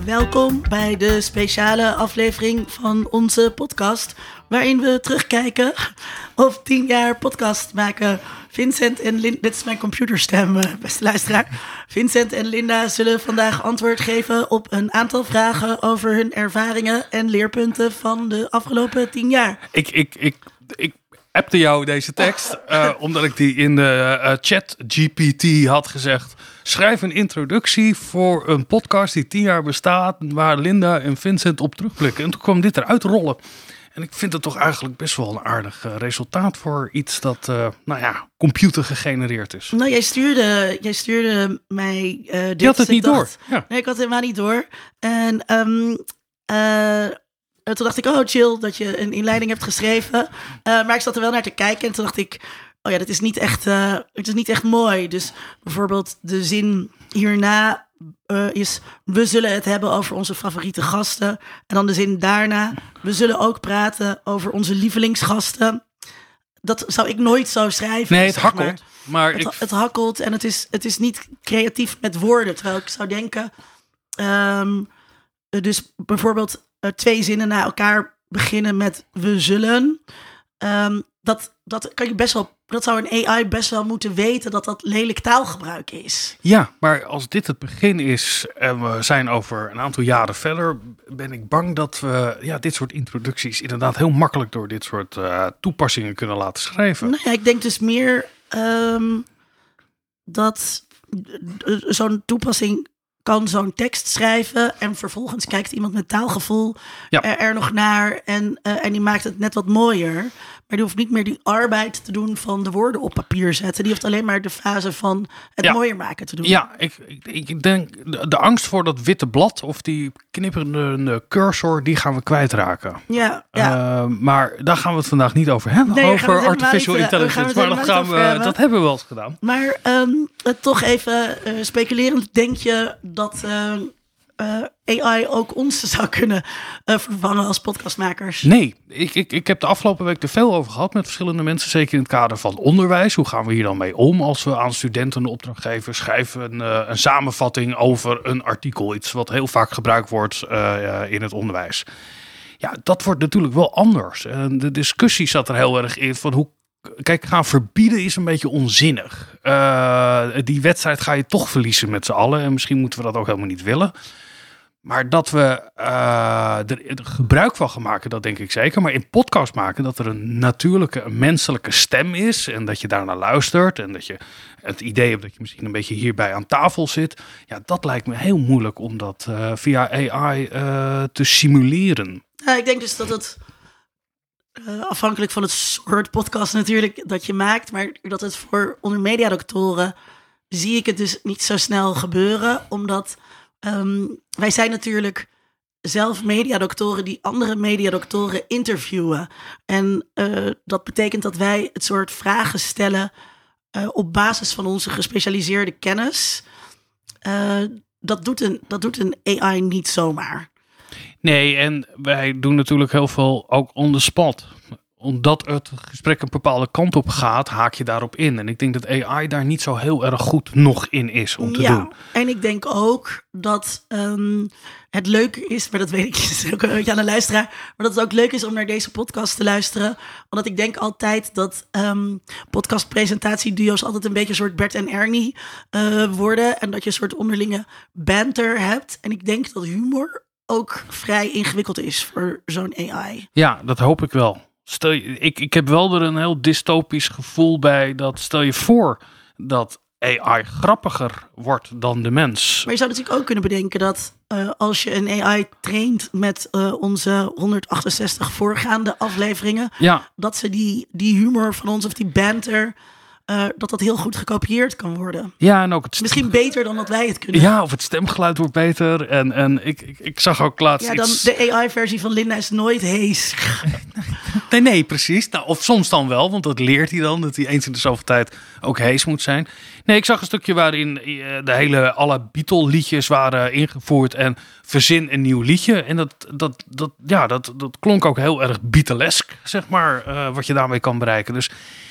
Welkom bij de speciale aflevering van onze podcast, waarin we terugkijken op 10 jaar podcast maken. Vincent en Linda, dit is mijn computerstem, beste luisteraar. Vincent en Linda zullen vandaag antwoord geven op een aantal vragen over hun ervaringen en leerpunten van de afgelopen 10 jaar. Ik appte jou deze tekst, omdat ik die in de chat GPT had gezegd. Schrijf een introductie voor een podcast die 10 jaar bestaat, waar Linda en Vincent op terugblikken. En toen kwam dit eruit rollen. En ik vind het toch eigenlijk best wel een aardig resultaat voor iets dat, computer gegenereerd is. Nou, jij stuurde mij dit. Je had het niet door. Ja. Nee, ik had het helemaal niet door. En toen dacht ik, oh chill dat je een inleiding hebt geschreven. Maar ik zat er wel naar te kijken en toen dacht ik, oh ja, dat is niet echt, het is niet echt mooi. Dus bijvoorbeeld de zin hierna is, we zullen het hebben over onze favoriete gasten. En dan de zin daarna, we zullen ook praten over onze lievelingsgasten. Dat zou ik nooit zo schrijven. Nee, het hakkelt. Maar het hakkelt en het is niet creatief met woorden. Terwijl ik zou denken, dus bijvoorbeeld 2 zinnen na elkaar beginnen met we zullen. Dat kan je best wel. Dat zou een AI best wel moeten weten dat lelijk taalgebruik is. Ja, maar als dit het begin is en we zijn over een aantal jaren verder, ben ik bang dat we dit soort introducties inderdaad heel makkelijk door dit soort toepassingen kunnen laten schrijven. Nou ja, ik denk dus meer dat zo'n toepassing kan zo'n tekst schrijven en vervolgens kijkt iemand met taalgevoel er nog naar en die maakt het net wat mooier. Maar die hoeft niet meer die arbeid te doen van de woorden op papier zetten. Die hoeft alleen maar de fase van het mooier maken te doen. Ja, ik denk de angst voor dat witte blad of die knipperende cursor, die gaan we kwijtraken. Ja. Maar daar gaan we het vandaag niet over hebben. Nee, over artificial intelligence. Maar dat hebben we wel eens gedaan. Maar toch even speculerend, denk je dat AI ook ons zou kunnen vervangen als podcastmakers? Nee, ik heb de afgelopen week er veel over gehad met verschillende mensen. Zeker in het kader van onderwijs. Hoe gaan we hier dan mee om als we aan studenten een opdracht geven? Schrijven een samenvatting over een artikel. Iets wat heel vaak gebruikt wordt in het onderwijs. Ja, dat wordt natuurlijk wel anders. En de discussie zat er heel erg in van hoe. Kijk, gaan verbieden is een beetje onzinnig. Die wedstrijd ga je toch verliezen met z'n allen. En misschien moeten we dat ook helemaal niet willen. Maar dat we er gebruik van gaan maken, dat denk ik zeker. Maar in podcast maken, dat er een natuurlijke, een menselijke stem is. En dat je daarnaar luistert. En dat je het idee hebt dat je misschien een beetje hierbij aan tafel zit. Ja, dat lijkt me heel moeilijk om dat via AI te simuleren. Ja, ik denk dus dat het afhankelijk van het soort podcast natuurlijk dat je maakt. Maar dat het voor onder mediadoctoren zie ik het dus niet zo snel gebeuren. Omdat wij zijn natuurlijk zelf mediadoctoren die andere mediadoctoren interviewen. En dat betekent dat wij het soort vragen stellen op basis van onze gespecialiseerde kennis. Dat doet een AI niet zomaar. Nee, en wij doen natuurlijk heel veel ook on the spot. Omdat het gesprek een bepaalde kant op gaat, haak je daarop in. En ik denk dat AI daar niet zo heel erg goed nog in is om te doen. En ik denk ook dat het leuker is, maar dat weet ik dus ook een beetje aan de luisteraar, maar dat het ook leuk is om naar deze podcast te luisteren. Omdat ik denk altijd dat podcastpresentatieduo's altijd een beetje een soort Bert en Ernie worden. En dat je een soort onderlinge banter hebt. En ik denk dat humor ook vrij ingewikkeld is voor zo'n AI. Ja, dat hoop ik wel. Ik heb wel er een heel dystopisch gevoel bij dat stel je voor dat AI grappiger wordt dan de mens. Maar je zou natuurlijk ook kunnen bedenken dat als je een AI traint met onze 168 voorgaande afleveringen, dat ze die humor van ons of die banter, dat heel goed gekopieerd kan worden. Ja, en ook het misschien beter dan dat wij het kunnen. Ja, of het stemgeluid wordt beter. En ik zag ook laatst iets. De AI-versie van Linda is nooit hees. Nee, precies. Nou, of soms dan wel, want dat leert hij dan, dat hij eens in de zoveel tijd ook hees moet zijn. Nee, ik zag een stukje waarin alle Beatle-liedjes waren ingevoerd en verzin een nieuw liedje. En dat klonk ook heel erg Beatlesk, zeg maar, wat je daarmee kan bereiken. Dus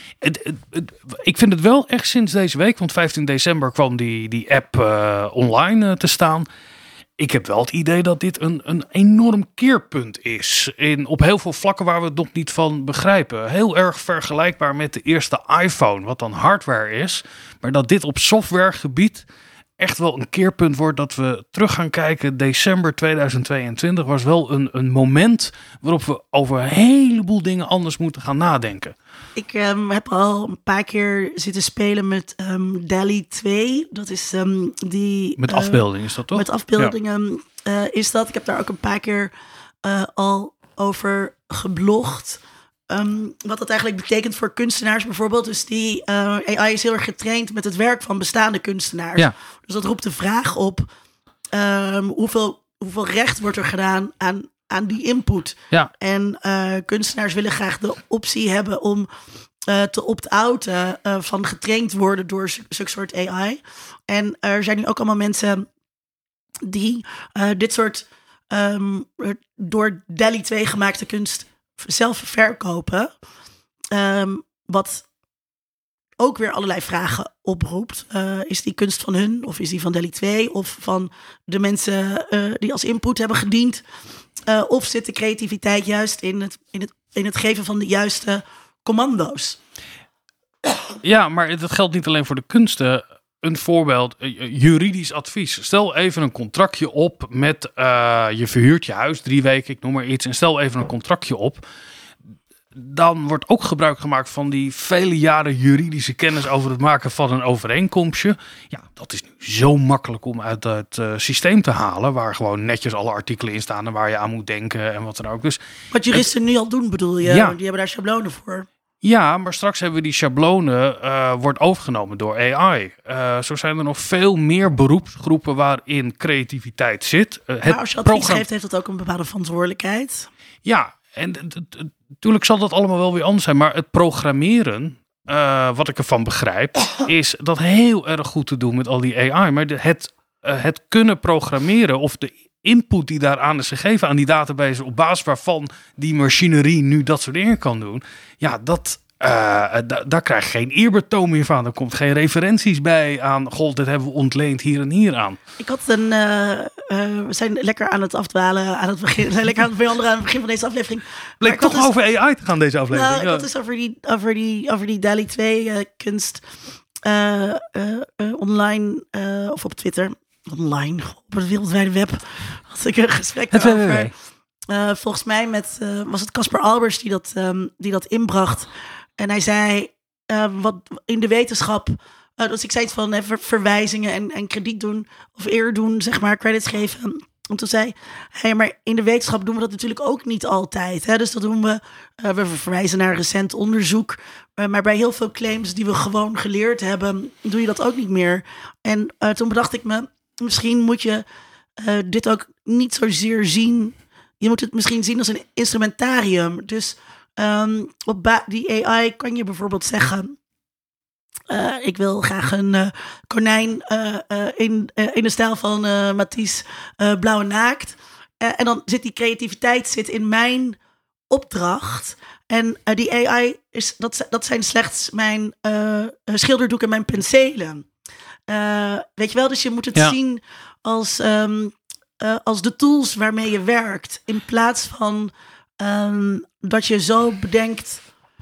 ik vind het wel echt sinds deze week, want 15 december kwam die app online te staan. ik heb wel het idee dat dit een enorm keerpunt is. Op heel veel vlakken waar we het nog niet van begrijpen. Heel erg vergelijkbaar met de eerste iPhone, wat dan hardware is. Maar dat dit op softwaregebied echt wel een keerpunt wordt, dat we terug gaan kijken. December 2022 was wel een moment waarop we over een heleboel dingen anders moeten gaan nadenken. Ik heb al een paar keer zitten spelen met DALL-E 2. Dat is die... Met afbeeldingen is dat toch? Met afbeeldingen is dat. Ik heb daar ook een paar keer al over geblogd. Wat dat eigenlijk betekent voor kunstenaars bijvoorbeeld. Dus die AI is heel erg getraind met het werk van bestaande kunstenaars. Ja. Dus dat roept de vraag op, hoeveel recht wordt er gedaan aan die input. Ja. En kunstenaars willen graag de optie hebben om te opt-outen van getraind worden door zulke soort AI. En er zijn nu ook allemaal mensen die dit soort door DALL-E 2 gemaakte kunst zelf verkopen. Wat ook weer allerlei vragen oproept. Is die kunst van hun? Of is die van DALL-E 2? Of van de mensen die als input hebben gediend? Of zit de creativiteit juist in het geven van de juiste commando's? Ja, maar dat geldt niet alleen voor de kunsten. Een voorbeeld, juridisch advies. Stel even een contractje op met je verhuurt je huis 3 weken, ik noem maar iets. En stel even een contractje op. Dan wordt ook gebruik gemaakt van die vele jaren juridische kennis over het maken van een overeenkomstje. Ja, dat is nu zo makkelijk om uit het systeem te halen, waar gewoon netjes alle artikelen in staan en waar je aan moet denken en wat dan ook. Dus wat juristen nu al doen, bedoel je? Ja. Die hebben daar schablonen voor. Ja, maar straks hebben we die schablonen wordt overgenomen door AI. Zo zijn er nog veel meer beroepsgroepen waarin creativiteit zit. Maar als je advies geeft, heeft dat ook een bepaalde verantwoordelijkheid. Ja, en natuurlijk zal dat allemaal wel weer anders zijn. Maar het programmeren, wat ik ervan begrijp, is dat heel erg goed te doen met al die AI. Maar het kunnen programmeren of de input die daaraan is gegeven aan die database, op basis waarvan die machinerie nu dat soort dingen kan doen. Ja, daar krijg je geen eerbetoon meer van. Er komt geen referenties bij aan, goh, dit hebben we ontleend hier en hier aan. Ik had we zijn lekker aan het afdwalen aan het begin. We zijn lekker aan het veranderen aan het begin van deze aflevering. Bleek toch over AI te gaan, deze aflevering. Nou, ik had dus over die DALL-E 2 kunst online of op Twitter. Online, op het wereldwijde web had ik een gesprek over. Volgens mij was het Caspar Albers die dat inbracht. En hij zei, wat in de wetenschap, dus ik zei iets van verwijzingen en krediet doen, of eer doen, zeg maar, credits geven. En toen zei hij, maar in de wetenschap doen we dat natuurlijk ook niet altijd. Hè? Dus dat doen we verwijzen naar recent onderzoek. Maar bij heel veel claims die we gewoon geleerd hebben, doe je dat ook niet meer. En toen bedacht ik me, misschien moet je dit ook niet zozeer zien. Je moet het misschien zien als een instrumentarium. Dus op die AI kan je bijvoorbeeld zeggen, ik wil graag een konijn in de stijl van Matisse Blauwe Naakt. En dan zit die creativiteit in mijn opdracht. En die AI, dat zijn slechts mijn schilderdoek en mijn penselen. Weet je wel, dus je moet het zien als de tools waarmee je werkt. In plaats van dat je zo bedenkt,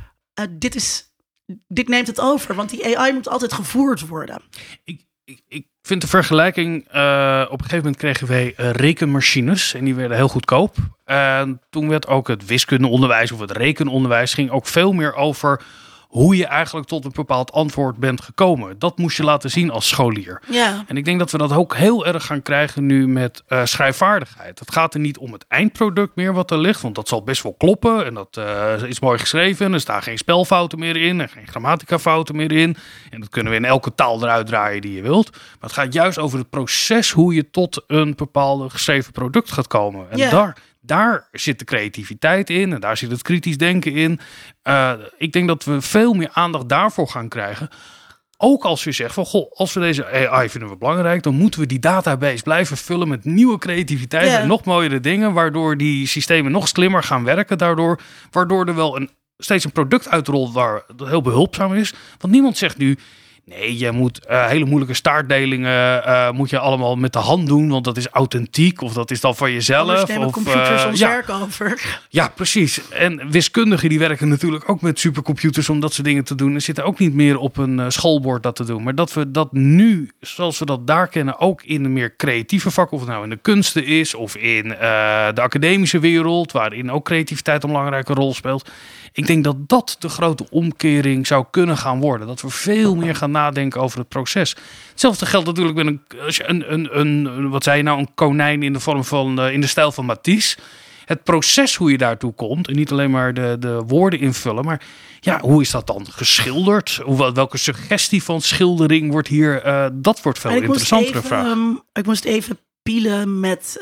dit neemt het over. Want die AI moet altijd gevoerd worden. Ik vind de vergelijking, op een gegeven moment kregen wij rekenmachines en die werden heel goedkoop. En toen werd ook het wiskundeonderwijs of het rekenonderwijs ging ook veel meer over hoe je eigenlijk tot een bepaald antwoord bent gekomen. Dat moest je laten zien als scholier. Ja. En ik denk dat we dat ook heel erg gaan krijgen nu met schrijfvaardigheid. Het gaat er niet om het eindproduct meer wat er ligt, want dat zal best wel kloppen. En dat is mooi geschreven. Er staan geen spelfouten meer in en geen grammaticafouten meer in. En dat kunnen we in elke taal eruit draaien die je wilt. Maar het gaat juist over het proces hoe je tot een bepaalde geschreven product gaat komen. En daar zit de creativiteit in en daar zit het kritisch denken in. Ik denk dat we veel meer aandacht daarvoor gaan krijgen. Ook als je zegt van, goh, als we deze AI vinden we belangrijk, dan moeten we die database blijven vullen met nieuwe creativiteit en nog mooiere dingen, waardoor die systemen nog slimmer gaan werken. Waardoor er wel steeds een product uitrolt waar dat heel behulpzaam is. Want niemand zegt nu, Nee, je moet hele moeilijke staartdelingen moet je allemaal met de hand doen, want dat is authentiek of dat is dan van jezelf. Anders nemen computers ons werk over. Ja, precies. En wiskundigen die werken natuurlijk ook met supercomputers om dat soort dingen te doen. En zitten ook niet meer op een schoolbord dat te doen. Maar dat we dat nu, zoals we dat daar kennen, ook in de meer creatieve vakken, of het nou in de kunsten is of in de academische wereld, waarin ook creativiteit een belangrijke rol speelt. Ik denk dat dat de grote omkering zou kunnen gaan worden. Dat we veel meer gaan nadenken over het proces. Hetzelfde geldt natuurlijk met wat zei je nou, een konijn in de vorm van, in de stijl van Matisse. Het proces hoe je daartoe komt. En niet alleen maar de woorden invullen. Maar ja, hoe is dat dan geschilderd? Welke suggestie van schildering wordt hier? Dat wordt veel interessantere vraag. Ik moest even pielen met...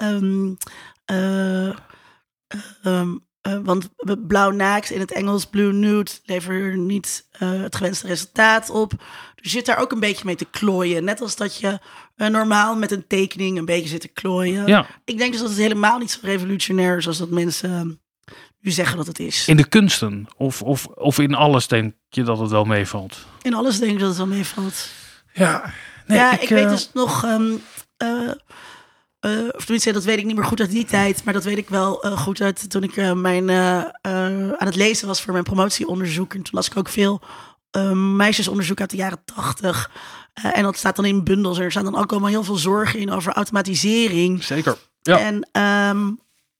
want blauw naakt in het Engels, blue nude, levert niet het gewenste resultaat op. Dus je zit daar ook een beetje mee te klooien. Net als dat je normaal met een tekening een beetje zit te klooien. Ja. Ik denk dus dat het helemaal niet zo revolutionair is als dat mensen nu zeggen dat het is. In de kunsten of in alles denk je dat het wel meevalt? In alles denk ik dat het wel meevalt. Ja, ik weet dus nog... of tenminste, dat weet ik niet meer goed uit die tijd. Maar dat weet ik wel goed uit toen ik aan het lezen was voor mijn promotieonderzoek. En toen las ik ook veel meisjesonderzoek uit de jaren 80. En dat staat dan in bundels. En er staan dan ook allemaal heel veel zorgen in over automatisering. Zeker, ja. En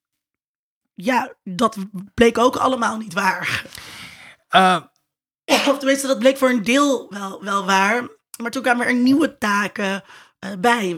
dat bleek ook allemaal niet waar. Of tenminste, dat bleek voor een deel wel waar. Maar toen kwamen er nieuwe taken bij.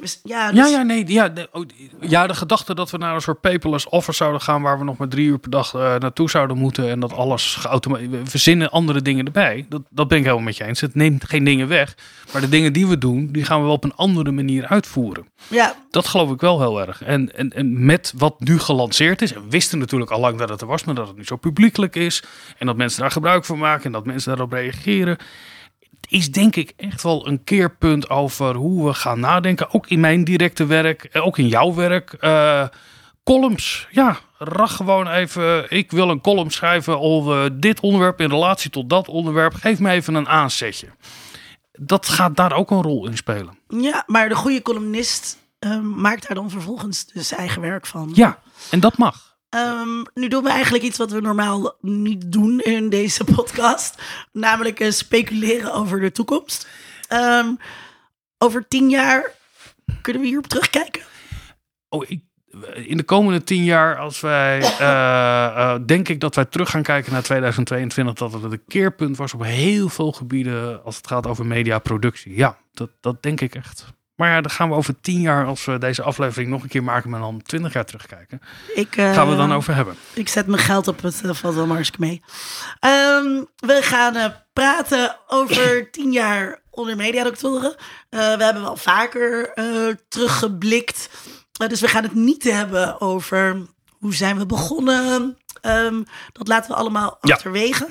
De gedachte dat we naar een soort paperless office zouden gaan waar we nog maar 3 uur per dag naartoe zouden moeten en dat alles we verzinnen andere dingen erbij. Dat ben ik helemaal met je eens. Het neemt geen dingen weg, maar de dingen die we doen, die gaan we wel op een andere manier uitvoeren. Ja. Dat geloof ik wel heel erg. En met wat nu gelanceerd is, en we wisten natuurlijk al lang dat het er was, maar dat het nu zo publiekelijk is en dat mensen daar gebruik van maken en dat mensen daarop reageren, is denk ik echt wel een keerpunt over hoe we gaan nadenken. Ook in mijn directe werk, ook in jouw werk. Columns, ja, rach gewoon even. Ik wil een column schrijven over dit onderwerp in relatie tot dat onderwerp. Geef me even een aanzetje. Dat gaat daar ook een rol in spelen. Ja, maar de goede columnist maakt daar dan vervolgens dus zijn eigen werk van. Ja, en dat mag. Nu doen we eigenlijk iets wat we normaal niet doen in deze podcast. Namelijk speculeren over de toekomst. Over 10 jaar kunnen we hierop terugkijken? In de komende 10 jaar, als wij denk ik dat wij terug gaan kijken naar 2022, dat het een keerpunt was op heel veel gebieden als het gaat over mediaproductie. Ja, dat denk ik echt. Maar ja, dan gaan we over 10 jaar, als we deze aflevering nog een keer maken, maar dan 20 jaar terugkijken. Gaan we dan over hebben. Ik zet mijn geld op het valt wel maar eens mee. We gaan praten over 10 jaar onder mediadoctoren. We hebben wel vaker teruggeblikt. Dus we gaan het niet hebben over hoe zijn we begonnen. Dat laten we allemaal achterwege.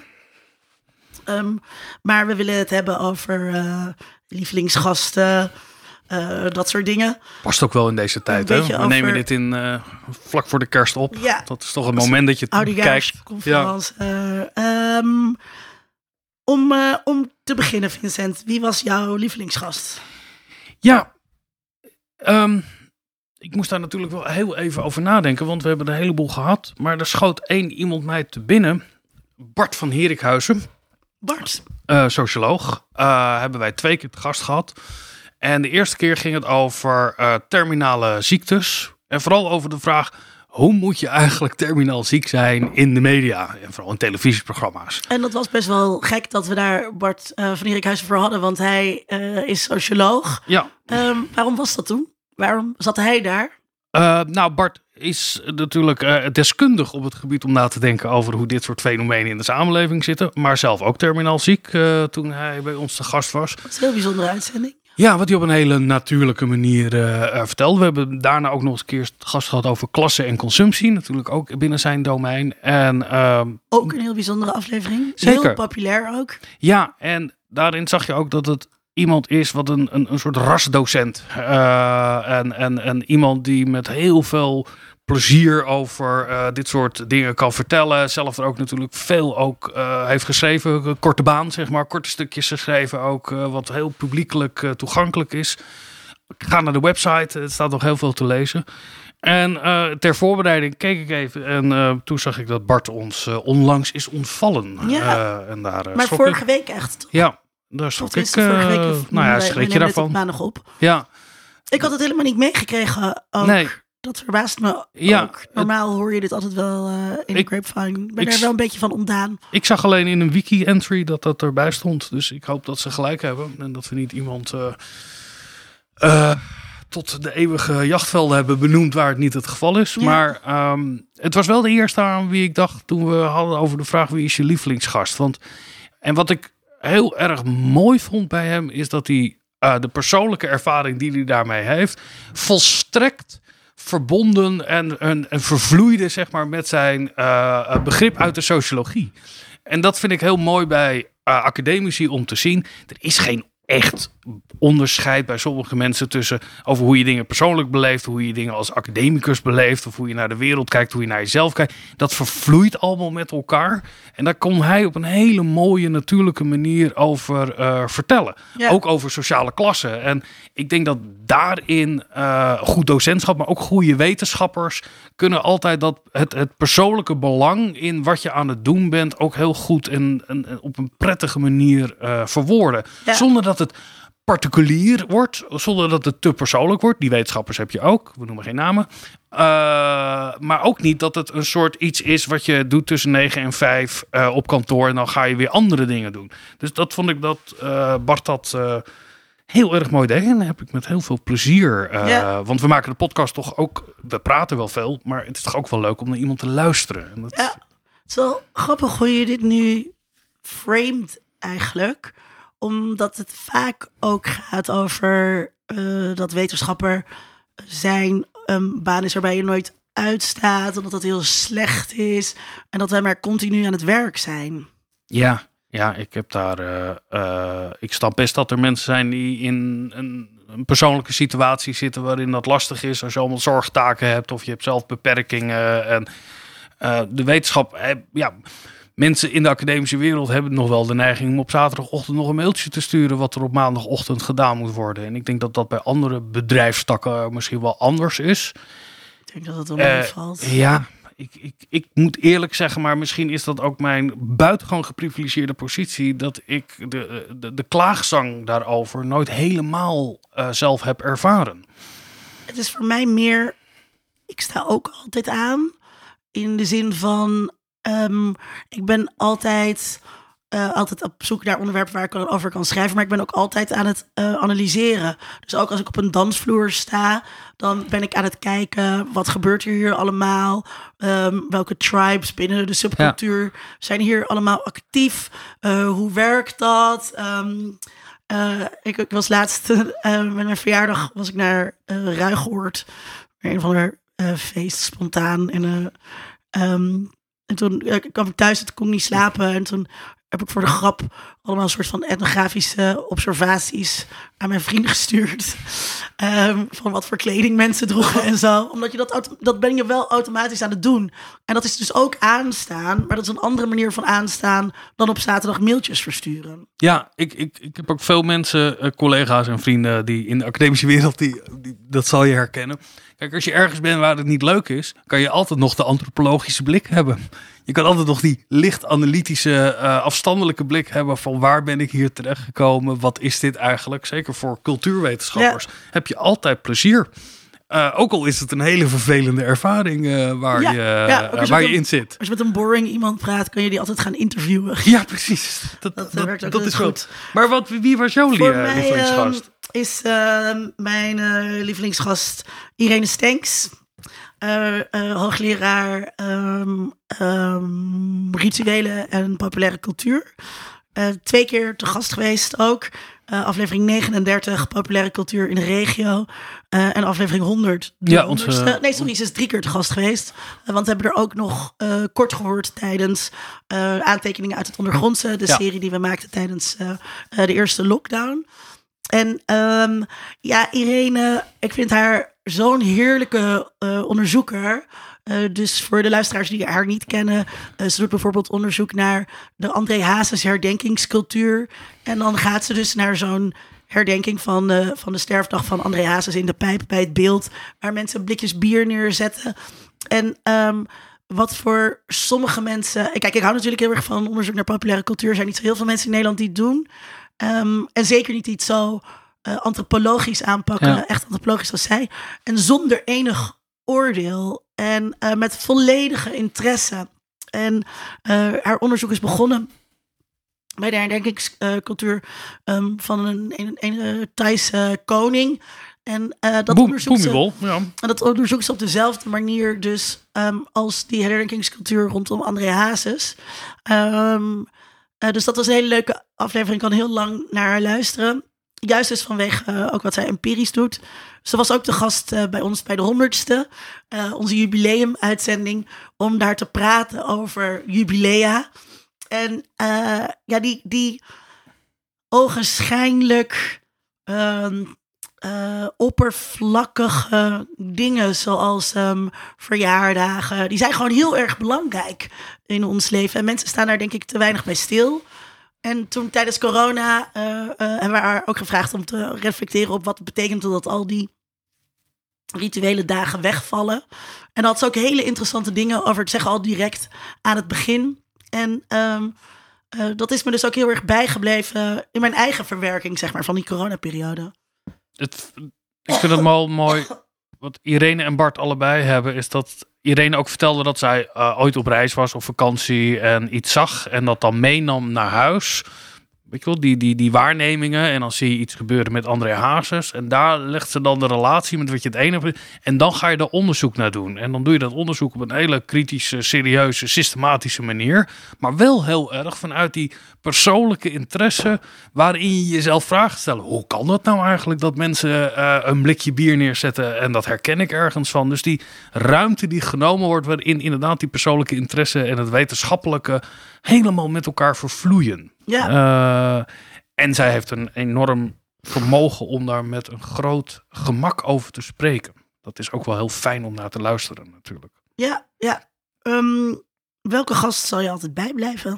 Maar we willen het hebben over lievelingsgasten. Dat soort dingen. Past ook wel in deze tijd. Hè? We nemen dit in vlak voor de kerst op. Ja, dat is toch een moment dat je kijkt. Ja. Om te beginnen, Vincent. Wie was jouw lievelingsgast? Ja, ik moest daar natuurlijk wel heel even over nadenken. Want we hebben er een heleboel gehad. Maar er schoot 1 iemand mij te binnen. Bart van Herikhuizen. Bart. Socioloog. Hebben wij 2 keer te gast gehad. En de eerste keer ging het over terminale ziektes. En vooral over de vraag, hoe moet je eigenlijk terminaal ziek zijn in de media? En vooral in televisieprogramma's. En dat was best wel gek dat we daar Bart van Herikhuizen voor hadden. Want hij is socioloog. Ja. Waarom was dat toen? Waarom zat hij daar? Bart is natuurlijk deskundig op het gebied om na te denken over hoe dit soort fenomenen in de samenleving zitten. Maar zelf ook terminaal ziek toen hij bij ons te gast was. Dat is een heel bijzondere uitzending. Ja, wat hij op een hele natuurlijke manier vertelde. We hebben daarna ook nog eens een keer gast gehad over klasse en consumptie. Natuurlijk ook binnen zijn domein. En, ook een heel bijzondere aflevering. Zeker. Heel populair ook. Ja, en daarin zag je ook dat het iemand is wat een soort rasdocent. En iemand die met heel veel plezier over dit soort dingen kan vertellen. Zelf er ook natuurlijk veel heeft geschreven. Korte baan, zeg maar. Korte stukjes geschreven ook. Wat heel publiekelijk toegankelijk is. Ga naar de website. Er staat nog heel veel te lezen. En ter voorbereiding keek ik even. En toen zag ik dat Bart ons onlangs is ontvallen. Ja, en daar, maar vorige week echt. Ja, daar schrok ik. Vorige week schrik je daarvan? Maandag op. Ja. Ik had het helemaal niet meegekregen ook. Nee. Dat verbaast me Ja, ook. Normaal hoor je dit altijd wel in de grapevine. Ik ben er wel een beetje van ontdaan. Ik zag alleen in een wiki-entry dat erbij stond. Dus ik hoop dat ze gelijk hebben. En dat we niet iemand tot de eeuwige jachtvelden hebben benoemd waar het niet het geval is. Ja. Maar het was wel de eerste aan wie ik dacht toen we hadden over de vraag wie is je lievelingsgast. En wat ik heel erg mooi vond bij hem is dat hij de persoonlijke ervaring die hij daarmee heeft volstrekt verbonden en vervloeide, zeg maar, met zijn begrip uit de sociologie. En dat vind ik heel mooi bij academici om te zien. Er is geen echt onderscheid bij sommige mensen tussen over hoe je dingen persoonlijk beleeft, hoe je dingen als academicus beleeft, of hoe je naar de wereld kijkt, hoe je naar jezelf kijkt. Dat vervloeit allemaal met elkaar. En daar kon hij op een hele mooie, natuurlijke manier over vertellen. Ja. Ook over sociale klassen. En ik denk dat daarin goed docentschap, maar ook goede wetenschappers kunnen altijd het persoonlijke belang in wat je aan het doen bent ook heel goed en op een prettige manier verwoorden. Ja. Zonder dat het particulier wordt, zonder dat het te persoonlijk wordt. Die wetenschappers heb je ook, we noemen geen namen. Maar ook niet dat het een soort iets is wat je doet tussen 9 en 5 op kantoor en dan ga je weer andere dingen doen. Dus dat vond ik dat Bart dat heel erg mooi deed. En dan heb ik met heel veel plezier. Want we maken de podcast toch ook, we praten wel veel, maar het is toch ook wel leuk om naar iemand te luisteren. En dat... Ja, het is wel grappig hoe je dit nu framed eigenlijk. Omdat het vaak ook gaat over dat wetenschapper zijn baan is waarbij je nooit uitstaat. Omdat dat heel slecht is. En dat wij maar continu aan het werk zijn. Ja, ik heb daar. Ik snap best dat er mensen zijn die in een persoonlijke situatie zitten waarin dat lastig is. Als je allemaal zorgtaken hebt of je hebt zelf beperkingen. En de wetenschap. Mensen in de academische wereld hebben nog wel de neiging om op zaterdagochtend nog een mailtje te sturen wat er op maandagochtend gedaan moet worden. En ik denk dat dat bij andere bedrijfstakken misschien wel anders is. Ik denk dat het wel meevalt. Ja, ik moet eerlijk zeggen, maar misschien is dat ook mijn buitengewoon geprivilegeerde positie, dat ik de klaagzang daarover nooit helemaal zelf heb ervaren. Het is voor mij meer, ik sta ook altijd aan in de zin van, ik ben altijd op zoek naar onderwerpen waar ik over kan schrijven. Maar ik ben ook altijd aan het analyseren. Dus ook als ik op een dansvloer sta, dan ben ik aan het kijken, wat gebeurt er hier allemaal? Welke tribes binnen de subcultuur zijn hier allemaal actief? Hoe werkt dat? Ik was laatst met mijn verjaardag was ik naar Ruigoord. Een van de feest spontaan. En toen kwam ik thuis en toen kon ik niet slapen. En toen heb ik voor de grap allemaal een soort van etnografische observaties aan mijn vrienden gestuurd. Van wat voor kleding mensen droegen en zo. Omdat je dat ben je wel automatisch aan het doen. En dat is dus ook aanstaan. Maar dat is een andere manier van aanstaan dan op zaterdag mailtjes versturen. Ja, ik heb ook veel mensen, collega's en vrienden die in de academische wereld, die dat zal je herkennen. Kijk, als je ergens bent waar het niet leuk is, kan je altijd nog de antropologische blik hebben. Je kan altijd nog die licht analytische, afstandelijke blik hebben van waar ben ik hier terechtgekomen? Wat is dit eigenlijk? Zeker voor cultuurwetenschappers heb je altijd plezier. Ook al is het een hele vervelende ervaring waar je in zit. Als je met een boring iemand praat, kan je die altijd gaan interviewen. Ja, precies. Dat werkt ook is goed. Maar wie was jouw lievelingsgast? Is mijn lievelingsgast Irene Stenks. Hoogleraar rituelen en populaire cultuur. 2 keer te gast geweest ook. Aflevering 39, populaire cultuur in de regio. En aflevering 100. Ze is 3 keer te gast geweest. Want we hebben er ook nog kort gehoord tijdens aantekeningen uit het ondergrondse. De serie die we maakten tijdens de eerste lockdown. En Irene, ik vind haar zo'n heerlijke onderzoeker. Dus voor de luisteraars die haar niet kennen, ze doet bijvoorbeeld onderzoek naar de André Hazes herdenkingscultuur. En dan gaat ze dus naar zo'n herdenking van de sterfdag van André Hazes in de Pijp bij het beeld, waar mensen blikjes bier neerzetten. En wat voor sommige mensen... Kijk, ik hou natuurlijk heel erg van onderzoek naar populaire cultuur. Er zijn niet zo heel veel mensen in Nederland die het doen. En zeker niet iets zo antropologisch aanpakken. Echt antropologisch als zij. En zonder enig oordeel. En met volledige interesse. En haar onderzoek is begonnen bij de herdenkingscultuur van een Thaise koning. En dat onderzoek ze op dezelfde manier dus als die herdenkingscultuur rondom André Hazes. Dus dat was een hele leuke aflevering. Ik kan heel lang naar haar luisteren. Juist dus vanwege ook wat zij empirisch doet. Ze was ook de gast bij ons bij de 100ste. Onze jubileum-uitzending. Om daar te praten over jubilea. En die ogenschijnlijk oppervlakkige dingen zoals verjaardagen. Die zijn gewoon heel erg belangrijk in ons leven. En mensen staan daar denk ik te weinig bij stil. En toen tijdens corona hebben we haar ook gevraagd om te reflecteren op wat het betekent dat al die rituele dagen wegvallen. En dat had ze ook hele interessante dingen over te zeggen al direct aan het begin. En dat is me dus ook heel erg bijgebleven in mijn eigen verwerking, zeg maar, van die coronaperiode. Ik vind het wel mooi, wat Irene en Bart allebei hebben, is dat Irene ook vertelde dat zij ooit op reis was op vakantie en iets zag en dat dan meenam naar huis. Weet je wel, die waarnemingen. En dan zie je iets gebeuren met André Hazes. En daar legt ze dan de relatie met wat je het ene hebt. En dan ga je er onderzoek naar doen. En dan doe je dat onderzoek op een hele kritische, serieuze, systematische manier. Maar wel heel erg vanuit die persoonlijke interesse. Waarin je jezelf vragen stelt. Hoe kan dat nou eigenlijk dat mensen een blikje bier neerzetten? En dat herken ik ergens van. Dus die ruimte die genomen wordt. Waarin inderdaad die persoonlijke interesse en het wetenschappelijke helemaal met elkaar vervloeien. Ja. En zij heeft een enorm vermogen om daar met een groot gemak over te spreken. Dat is ook wel heel fijn om naar te luisteren natuurlijk. Ja. Welke gast zal je altijd bijblijven?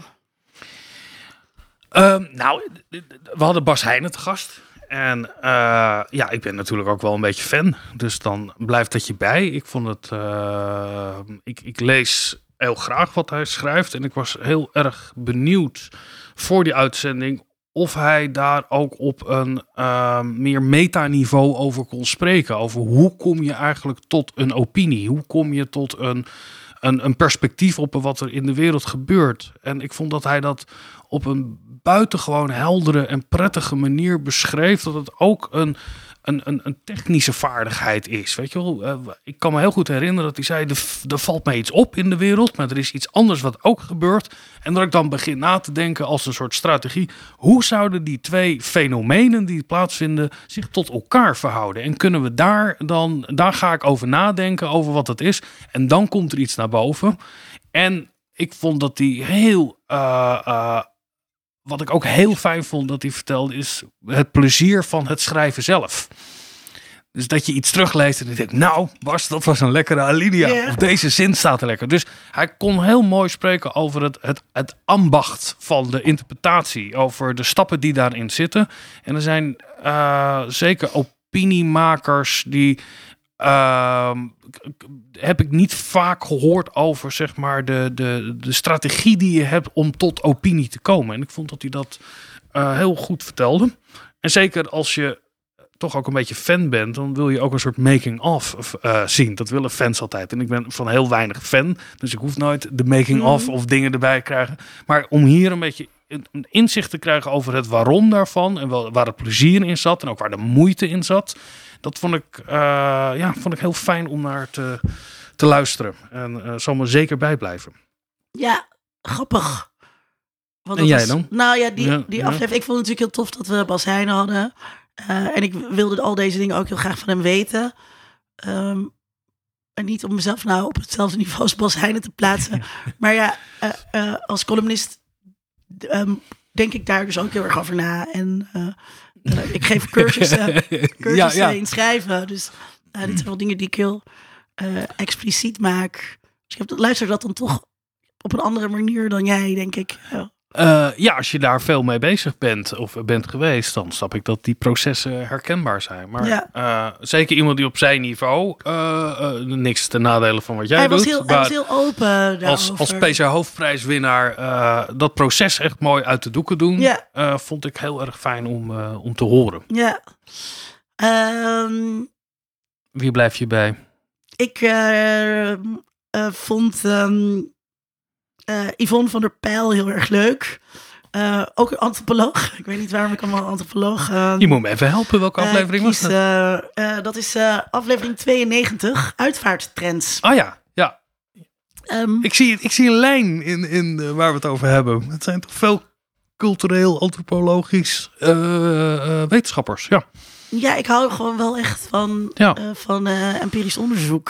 We hadden Bas Heijnen te gast. En ik ben natuurlijk ook wel een beetje fan. Dus dan blijft dat je bij. Ik vond het... Ik lees heel graag wat hij schrijft. En ik was heel erg benieuwd voor die uitzending of hij daar ook op een meer metaniveau over kon spreken. Over hoe kom je eigenlijk tot een opinie? Hoe kom je tot een perspectief op wat er in de wereld gebeurt? En ik vond dat hij dat op een buitengewoon heldere en prettige manier beschreef. Dat het ook een technische vaardigheid is. Weet je wel? Ik kan me heel goed herinneren dat hij zei, er valt mij iets op in de wereld, maar er is iets anders wat ook gebeurt. En dat ik dan begin na te denken als een soort strategie. Hoe zouden die twee fenomenen die plaatsvinden zich tot elkaar verhouden? En kunnen we daar ga ik over nadenken, over wat dat is. En dan komt er iets naar boven. En ik vond dat die heel... wat ik ook heel fijn vond dat hij vertelde, is het plezier van het schrijven zelf. Dus dat je iets terugleest en je denkt, nou Bas, dat was een lekkere alinea. Yeah. Of deze zin staat er lekker. Dus hij kon heel mooi spreken over het ambacht van de interpretatie. Over de stappen die daarin zitten. En er zijn zeker opiniemakers die... heb ik niet vaak gehoord over, zeg maar, de strategie die je hebt om tot opinie te komen. En ik vond dat hij dat heel goed vertelde. En zeker als je toch ook een beetje fan bent, dan wil je ook een soort making-of zien. Dat willen fans altijd. En ik ben van heel weinig fan, dus ik hoef nooit de making-of of dingen erbij te krijgen. Maar om hier een beetje een inzicht te krijgen over het waarom daarvan en waar het plezier in zat en ook waar de moeite in zat. Dat vond ik heel fijn om naar te luisteren. En zal me zeker bijblijven. Ja, grappig. Want en jij dan? Nou ja, die aflevering. Ik vond het natuurlijk heel tof dat we Bas Heijnen hadden. En ik wilde al deze dingen ook heel graag van hem weten. En niet om mezelf nou op hetzelfde niveau als Bas Heijnen te plaatsen. Maar ja, als columnist denk ik daar dus ook heel erg over na. En ik geef cursussen in schrijven. Dus Dit zijn wel dingen die ik heel expliciet maak. Dus ik luister dat dan toch op een andere manier dan jij, denk ik. Als je daar veel mee bezig bent of bent geweest, dan snap ik dat die processen herkenbaar zijn. Maar zeker iemand die op zijn niveau, niks ten nadele van wat jij doet. Hij was heel open daarover. Als PC Hoofdprijswinnaar dat proces echt mooi uit de doeken doen, vond ik heel erg fijn om te horen. Ja. Wie blijf je bij? Ik vond Yvonne van der Pijl heel erg leuk. Ook een antropoloog. Ik weet niet waarom ik allemaal antropoloog... je moet me even helpen. Welke aflevering was dat? Dat is aflevering 92, uitvaarttrends. Oh ja. Ik zie een lijn in waar we het over hebben. Het zijn toch veel cultureel, antropologisch wetenschappers. Ja. Ja, ik hou gewoon wel echt van empirisch onderzoek.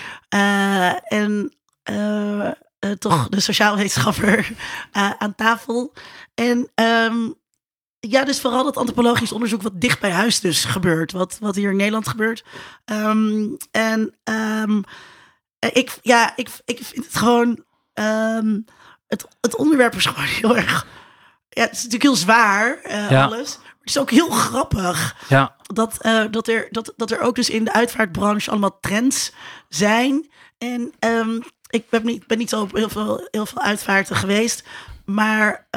Toch de sociaal wetenschapper aan tafel. En dus vooral dat antropologisch onderzoek wat dicht bij huis dus gebeurt. Wat hier in Nederland gebeurt. Ik vind het gewoon... Het onderwerp is gewoon heel erg... Ja, het is natuurlijk heel zwaar, alles. Maar het is ook heel grappig. Ja. Dat er ook dus in de uitvaartbranche allemaal trends zijn. En ik ben niet zo op heel veel uitvaarten geweest. Maar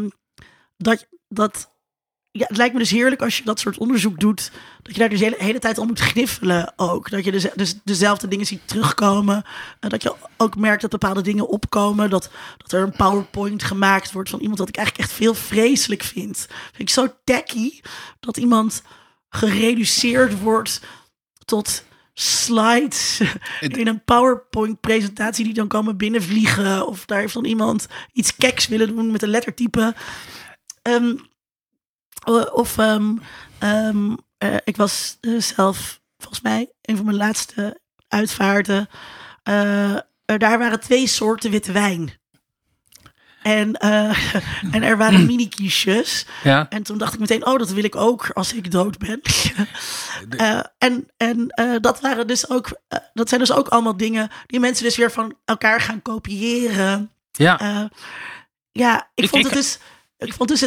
het lijkt me dus heerlijk als je dat soort onderzoek doet. Dat je daar dus de hele tijd al moet gniffelen ook. Dat je dus dezelfde dingen ziet terugkomen. Dat je ook merkt dat bepaalde dingen opkomen. Dat er een PowerPoint gemaakt wordt van iemand dat ik eigenlijk echt veel vreselijk vind. Vind ik zo tacky dat iemand gereduceerd wordt tot slides in een PowerPoint-presentatie die dan komen binnenvliegen. Of daar heeft dan iemand iets keks willen doen met een lettertype. Ik was zelf, volgens mij, een van mijn laatste uitvaarten. Daar waren 2 soorten witte wijn. En er waren mini-kiesjes. Ja. En toen dacht ik meteen, dat wil ik ook als ik dood ben. Dat waren dus ook, dat zijn dus ook allemaal dingen die mensen dus weer van elkaar gaan kopiëren. Ja. Ik vond dus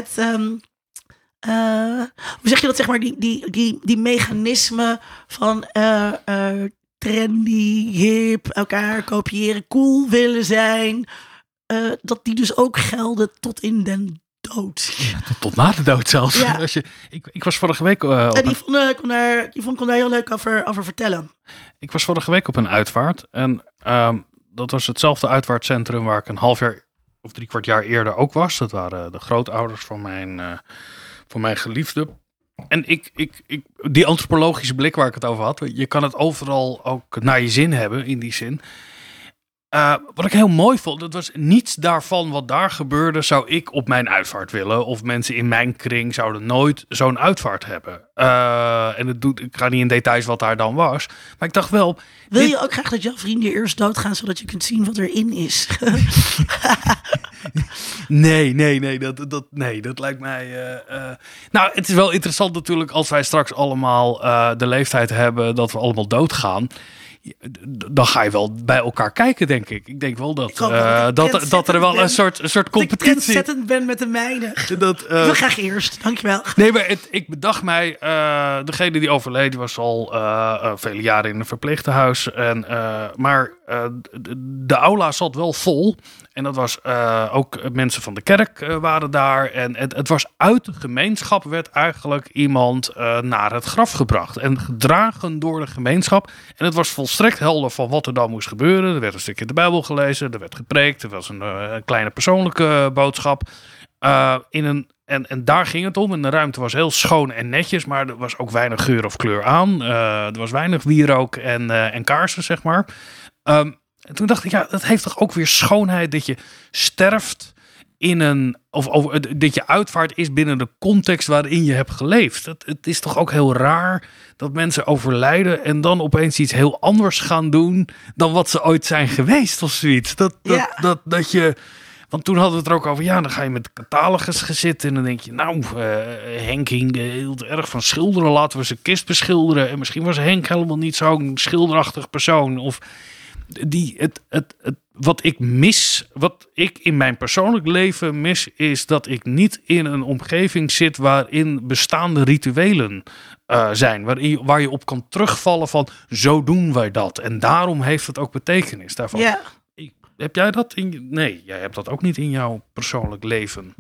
hoe zeg je dat, zeg maar, die mechanismen van trendy, hip, elkaar kopiëren, cool willen zijn, dat die dus ook gelden tot in den dood. Ja, tot na de dood zelfs. Ja. Ik was vorige week... Yvonne kon daar heel leuk over vertellen. Ik was vorige week op een uitvaart. En dat was hetzelfde uitvaartcentrum waar ik een half jaar of 3/4 jaar eerder ook was. Dat waren de grootouders van mijn geliefde. En die antropologische blik waar ik het over had. Je kan het overal ook naar je zin hebben, in die zin. Wat ik heel mooi vond, dat was niets daarvan wat daar gebeurde, zou ik op mijn uitvaart willen. Of mensen in mijn kring zouden nooit zo'n uitvaart hebben. Ik ga niet in details wat daar dan was. Maar ik dacht wel... Wil je ook graag dat jouw vrienden eerst doodgaan, zodat je kunt zien wat erin is? Nee, dat lijkt mij... Nou, het is wel interessant natuurlijk als wij straks allemaal de leeftijd hebben dat we allemaal doodgaan. Dan ga je wel bij elkaar kijken, denk ik. Ik denk wel dat er wel een soort competitie... Ik ontzettend ben met de mijne. Ik wil graag eerst, dankjewel. Nee, maar ik bedacht mij... degene die overleden was al vele jaren in een verpleegtehuis. Maar de aula zat wel vol. En dat was ook mensen van de kerk waren daar. En het was uit de gemeenschap werd eigenlijk iemand naar het graf gebracht. En gedragen door de gemeenschap. En het was volstrekt helder van wat er dan moest gebeuren. Er werd een stukje de Bijbel gelezen. Er werd gepreekt. Er was een kleine persoonlijke boodschap. En daar ging het om. En de ruimte was heel schoon en netjes. Maar er was ook weinig geur of kleur aan. Er was weinig wierook en kaarsen, zeg maar. En toen dacht ik, dat heeft toch ook weer schoonheid dat je sterft in dat je uitvaart is binnen de context waarin je hebt geleefd. Het is toch ook heel raar dat mensen overlijden en dan opeens iets heel anders gaan doen dan wat ze ooit zijn geweest of zoiets. Dat je... Want toen hadden we het er ook over, dan ga je met catalogus gaan zitten en dan denk je, Henk hing heel erg van schilderen, laten we zijn kist beschilderen. En misschien was Henk helemaal niet zo'n schilderachtig persoon. Of wat ik in mijn persoonlijk leven mis, is dat ik niet in een omgeving zit waarin bestaande rituelen zijn. Waar je op kan terugvallen van, zo doen wij dat. En daarom heeft het ook betekenis daarvan. Ja. Heb jij dat Nee, jij hebt dat ook niet in jouw persoonlijk leven.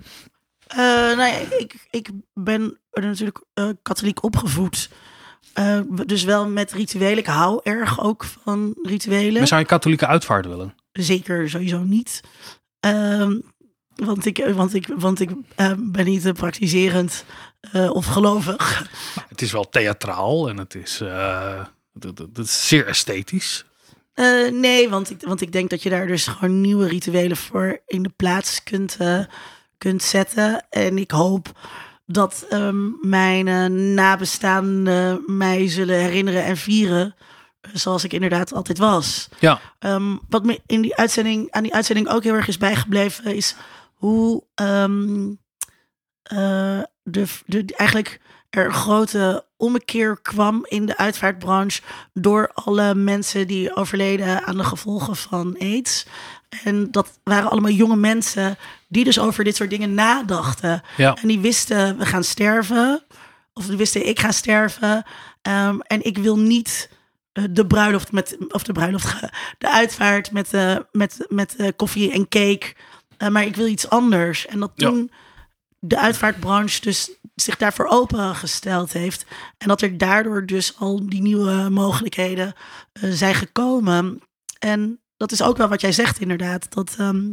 Ik ben natuurlijk katholiek opgevoed. Dus wel met rituelen. Ik hou erg ook van rituelen. Maar zou je katholieke uitvaart willen? Zeker, sowieso niet. Want ik ben niet praktiserend of gelovig. Het is wel theatraal en het is zeer esthetisch. Nee, want ik denk dat je daar dus gewoon nieuwe rituelen voor in de plaats kunt zetten. En ik hoop dat mijn nabestaanden mij zullen herinneren en vieren zoals ik inderdaad altijd was. Ja. Wat me aan die uitzending ook heel erg is bijgebleven, is hoe eigenlijk er een grote ommekeer kwam in de uitvaartbranche door alle mensen die overleden aan de gevolgen van AIDS. En dat waren allemaal jonge mensen die dus over dit soort dingen nadachten. Ja. En die wisten, we gaan sterven. Of die wisten, ik ga sterven. En ik wil niet de uitvaart met koffie en cake. Maar ik wil iets anders. En dat toen de uitvaartbranche dus zich daarvoor opengesteld heeft. En dat er daardoor dus al die nieuwe mogelijkheden zijn gekomen. En dat is ook wel wat jij zegt inderdaad. Dat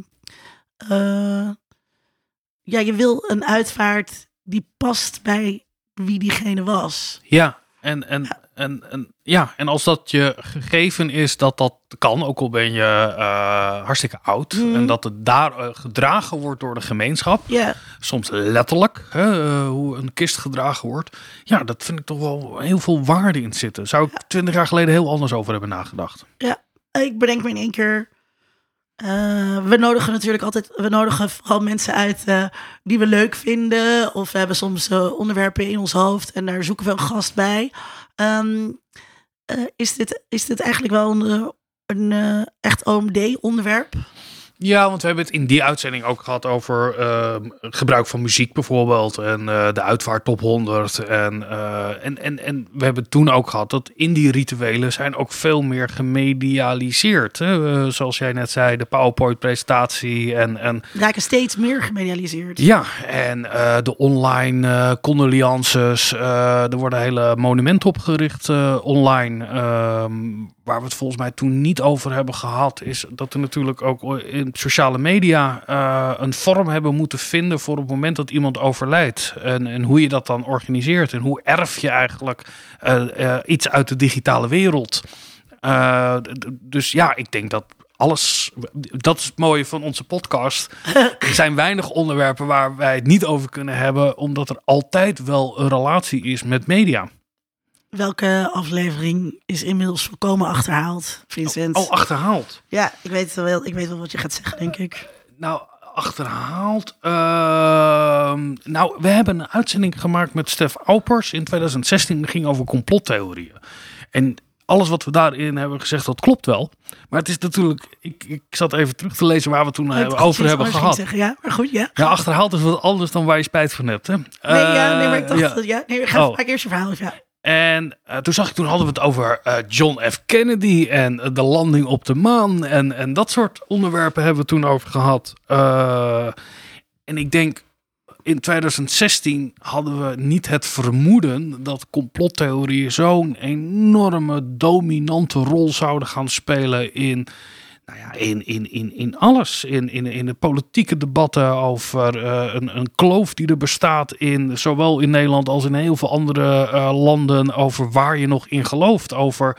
je wil een uitvaart die past bij wie diegene was. Ja, en als dat je gegeven is dat kan, ook al ben je hartstikke oud. En dat het daar gedragen wordt door de gemeenschap. Yeah. Soms letterlijk, hoe een kist gedragen wordt. Ja, dat vind ik toch wel heel veel waarde in zitten. Zou ik 20 jaar geleden heel anders over hebben nagedacht. Ja, ik bedenk me in één keer. We nodigen vooral mensen uit die we leuk vinden. Of we hebben soms onderwerpen in ons hoofd en daar zoeken we een gast bij. Is dit eigenlijk wel een echt OMD-onderwerp? Ja, want we hebben het in die uitzending ook gehad over gebruik van muziek bijvoorbeeld. En de uitvaart top 100. En we hebben toen ook gehad dat in die rituelen zijn ook veel meer gemedialiseerd. Zoals jij net zei, de PowerPoint-presentatie. Raken steeds meer gemedialiseerd. Ja, en de online condolences. Er worden hele monumenten opgericht online. Waar we het volgens mij toen niet over hebben gehad, is dat er natuurlijk ook in sociale media een vorm hebben moeten vinden voor het moment dat iemand overlijdt. En hoe je dat dan organiseert. En hoe erf je eigenlijk iets uit de digitale wereld. Dus ja, ik denk dat alles, dat is het mooie van onze podcast. Er zijn weinig onderwerpen waar wij het niet over kunnen hebben, omdat er altijd wel een relatie is met media. Welke aflevering is inmiddels volkomen achterhaald, Vincent? Oh, achterhaald? Ja, ik weet wel wat je gaat zeggen, denk ik. Nou, achterhaald? We hebben een uitzending gemaakt met Stef Aupers in 2016. Dat ging over complottheorieën. En alles wat we daarin hebben gezegd, dat klopt wel. Maar het is natuurlijk... Ik zat even terug te lezen waar we toen over hebben gehad. Zeggen, ja, maar goed, ja. Ja, achterhaald is wat anders dan waar je spijt van hebt, hè? Maar ik dacht... Ga eerst je verhaal even. Ja. En toen hadden we het over John F. Kennedy en de landing op de maan. En dat soort onderwerpen hebben we toen over gehad. En ik denk, in 2016 hadden we niet het vermoeden dat complottheorieën zo'n enorme dominante rol zouden gaan spelen in alles. In de politieke debatten over een kloof die er bestaat zowel in Nederland als in heel veel andere landen, over waar je nog in gelooft. Over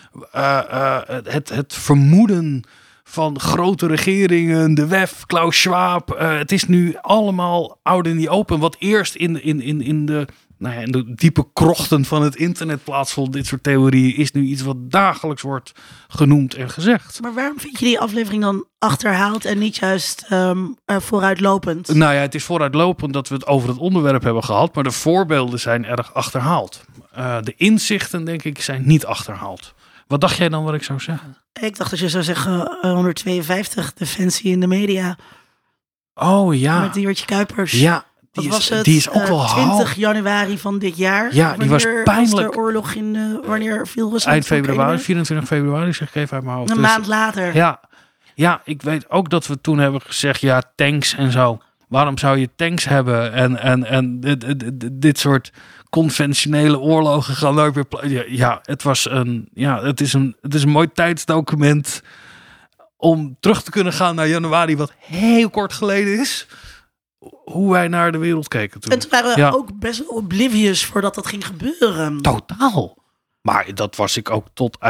het vermoeden van grote regeringen, de WEF, Klaus Schwab. Het is nu allemaal out in the open. Wat eerst in de nou ja, in de diepe krochten van het internet plaatsvond. Dit soort theorieën is nu iets wat dagelijks wordt genoemd en gezegd. Maar waarom vind je die aflevering dan achterhaald en niet juist vooruitlopend? Nou ja, het is vooruitlopend dat we het over het onderwerp hebben gehad, maar de voorbeelden zijn erg achterhaald. De inzichten, denk ik, zijn niet achterhaald. Wat dacht jij dan wat ik zou zeggen? Ik dacht dat je zou zeggen 152, Defensie in de media. Oh ja. Met Diewertje Kuipers. Ja, die is ook wel 20 januari van dit jaar. Ja, die was pijnlijk. Was de oorlog wanneer viel Rusland? Eind februari, 24 februari, zeg ik even uit mijn hoofd. Een maand later. Ja, ik weet ook dat we toen hebben gezegd, ja, tanks en zo. Waarom zou je tanks hebben? En dit soort conventionele oorlogen gaan nooit meer. Ja, het is een mooi tijdsdocument om terug te kunnen gaan naar januari, wat heel kort geleden is. Hoe wij naar de wereld keken toen. En toen waren we ook best wel oblivious voordat dat ging gebeuren. Totaal. Maar dat was ik ook tot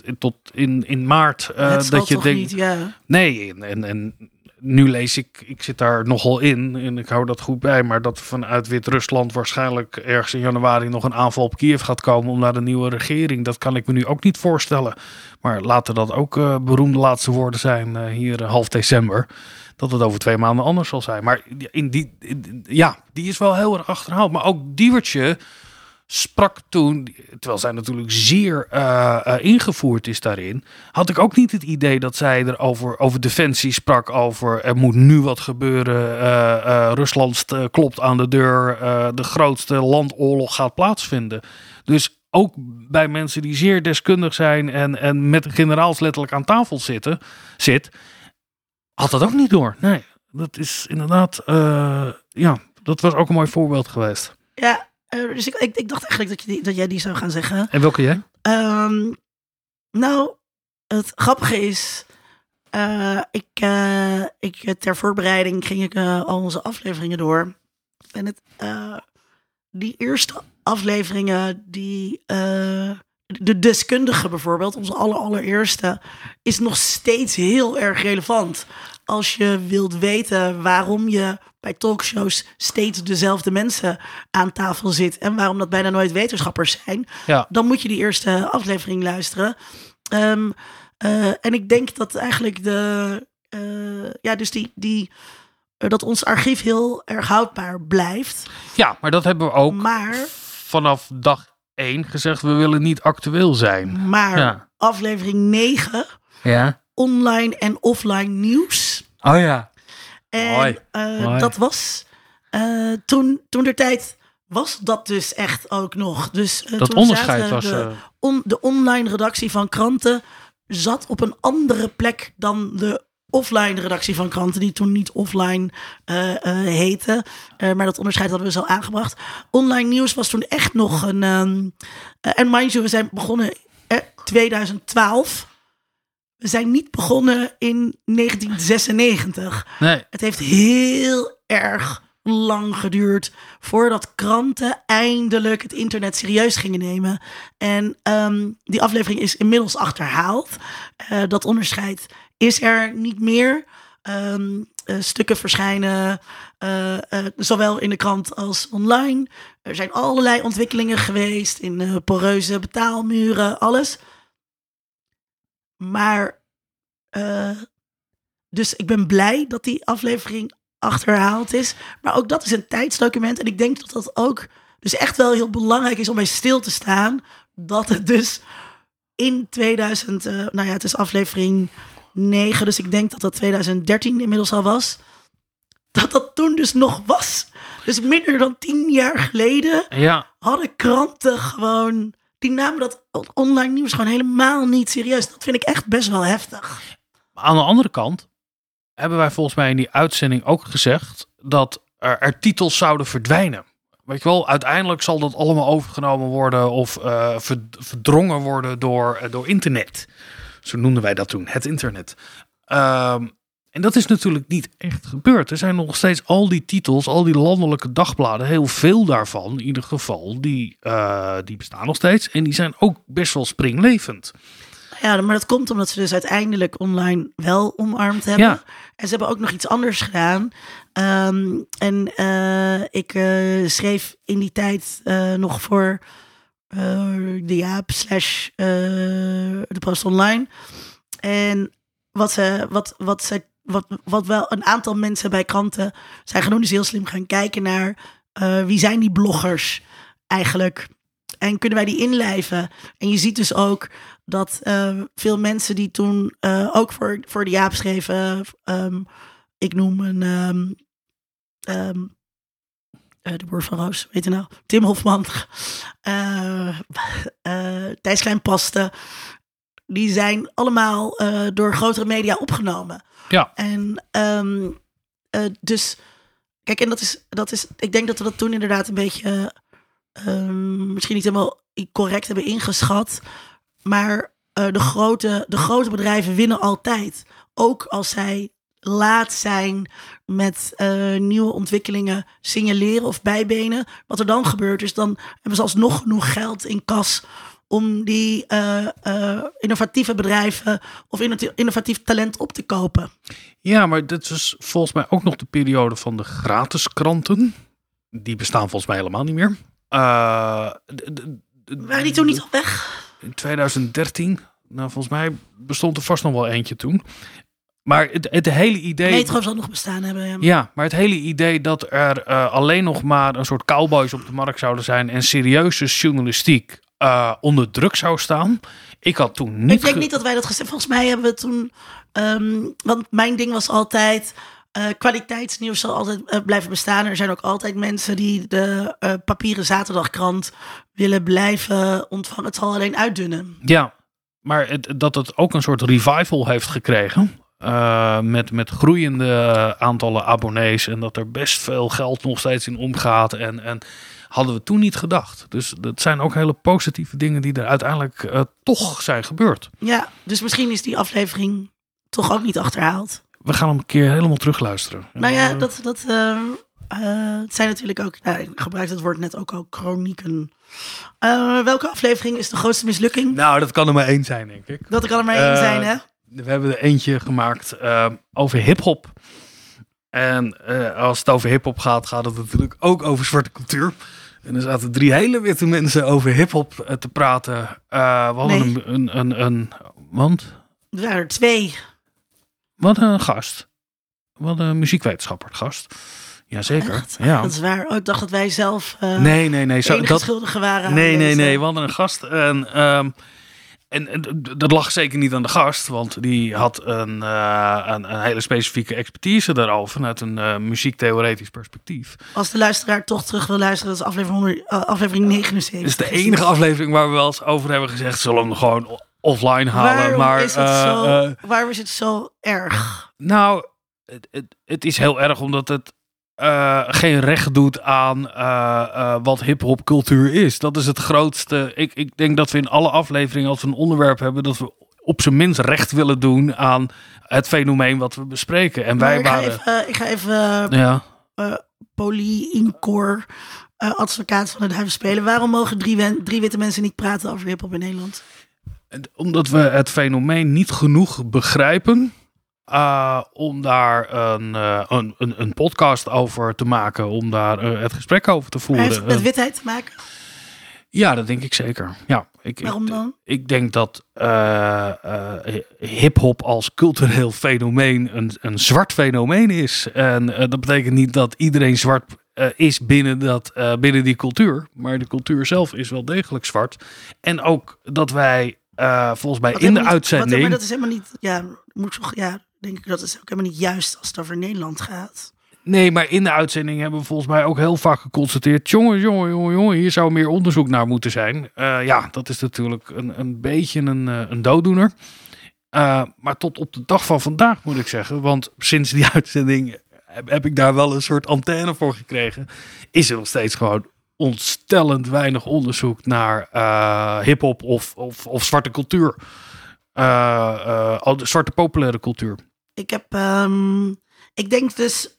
in maart. Dat je toch denkt, niet, ja. Nee, en nu lees ik zit daar nogal in en ik hou dat goed bij, maar dat vanuit Wit-Rusland waarschijnlijk ergens in januari nog een aanval op Kiev gaat komen om naar de nieuwe regering. Dat kan ik me nu ook niet voorstellen. Maar laten dat ook beroemde laatste woorden zijn hier half december. Dat het over 2 maanden anders zal zijn. Maar die is wel heel erg achterhaald. Maar ook Diewertje sprak toen, terwijl zij natuurlijk zeer ingevoerd is daarin, had ik ook niet het idee dat zij er over defensie sprak, over er moet nu wat gebeuren, Rusland klopt aan de deur, de grootste landoorlog gaat plaatsvinden. Dus ook bij mensen die zeer deskundig zijn en met de generaals letterlijk aan tafel zit, had dat ook niet door. Nee, dat is inderdaad, dat was ook een mooi voorbeeld geweest. Ja. Dus ik dacht eigenlijk dat jij die zou gaan zeggen. En welke jij? Nou, het grappige is, ter voorbereiding ging ik al onze afleveringen door. En die eerste afleveringen, de deskundige bijvoorbeeld, onze allereerste, is nog steeds heel erg relevant. Als je wilt weten waarom je bij talkshows steeds dezelfde mensen aan tafel zit en waarom dat bijna nooit wetenschappers zijn, dan moet je die eerste aflevering luisteren. En ik denk dat eigenlijk dat ons archief heel erg houdbaar blijft. Ja, maar dat hebben we ook vanaf dag 1 gezegd, we willen niet actueel zijn. Maar aflevering 9, online en offline nieuws. Oh ja. En dat was toen der tijd was dat dus echt ook nog. Dus dat onderscheid was de online redactie van kranten zat op een andere plek dan de offline redactie van kranten, die toen niet offline heette. Maar dat onderscheid hadden we zo aangebracht. Online nieuws was toen echt nog een en mind you, we zijn begonnen 2012. We zijn niet begonnen in 1996. Nee. Het heeft heel erg lang geduurd voordat kranten eindelijk het internet serieus gingen nemen. En die aflevering is inmiddels achterhaald. Dat onderscheid is er niet meer. Stukken verschijnen zowel in de krant als online. Er zijn allerlei ontwikkelingen geweest in poreuze betaalmuren, alles. Maar dus ik ben blij dat die aflevering achterhaald is. Maar ook dat is een tijdsdocument. En ik denk dat dat ook dus echt wel heel belangrijk is om bij stil te staan. Dat het dus in 2000... het is aflevering 9. Dus ik denk dat dat 2013 inmiddels al was. Dat toen dus nog was. Dus minder dan 10 jaar geleden hadden kranten gewoon... Die namen dat online nieuws gewoon helemaal niet serieus. Dat vind ik echt best wel heftig. Maar aan de andere kant hebben wij volgens mij in die uitzending ook gezegd dat er titels zouden verdwijnen. Weet je wel, uiteindelijk zal dat allemaal overgenomen worden of verdrongen worden door internet. Zo noemden wij dat toen, het internet. En dat is natuurlijk niet echt gebeurd. Er zijn nog steeds al die titels, al die landelijke dagbladen, heel veel daarvan in ieder geval, die bestaan nog steeds. En die zijn ook best wel springlevend. Ja, maar dat komt omdat ze dus uiteindelijk online wel omarmd hebben. Ja. En ze hebben ook nog iets anders gedaan. Ik schreef in die tijd nog voor de Jaap / de Post Online. En wat wel een aantal mensen bij kranten zijn gaan doen, is heel slim gaan kijken naar wie zijn die bloggers eigenlijk. En kunnen wij die inlijven? En je ziet dus ook dat veel mensen die toen ook voor de Jaap schreven. Ik noem de Boer van Roos, weet je nou? Tim Hofman. Thijs Klein-Paste. Die zijn allemaal door grotere media opgenomen. Ja. En dus, kijk, en dat is, ik denk dat we dat toen inderdaad een beetje misschien niet helemaal correct hebben ingeschat. Maar de grote bedrijven winnen altijd. Ook als zij laat zijn met nieuwe ontwikkelingen signaleren of bijbenen. Wat er dan gebeurt is, dan hebben ze alsnog genoeg geld in kas om die innovatieve bedrijven of innovatief talent op te kopen. Ja, maar dit is volgens mij ook nog de periode van de gratis kranten. Die bestaan volgens mij helemaal niet meer. Waren die toen niet al weg? In 2013, nou volgens mij bestond er vast nog wel eentje toen. Maar het hele idee... Metro zal nog bestaan hebben. Ja. Ja, maar het hele idee dat er alleen nog maar een soort cowboys op de markt zouden zijn en serieuze journalistiek onder druk zou staan. Ik had toen niet... Ik denk niet dat wij dat gezegd. Volgens mij hebben we toen... want mijn ding was altijd... kwaliteitsnieuws zal altijd blijven bestaan. Er zijn ook altijd mensen die de papieren zaterdagkrant willen blijven ontvangen. Het zal alleen uitdunnen. Ja, maar dat het ook een soort revival heeft gekregen. Met groeiende aantallen abonnees. En dat er best veel geld nog steeds in omgaat. En hadden we toen niet gedacht. Dus dat zijn ook hele positieve dingen die er uiteindelijk toch zijn gebeurd. Ja, dus misschien is die aflevering toch ook niet achterhaald. We gaan hem een keer helemaal terugluisteren. Nou ja, het zijn natuurlijk ook... ik gebruik het woord net ook al, chronieken. Welke aflevering is de grootste mislukking? Nou, dat kan er maar één zijn, denk ik. Dat kan er maar één zijn, hè? We hebben er eentje gemaakt over hiphop. En als het over hiphop gaat, gaat het natuurlijk ook over zwarte cultuur. En er zaten 3 hele witte mensen over hiphop te praten. We hadden een want? Er waren er 2. Wat een gast. Wat een muziekwetenschapper gast. Jazeker. Echt? Ja. Dat is waar. Oh, ik dacht dat wij zelf nee. enige schuldigen waren. Nee. We hadden een gast. En dat lag zeker niet aan de gast. Want die had een hele specifieke expertise daarover. Vanuit een muziektheoretisch perspectief. Als de luisteraar toch terug wil luisteren, dat is aflevering 79. Dat is de enige aflevering waar we wel eens over hebben gezegd. Zullen we hem gewoon offline halen. Waarom is het zo erg? Nou, het is heel erg omdat het geen recht doet aan wat hip-hop cultuur is. Dat is het grootste. Ik denk dat we in alle afleveringen, als we een onderwerp hebben, dat we op zijn minst recht willen doen aan het fenomeen wat we bespreken. En wij ik ga even Poly-Incor, advocaat van de duivel spelen. Waarom mogen 3 witte mensen niet praten over hip-hop in Nederland? Omdat we het fenomeen niet genoeg begrijpen. Om daar een podcast over te maken. Om daar het gesprek over te voeren. Heeft het met witheid te maken? Ja, dat denk ik zeker. Ja, Waarom dan? Ik denk dat hip-hop als cultureel fenomeen een zwart fenomeen is. En dat betekent niet dat iedereen zwart is binnen die cultuur. Maar de cultuur zelf is wel degelijk zwart. En ook dat wij volgens mij in de uitzending... Maar dat is helemaal niet... denk ik dat is ook helemaal niet juist als het over Nederland gaat. Nee, maar in de uitzending hebben we volgens mij ook heel vaak geconstateerd... jongen, hier zou meer onderzoek naar moeten zijn. Dat is natuurlijk een beetje een dooddoener. Maar tot op de dag van vandaag moet ik zeggen... want sinds die uitzending heb ik daar wel een soort antenne voor gekregen... is er nog steeds gewoon ontstellend weinig onderzoek naar hiphop of zwarte cultuur. De zwarte populaire cultuur. Ik denk dus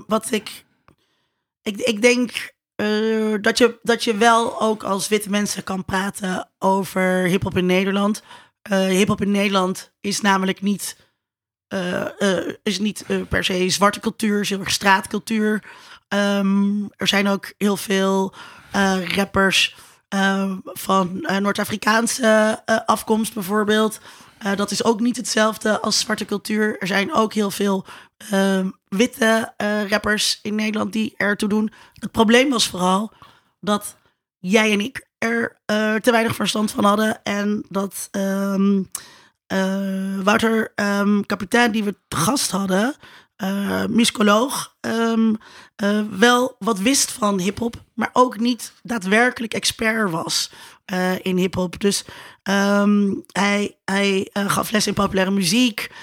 ik denk dat je wel ook als witte mensen kan praten over hiphop in Nederland. Hip-hop in Nederland is namelijk niet per se zwarte cultuur, is heel erg straatcultuur. Er zijn ook heel veel rappers van Noord-Afrikaanse afkomst bijvoorbeeld. Dat is ook niet hetzelfde als zwarte cultuur. Er zijn ook heel veel witte rappers in Nederland die ertoe doen. Het probleem was vooral dat jij en ik er te weinig verstand van hadden. En dat Wouter Kapitein, die we te gast hadden, musicoloog, wel wat wist van hiphop, maar ook niet daadwerkelijk expert was in hiphop. Dus hij gaf les in populaire muziek,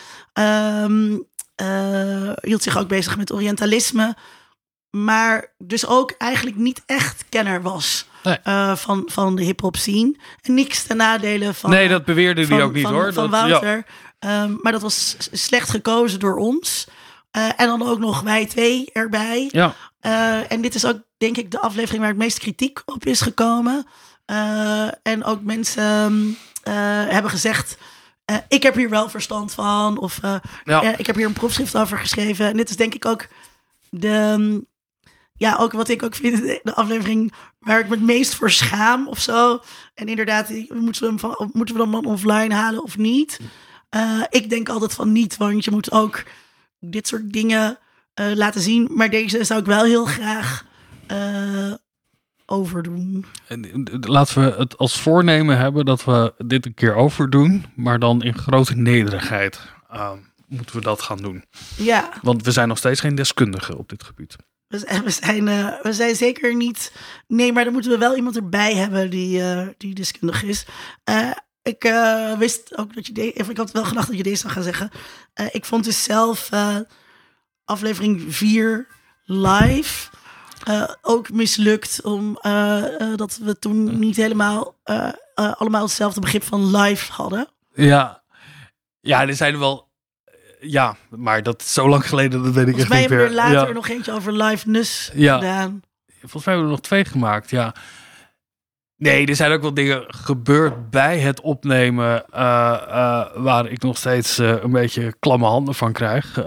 hield zich ook bezig met orientalisme, maar dus ook eigenlijk niet echt kenner was. Nee. Van de hip-hop scene. En niks ten nadele van. Nee, dat beweerde hij ook niet hoor. Van Wouter. Ja. Maar dat was slecht gekozen door ons. En dan ook nog wij twee erbij. Ja. En dit is ook, denk ik, de aflevering waar het meest kritiek op is gekomen. En ook mensen hebben gezegd: ik heb hier wel verstand van. Of ik heb hier een proefschrift over geschreven. En dit is denk ik ook ook wat ik ook vind, de aflevering waar ik me het meest voor schaam of zo. En inderdaad, moeten we hem dan offline halen of niet? Ik denk altijd van niet, want je moet ook dit soort dingen laten zien. Maar deze zou ik wel heel graag overdoen. Laten we het als voornemen hebben dat we dit een keer overdoen, maar dan in grote nederigheid moeten we dat gaan doen. Ja. Want we zijn nog steeds geen deskundigen op dit gebied. We zijn zeker niet. Nee, maar dan moeten we wel iemand erbij hebben die deskundig is. Ik wist ook dat ik had wel gedacht dat je deze zou gaan zeggen. Ik vond dus zelf aflevering 4 live ook mislukt. Dat we toen niet helemaal allemaal hetzelfde begrip van live hadden. Ja, er zijn er wel. Ja, maar dat is zo lang geleden, dat weet ik echt niet meer. Volgens mij hebben we er later nog eentje over liveness gedaan. Volgens mij hebben we er nog 2 gemaakt, ja. Nee, er zijn ook wel dingen gebeurd bij het opnemen waar ik nog steeds een beetje klamme handen van krijg.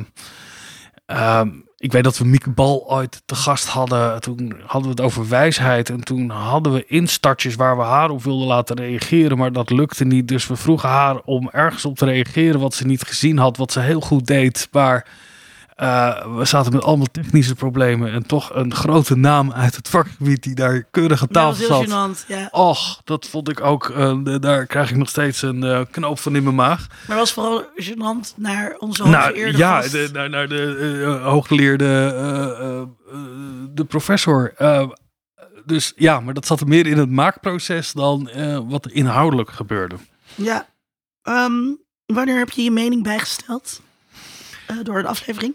Ik weet dat we Mieke Bal ooit te gast hadden. Toen hadden we het over wijsheid. En toen hadden we instartjes waar we haar op wilden laten reageren. Maar dat lukte niet. Dus we vroegen haar om ergens op te reageren wat ze niet gezien had. Wat ze heel goed deed. Maar we zaten met allemaal technische problemen. En toch een grote naam uit het vakgebied die daar keurig aan tafel zat. Dat was heel gênant, ja. Och, dat vond ik ook. Daar krijg ik nog steeds een knoop van in mijn maag. Maar was vooral gênant naar onze hooggeëerde gast. Naar de hooggeleerde de professor. Dus ja, maar dat zat er meer in het maakproces dan wat inhoudelijk gebeurde. Ja. Wanneer heb je je mening bijgesteld? Door de aflevering?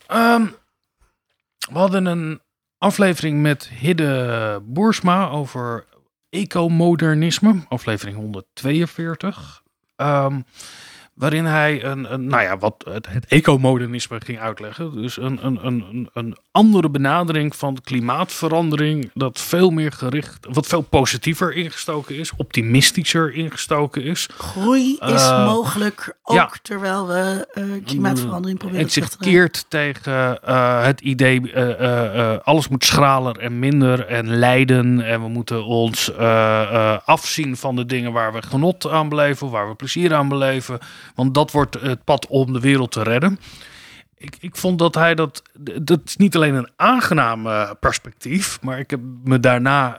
We hadden een aflevering met Hidde Boersma over ecomodernisme, aflevering 142. Waarin hij wat het ecomodernisme ging uitleggen. Dus een andere benadering van klimaatverandering dat veel meer wat veel positiever ingestoken is, optimistischer ingestoken is. Groei is mogelijk, ook terwijl we klimaatverandering proberen te vechten. En zich keert tegen het idee alles moet schraler en minder en lijden. En we moeten ons afzien van de dingen waar we genot aan beleven, waar we plezier aan beleven. Want dat wordt het pad om de wereld te redden. Ik vond dat hij dat is niet alleen een aangenaam perspectief, maar ik heb me daarna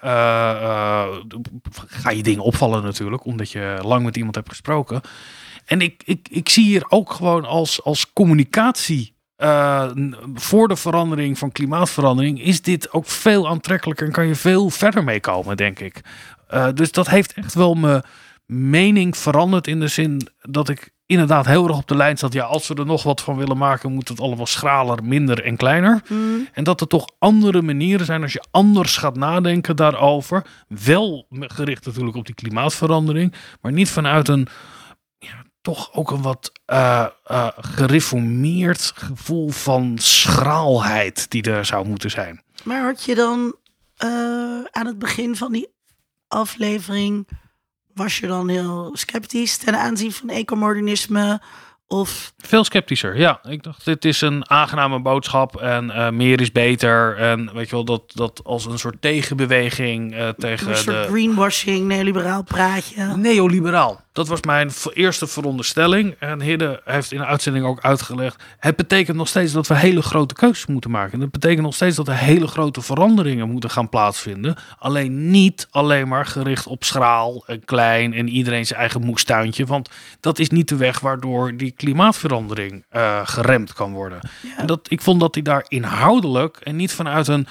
ga je dingen opvallen natuurlijk, omdat je lang met iemand hebt gesproken. En ik zie hier ook gewoon als communicatie voor de verandering van klimaatverandering is dit ook veel aantrekkelijker en kan je veel verder mee komen, denk ik. Dus dat heeft echt wel mijn mening veranderd in de zin dat ik inderdaad heel erg op de lijn zat. Ja, als we er nog wat van willen maken, moet het allemaal schraler, minder en kleiner. En dat er toch andere manieren zijn als je anders gaat nadenken daarover. Wel gericht natuurlijk op die klimaatverandering, maar niet vanuit een toch ook een wat gereformeerd gevoel van schraalheid die er zou moeten zijn. Maar had je dan aan het begin van die aflevering Was je dan heel sceptisch ten aanzien van ecomodernisme? Of... Veel sceptischer, ja. Ik dacht, dit is een aangename boodschap en meer is beter. En weet je wel, dat als een soort tegenbeweging tegen een soort greenwashing, neoliberaal praatje. Neoliberaal. Dat was mijn eerste veronderstelling. En Hidde heeft in de uitzending ook uitgelegd. Het betekent nog steeds dat we hele grote keuzes moeten maken. Het betekent nog steeds dat er hele grote veranderingen moeten gaan plaatsvinden. Alleen niet alleen maar gericht op schaal en klein en iedereen zijn eigen moestuintje. Want dat is niet de weg waardoor die klimaatverandering geremd kan worden. Ja. En ik vond dat hij daar inhoudelijk en niet vanuit een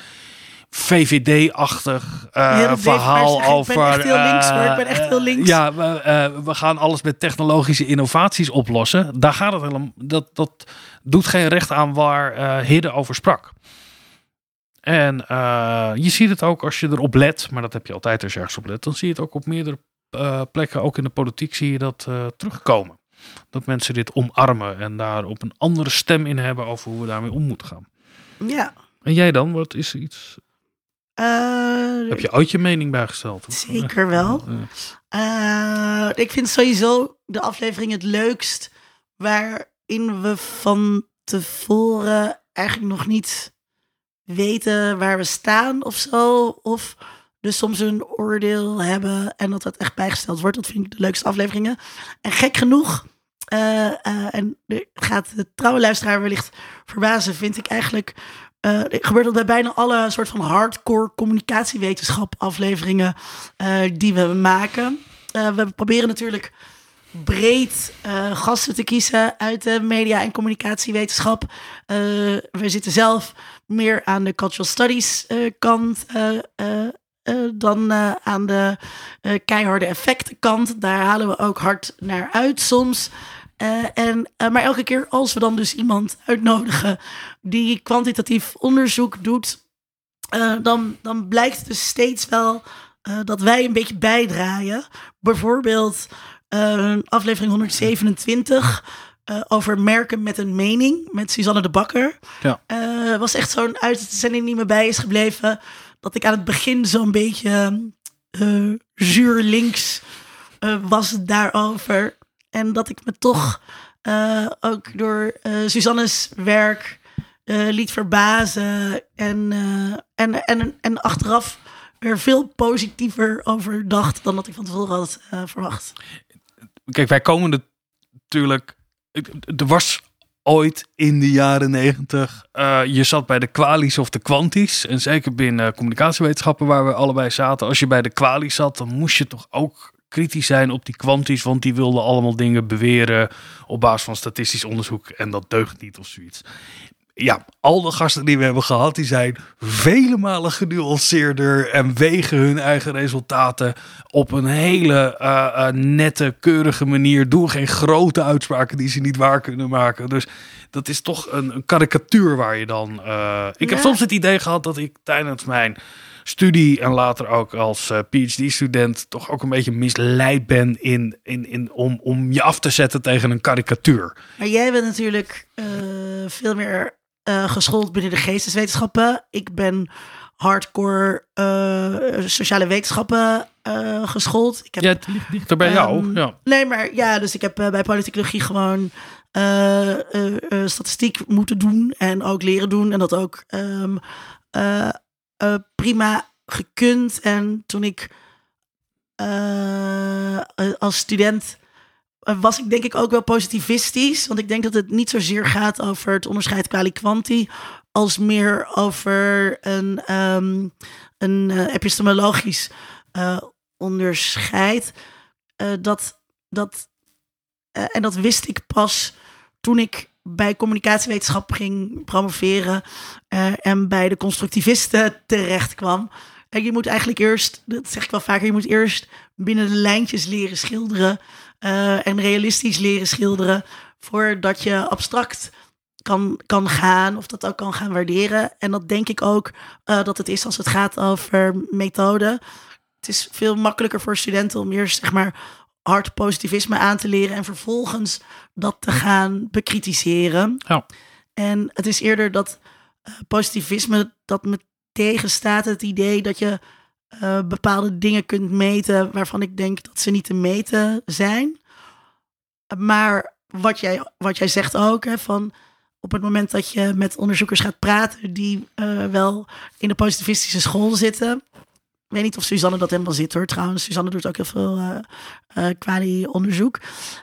VVD-achtig verhaal over... Ik ben echt heel links hoor, ik ben echt heel links. Ja, we gaan alles met technologische innovaties oplossen. Daar gaat het helemaal... Dat doet geen recht aan waar Hidde over sprak. En je ziet het ook als je erop let, maar dat heb je altijd als je ergens op let. Dan zie je het ook op meerdere plekken, ook in de politiek zie je dat terugkomen. Dat mensen dit omarmen en daar op een andere stem in hebben over hoe we daarmee om moeten gaan. Ja. En jij dan? Wat is er iets... Heb je ooit je mening bijgesteld? Zeker wel. Ik vind sowieso de aflevering het leukst waarin we van tevoren eigenlijk nog niet weten waar we staan of zo. Of dus soms een oordeel hebben en dat echt bijgesteld wordt. Dat vind ik de leukste afleveringen. En gek genoeg, en gaat de trouwe luisteraar wellicht verbazen, vind ik eigenlijk... gebeurt dat bij bijna alle soort van hardcore communicatiewetenschap afleveringen die we maken. We proberen natuurlijk breed gasten te kiezen uit de media- en communicatiewetenschap. We zitten zelf meer aan de cultural studies kant dan aan de keiharde effectenkant. Daar halen we ook hard naar uit soms. Maar elke keer als we dan dus iemand uitnodigen die kwantitatief onderzoek doet, dan blijkt dus steeds wel dat wij een beetje bijdraaien. Bijvoorbeeld aflevering 127 over merken met een mening met Suzanne de Bakker. Ja. Was echt zo'n uitzending die me bij is gebleven, dat ik aan het begin zo'n beetje zuur links was daarover. En dat ik me toch ook door Suzanne's werk liet verbazen. En achteraf er veel positiever over dacht dan dat ik van tevoren had verwacht. Kijk, wij komen natuurlijk... Er was ooit in de jaren 90... je zat bij de kwalies of de kwanties. En zeker binnen communicatiewetenschappen waar we allebei zaten. Als je bij de kwalies zat, dan moest je toch ook kritisch zijn op die kwanties, want die wilden allemaal dingen beweren op basis van statistisch onderzoek en dat deugt niet of zoiets. Ja, al de gasten die we hebben gehad, die zijn vele malen genuanceerder en wegen hun eigen resultaten op een hele nette, keurige manier. Doen geen grote uitspraken die ze niet waar kunnen maken. Dus dat is toch een karikatuur waar je dan... Ik heb soms het idee gehad dat ik tijdens mijn studie en later ook als PhD-student toch ook een beetje misleid ben om je af te zetten tegen een karikatuur. Maar jij bent natuurlijk veel meer geschoold binnen de geesteswetenschappen. Ik ben hardcore sociale wetenschappen geschoold. Ik heb, het ligt er bij jou. Ja. Nee, maar ja, dus ik heb bij politicologie gewoon statistiek moeten doen en ook leren doen en dat ook prima gekund. En toen ik als student was ik denk ik ook wel positivistisch. Want ik denk dat het niet zozeer gaat over het onderscheid kwali-kwanti als meer over een epistemologisch onderscheid. En dat wist ik pas toen ik bij communicatiewetenschap ging promoveren en bij de constructivisten terecht kwam. En je moet eigenlijk eerst, dat zeg ik wel vaker, je moet eerst binnen de lijntjes leren schilderen en realistisch leren schilderen voordat je abstract kan gaan of dat ook kan gaan waarderen. En dat denk ik ook dat het is als het gaat over methode. Het is veel makkelijker voor studenten om eerst zeg maar hard positivisme aan te leren en vervolgens dat te gaan bekritiseren. Ja. En het is eerder dat positivisme dat me tegenstaat, het idee dat je bepaalde dingen kunt meten waarvan ik denk dat ze niet te meten zijn. Maar wat jij zegt ook, hè, van op het moment dat je met onderzoekers gaat praten die wel in de positivistische school zitten. Ik weet niet of Suzanne dat helemaal zit hoor. Trouwens, Suzanne doet ook heel veel quali-onderzoek.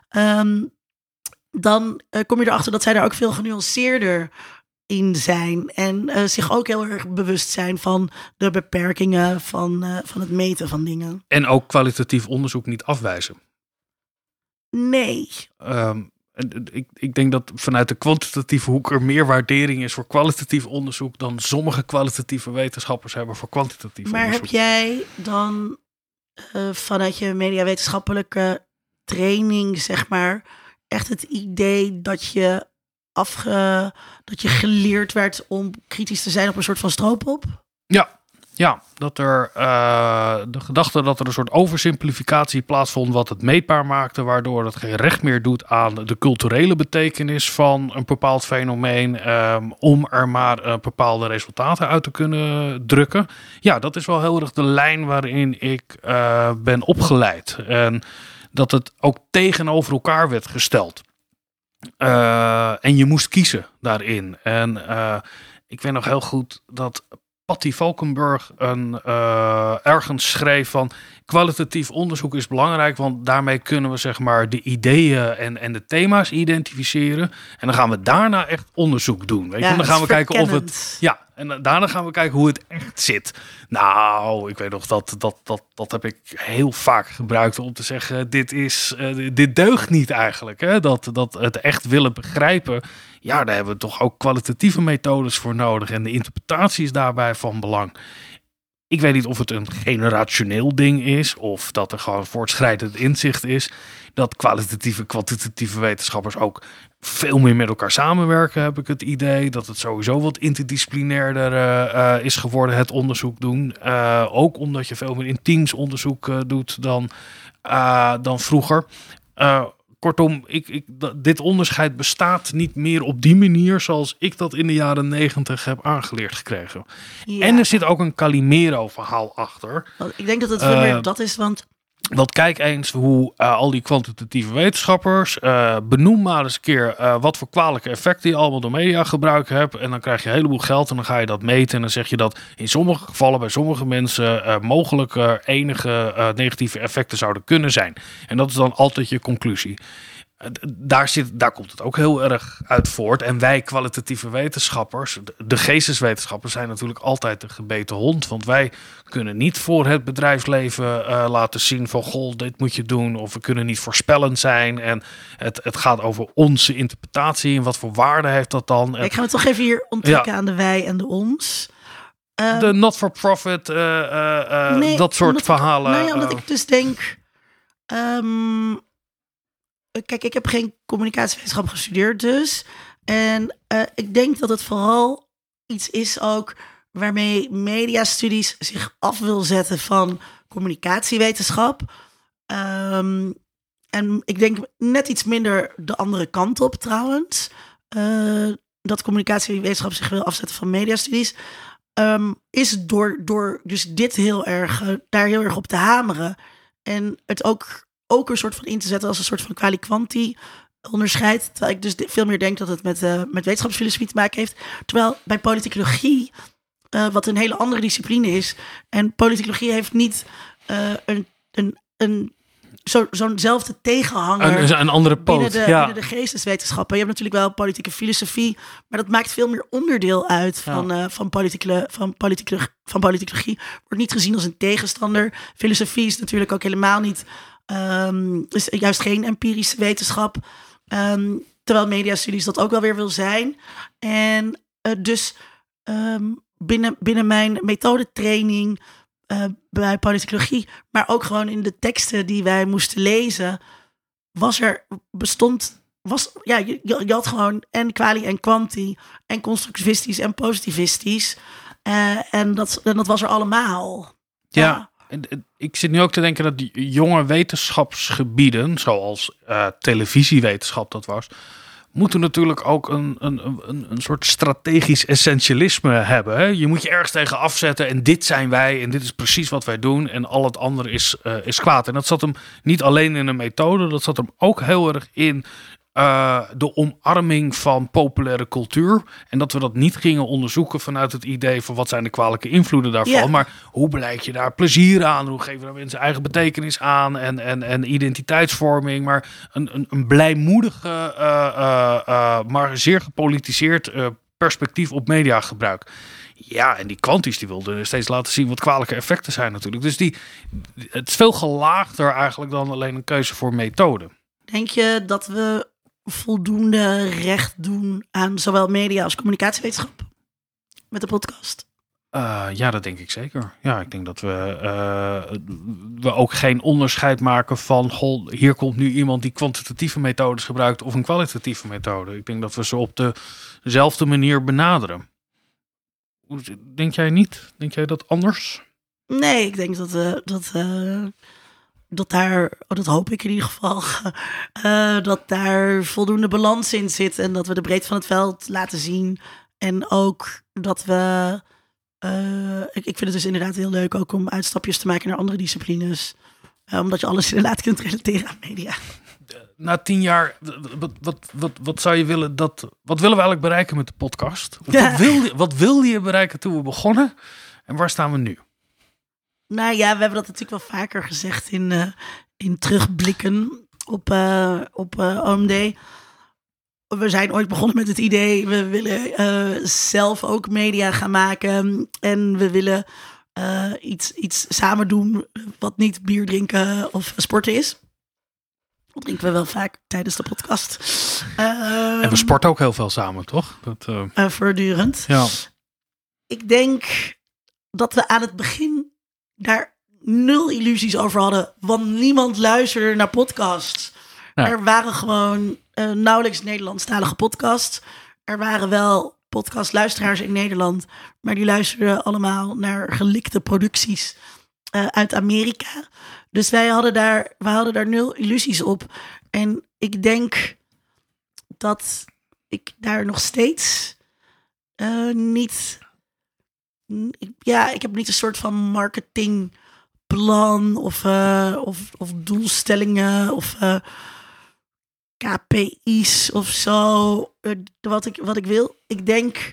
Dan kom je erachter dat zij daar ook veel genuanceerder in zijn. En zich ook heel erg bewust zijn van de beperkingen van het meten van dingen. En ook kwalitatief onderzoek niet afwijzen. Nee. Ik denk dat vanuit de kwantitatieve hoek er meer waardering is voor kwalitatief onderzoek dan sommige kwalitatieve wetenschappers hebben voor kwantitatief onderzoek. Maar heb jij dan vanuit je mediawetenschappelijke training, zeg maar, echt het idee dat je geleerd werd om kritisch te zijn op een soort van stroopop? Ja, dat er de gedachte dat er een soort oversimplificatie plaatsvond wat het meetbaar maakte, waardoor het geen recht meer doet aan de culturele betekenis van een bepaald fenomeen, om er maar bepaalde resultaten uit te kunnen drukken. Ja, dat is wel heel erg de lijn waarin ik ben opgeleid. En dat het ook tegenover elkaar werd gesteld. En je moest kiezen daarin. En ik weet nog heel goed dat Patty Valkenburg ergens schreef van kwalitatief onderzoek is belangrijk, want daarmee kunnen we zeg maar de ideeën en de thema's identificeren. En dan gaan we daarna echt onderzoek doen. Weet je? En dan gaan we kijken of het. Ja, en daarna gaan we kijken hoe het echt zit. Nou, ik weet nog dat heb ik heel vaak gebruikt om te zeggen: dit deugt niet eigenlijk. Hè? Dat het echt willen begrijpen. Ja, daar hebben we toch ook kwalitatieve methodes voor nodig. En de interpretatie is daarbij van belang. Ik weet niet of het een generationeel ding is, of dat er gewoon voortschrijdend inzicht is. Dat kwalitatieve, kwantitatieve wetenschappers ook veel meer met elkaar samenwerken, heb ik het idee. Dat het sowieso wat interdisciplinairder is geworden, het onderzoek doen. Ook omdat je veel meer in teams onderzoek doet dan vroeger. Kortom, dit onderscheid bestaat niet meer op die manier zoals ik dat in de jaren 90 heb aangeleerd gekregen. Ja. En er zit ook een Calimero-verhaal achter. Ik denk dat het veel meer dat is, want kijk eens hoe al die kwantitatieve wetenschappers benoem maar eens een keer wat voor kwalijke effecten je allemaal door mediagebruik hebt. En dan krijg je een heleboel geld en dan ga je dat meten. En dan zeg je dat in sommige gevallen bij sommige mensen mogelijk enige negatieve effecten zouden kunnen zijn. En dat is dan altijd je conclusie. Daar komt het ook heel erg uit voort. En wij kwalitatieve wetenschappers, de geesteswetenschappers, zijn natuurlijk altijd de gebeten hond. Want wij kunnen niet voor het bedrijfsleven laten zien van goh, dit moet je doen. Of we kunnen niet voorspellend zijn. En het gaat over onze interpretatie. En wat voor waarde heeft dat dan? Ik ga het toch even hier onttrekken aan de wij en de ons. De not-for-profit, dat soort verhalen. Nee, omdat ik dus denk kijk, ik heb geen communicatiewetenschap gestudeerd dus. En ik denk dat het vooral iets is ook waarmee mediastudies zich af wil zetten van communicatiewetenschap. En ik denk net iets minder de andere kant op trouwens. Dat communicatiewetenschap zich wil afzetten van mediastudies. Is door dus dit daar heel erg op te hameren. En het ook een soort van in te zetten als een soort van quali-quanti onderscheid. Terwijl ik dus veel meer denk dat het met wetenschapsfilosofie te maken heeft. Terwijl bij politicologie, wat een hele andere discipline is. En politicologie heeft niet zo'nzelfde tegenhanger. Een andere poot. Binnen de geesteswetenschappen. Je hebt natuurlijk wel politieke filosofie, maar dat maakt veel meer onderdeel uit van politicologie. Wordt niet gezien als een tegenstander. Filosofie is natuurlijk ook helemaal niet. Is juist geen empirische wetenschap. Terwijl mediastudies dat ook wel weer wil zijn. En dus binnen mijn methodetraining bij politicologie, maar ook gewoon in de teksten die wij moesten lezen, je had gewoon en quali en quanti en constructivistisch en positivistisch. En dat was er allemaal. Ja. Ik zit nu ook te denken dat die jonge wetenschapsgebieden, zoals televisiewetenschap dat was, moeten natuurlijk ook een soort strategisch essentialisme hebben. Hè? Je moet je ergens tegen afzetten en dit zijn wij en dit is precies wat wij doen en al het andere is kwaad. En dat zat hem niet alleen in een methode, dat zat hem ook heel erg in de omarming van populaire cultuur. En dat we dat niet gingen onderzoeken vanuit het idee van wat zijn de kwalijke invloeden daarvan. Ja. Maar hoe blijkt je daar plezier aan? Hoe geven we mensen eigen betekenis aan? En identiteitsvorming. Maar een blijmoedige, maar zeer gepolitiseerd perspectief op mediagebruik. Ja, en die kwanties die wilden steeds laten zien wat kwalijke effecten zijn natuurlijk. Dus het is veel gelaagder eigenlijk dan alleen een keuze voor methode. Denk je dat we voldoende recht doen aan zowel media als communicatiewetenschap met de podcast? Ja, dat denk ik zeker. Ja, ik denk dat we ook geen onderscheid maken van goh, hier komt nu iemand die kwantitatieve methodes gebruikt of een kwalitatieve methode. Ik denk dat we ze op dezelfde manier benaderen. Denk jij niet? Denk jij dat anders? Nee, ik denk dat daar, dat hoop ik in ieder geval, dat daar voldoende balans in zit. En dat we de breedte van het veld laten zien. En ook dat we, ik vind het dus inderdaad heel leuk ook om uitstapjes te maken naar andere disciplines. Omdat je alles inderdaad kunt relateren aan media. Na 10 jaar, wat zou je willen wat willen we eigenlijk bereiken met de podcast? Wat wilde je bereiken toen we begonnen? En waar staan we nu? Nou ja, we hebben dat natuurlijk wel vaker gezegd in terugblikken op OMD. We zijn ooit begonnen met het idee, we willen zelf ook media gaan maken. En we willen iets samen doen wat niet bier drinken of sporten is. Dat drinken we wel vaak tijdens de podcast. En we sporten ook heel veel samen, toch? Voortdurend. Ja. Ik denk dat we aan het begin daar 0 illusies over hadden, want niemand luisterde naar podcasts. Ja. Er waren gewoon nauwelijks Nederlandstalige podcasts. Er waren wel podcastluisteraars in Nederland, maar die luisterden allemaal naar gelikte producties uit Amerika. Dus wij hadden daar 0 illusies op. En ik denk dat ik daar nog steeds niet... Ja, ik heb niet een soort van marketingplan of doelstellingen of KPI's of zo. Wat ik wil. Ik denk,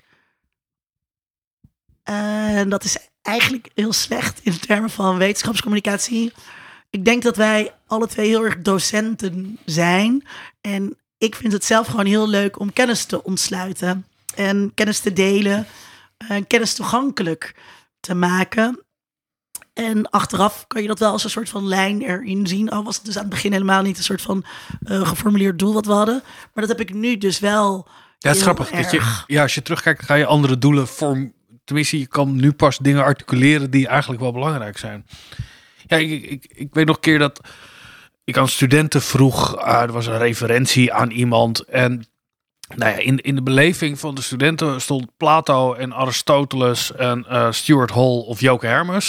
en dat is eigenlijk heel slecht in termen van wetenschapscommunicatie. Ik denk dat wij alle twee heel erg docenten zijn. En ik vind het zelf gewoon heel leuk om kennis te ontsluiten en kennis te delen. Kennis toegankelijk te maken. En achteraf kan je dat wel als een soort van lijn erin zien. Al was het dus aan het begin helemaal niet een soort van geformuleerd doel wat we hadden. Maar dat heb ik nu dus wel. Ja, het is grappig. Als je terugkijkt, ga je andere doelen vormen. Tenminste, je kan nu pas dingen articuleren die eigenlijk wel belangrijk zijn. Ja, ik weet nog een keer dat ik aan studenten vroeg. Er was een referentie aan iemand en nou ja, in de beleving van de studenten stond Plato en Aristoteles en Stuart Hall of Joke Hermes.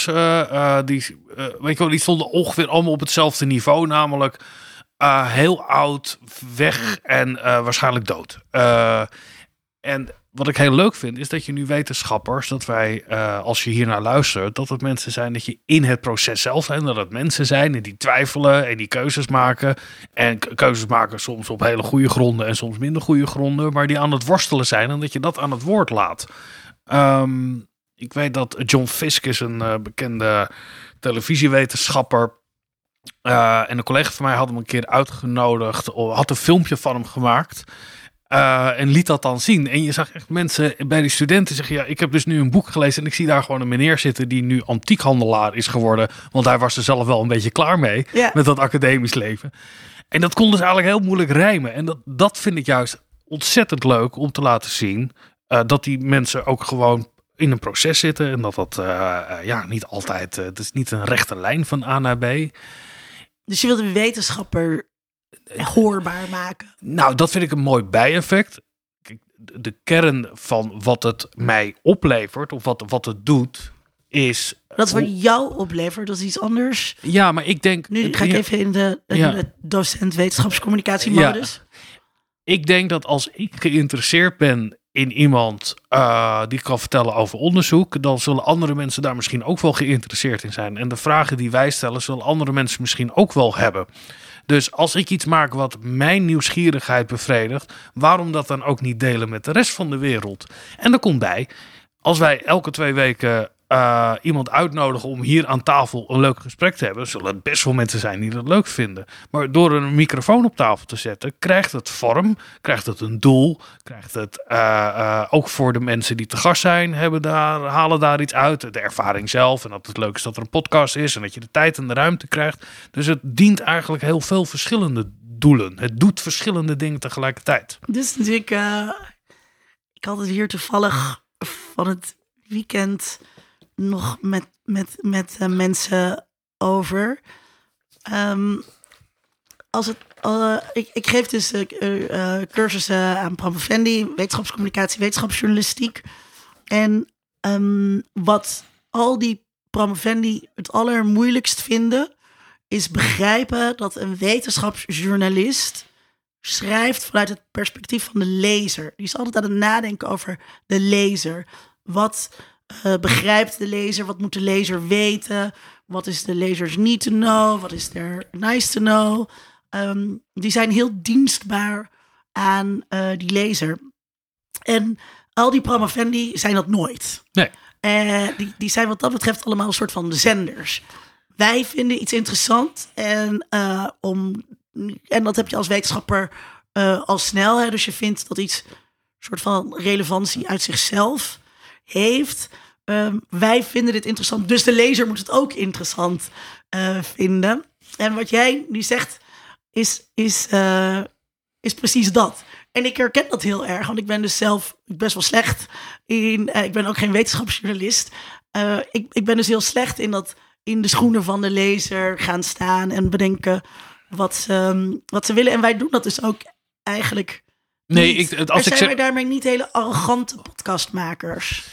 Die stonden ongeveer allemaal op hetzelfde niveau, namelijk heel oud, weg en waarschijnlijk dood. En wat ik heel leuk vind, is dat je nu wetenschappers, dat wij, als je hiernaar luistert, dat het mensen zijn dat je in het proces zelf zijn. Dat het mensen zijn en die twijfelen en die keuzes maken. En keuzes maken soms op hele goede gronden en soms minder goede gronden. Maar die aan het worstelen zijn en dat je dat aan het woord laat. Ik weet dat John Fisk is een bekende televisiewetenschapper. En een collega van mij had hem een keer uitgenodigd. Had een filmpje van hem gemaakt. En liet dat dan zien. En je zag echt mensen bij die studenten zeggen, ja, ik heb dus nu een boek gelezen en ik zie daar gewoon een meneer zitten die nu antiekhandelaar is geworden. Want hij was er zelf wel een beetje klaar mee met dat academisch leven. En dat kon dus eigenlijk heel moeilijk rijmen. En dat vind ik juist ontzettend leuk om te laten zien. Dat die mensen ook gewoon in een proces zitten. En dat niet altijd, het is niet een rechte lijn van A naar B. Dus je wilt een wetenschapper hoorbaar maken. Nou, dat vind ik een mooi bijeffect. De kern van wat het mij oplevert, of wat het doet, is... Dat is wat jou oplevert, dat is iets anders. Ja, maar ik denk... Nu ga ik even in de docent wetenschapscommunicatiemodus. Ik denk dat als ik geïnteresseerd ben in iemand die kan vertellen over onderzoek, dan zullen andere mensen daar misschien ook wel geïnteresseerd in zijn. En de vragen die wij stellen, zullen andere mensen misschien ook wel hebben. Dus als ik iets maak wat mijn nieuwsgierigheid bevredigt, waarom dat dan ook niet delen met de rest van de wereld? En er komt bij, als wij elke 2 weken iemand uitnodigen om hier aan tafel een leuk gesprek te hebben, zullen het best wel mensen zijn die dat leuk vinden. Maar door een microfoon op tafel te zetten, krijgt het vorm, krijgt het een doel, krijgt het ook voor de mensen die te gast zijn, halen daar iets uit. De ervaring zelf en dat het leuk is dat er een podcast is en dat je de tijd en de ruimte krijgt. Dus het dient eigenlijk heel veel verschillende doelen. Het doet verschillende dingen tegelijkertijd. Dus natuurlijk, ik had het hier toevallig van het weekend nog met mensen over. Ik geef dus cursussen aan promovendi, wetenschapscommunicatie, wetenschapsjournalistiek. En wat al die promovendi het allermoeilijkst vinden, is begrijpen dat een wetenschapsjournalist schrijft vanuit het perspectief van de lezer. Die is altijd aan het nadenken over de lezer. Wat begrijpt de lezer? Wat moet de lezer weten? Wat is de lezers need to know? Wat is er nice to know? Die zijn heel dienstbaar aan die lezer. En al die promovendi zijn dat nooit. Nee. Die zijn wat dat betreft allemaal een soort van zenders. Wij vinden iets interessant en dat heb je als wetenschapper al snel. Hè? Dus je vindt dat iets soort van relevantie uit zichzelf heeft. Wij vinden dit interessant, dus de lezer moet het ook interessant vinden. En wat jij nu zegt is precies dat. En ik herken dat heel erg, want ik ben dus zelf best wel slecht in. Ik ben ook geen wetenschapsjournalist. Ik ben dus heel slecht in dat in de schoenen van de lezer gaan staan en bedenken wat ze willen. En wij doen dat dus ook eigenlijk. Nee, zijn wij daarmee niet hele arrogante podcastmakers?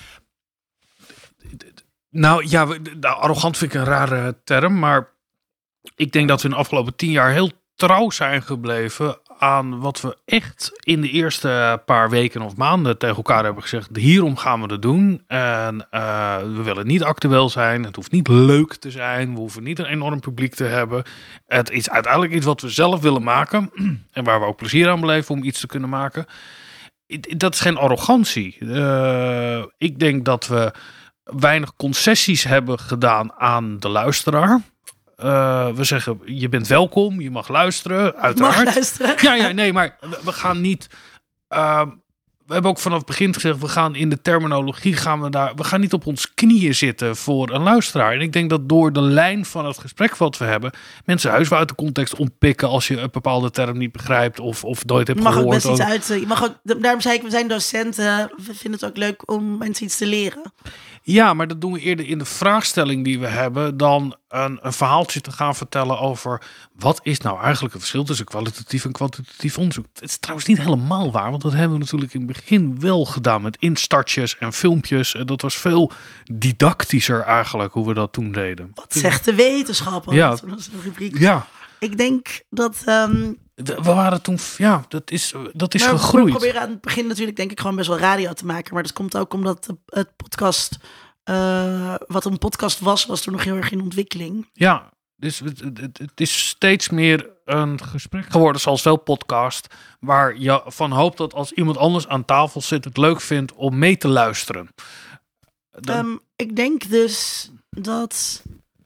Nou ja, arrogant vind ik een rare term, maar ik denk dat we in de afgelopen 10 jaar heel trouw zijn gebleven aan wat we echt in de eerste paar weken of maanden tegen elkaar hebben gezegd. Hierom gaan we het doen. En we willen niet actueel zijn. Het hoeft niet leuk te zijn. We hoeven niet een enorm publiek te hebben. Het is uiteindelijk iets wat we zelf willen maken. En waar we ook plezier aan beleven om iets te kunnen maken. Dat is geen arrogantie. Ik denk dat we weinig concessies hebben gedaan aan de luisteraar. We zeggen, je bent welkom, je mag luisteren, uiteraard. Mag luisteren. Ja, nee, maar we gaan niet. We hebben ook vanaf het begin gezegd, we gaan in de terminologie we gaan niet op ons knieën zitten voor een luisteraar. En ik denk dat door de lijn van het gesprek wat we hebben, mensen huis uit de context ontpikken als je een bepaalde term niet begrijpt of nooit hebt gehoord. Je mag ook best iets uit. Je mag ook, daarom zei ik, we zijn docenten. We vinden het ook leuk om mensen iets te leren. Ja, maar dat doen we eerder in de vraagstelling die we hebben dan een verhaaltje te gaan vertellen over wat is nou eigenlijk het verschil tussen kwalitatief en kwantitatief onderzoek. Het is trouwens niet helemaal waar, want dat hebben we natuurlijk in het begin wel gedaan met instartjes en filmpjes. En dat was veel didactischer eigenlijk hoe we dat toen deden. Wat zegt de wetenschapper? Ja. Dat is een rubriek. Ja. Ik denk dat. We waren toen, ja, dat is gegroeid. We proberen aan het begin natuurlijk denk ik gewoon best wel radio te maken. Maar dat komt ook omdat het podcast, wat een podcast was toen nog heel erg in ontwikkeling. Ja, dus het is steeds meer een gesprek geworden zoals wel podcast. Waar je van hoopt dat als iemand anders aan tafel zit het leuk vindt om mee te luisteren. Ik denk dus dat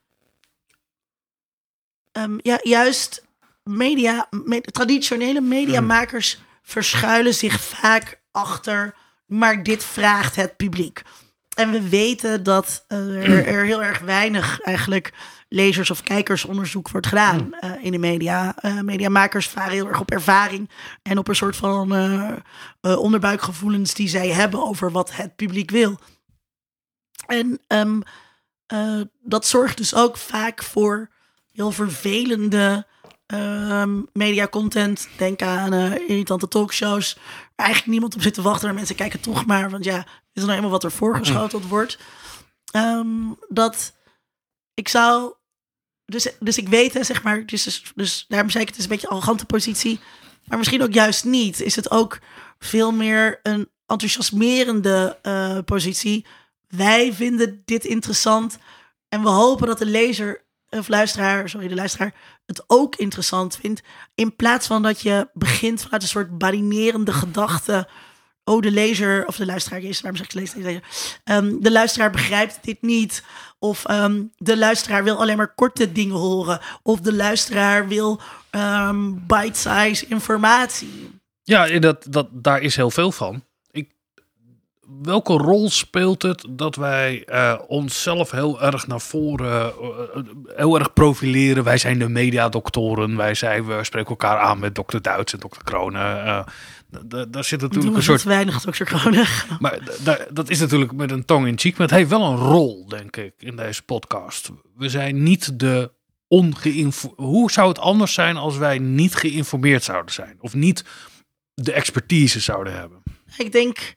juist traditionele mediamakers verschuilen zich vaak achter, maar dit vraagt het publiek. En we weten dat er heel erg weinig eigenlijk lezers- of kijkersonderzoek wordt gedaan in de media. Mediamakers varen heel erg op ervaring en op een soort van onderbuikgevoelens die zij hebben over wat het publiek wil. En dat zorgt dus ook vaak voor heel vervelende mediacontent. Denk aan irritante talkshows waar eigenlijk niemand op zit te wachten. Maar mensen kijken toch maar, want ja, dit is nou eenmaal wat er voorgeschoteld wordt. Dat ik zou. Dus ik weet, hè, zeg maar, dus daarom zei ik, het is een beetje een arrogante positie. Maar misschien ook juist niet. Is het ook veel meer een enthousiasmerende positie. Wij vinden dit interessant. En we hopen dat de luisteraar het ook interessant vindt. In plaats van dat je begint vanuit een soort badinerende gedachte. Oh, de lezer, of de luisteraar, waarom zeg ik lezer? De luisteraar begrijpt dit niet. Of de luisteraar wil alleen maar korte dingen horen. Of de luisteraar wil bite-size informatie. Ja, daar is heel veel van. Welke rol speelt het dat wij onszelf heel erg naar voren, heel erg profileren? Wij zijn de mediadoktoren. We spreken elkaar aan met dokter Duits en dokter Kronen. Daar zit natuurlijk een soort... weinig dokter Kronen. Maar dat is natuurlijk met een tong in cheek. Maar het heeft wel een rol, denk ik, in deze podcast. We zijn niet de Hoe zou het anders zijn als wij niet geïnformeerd zouden zijn? Of niet de expertise zouden hebben? Ik denk...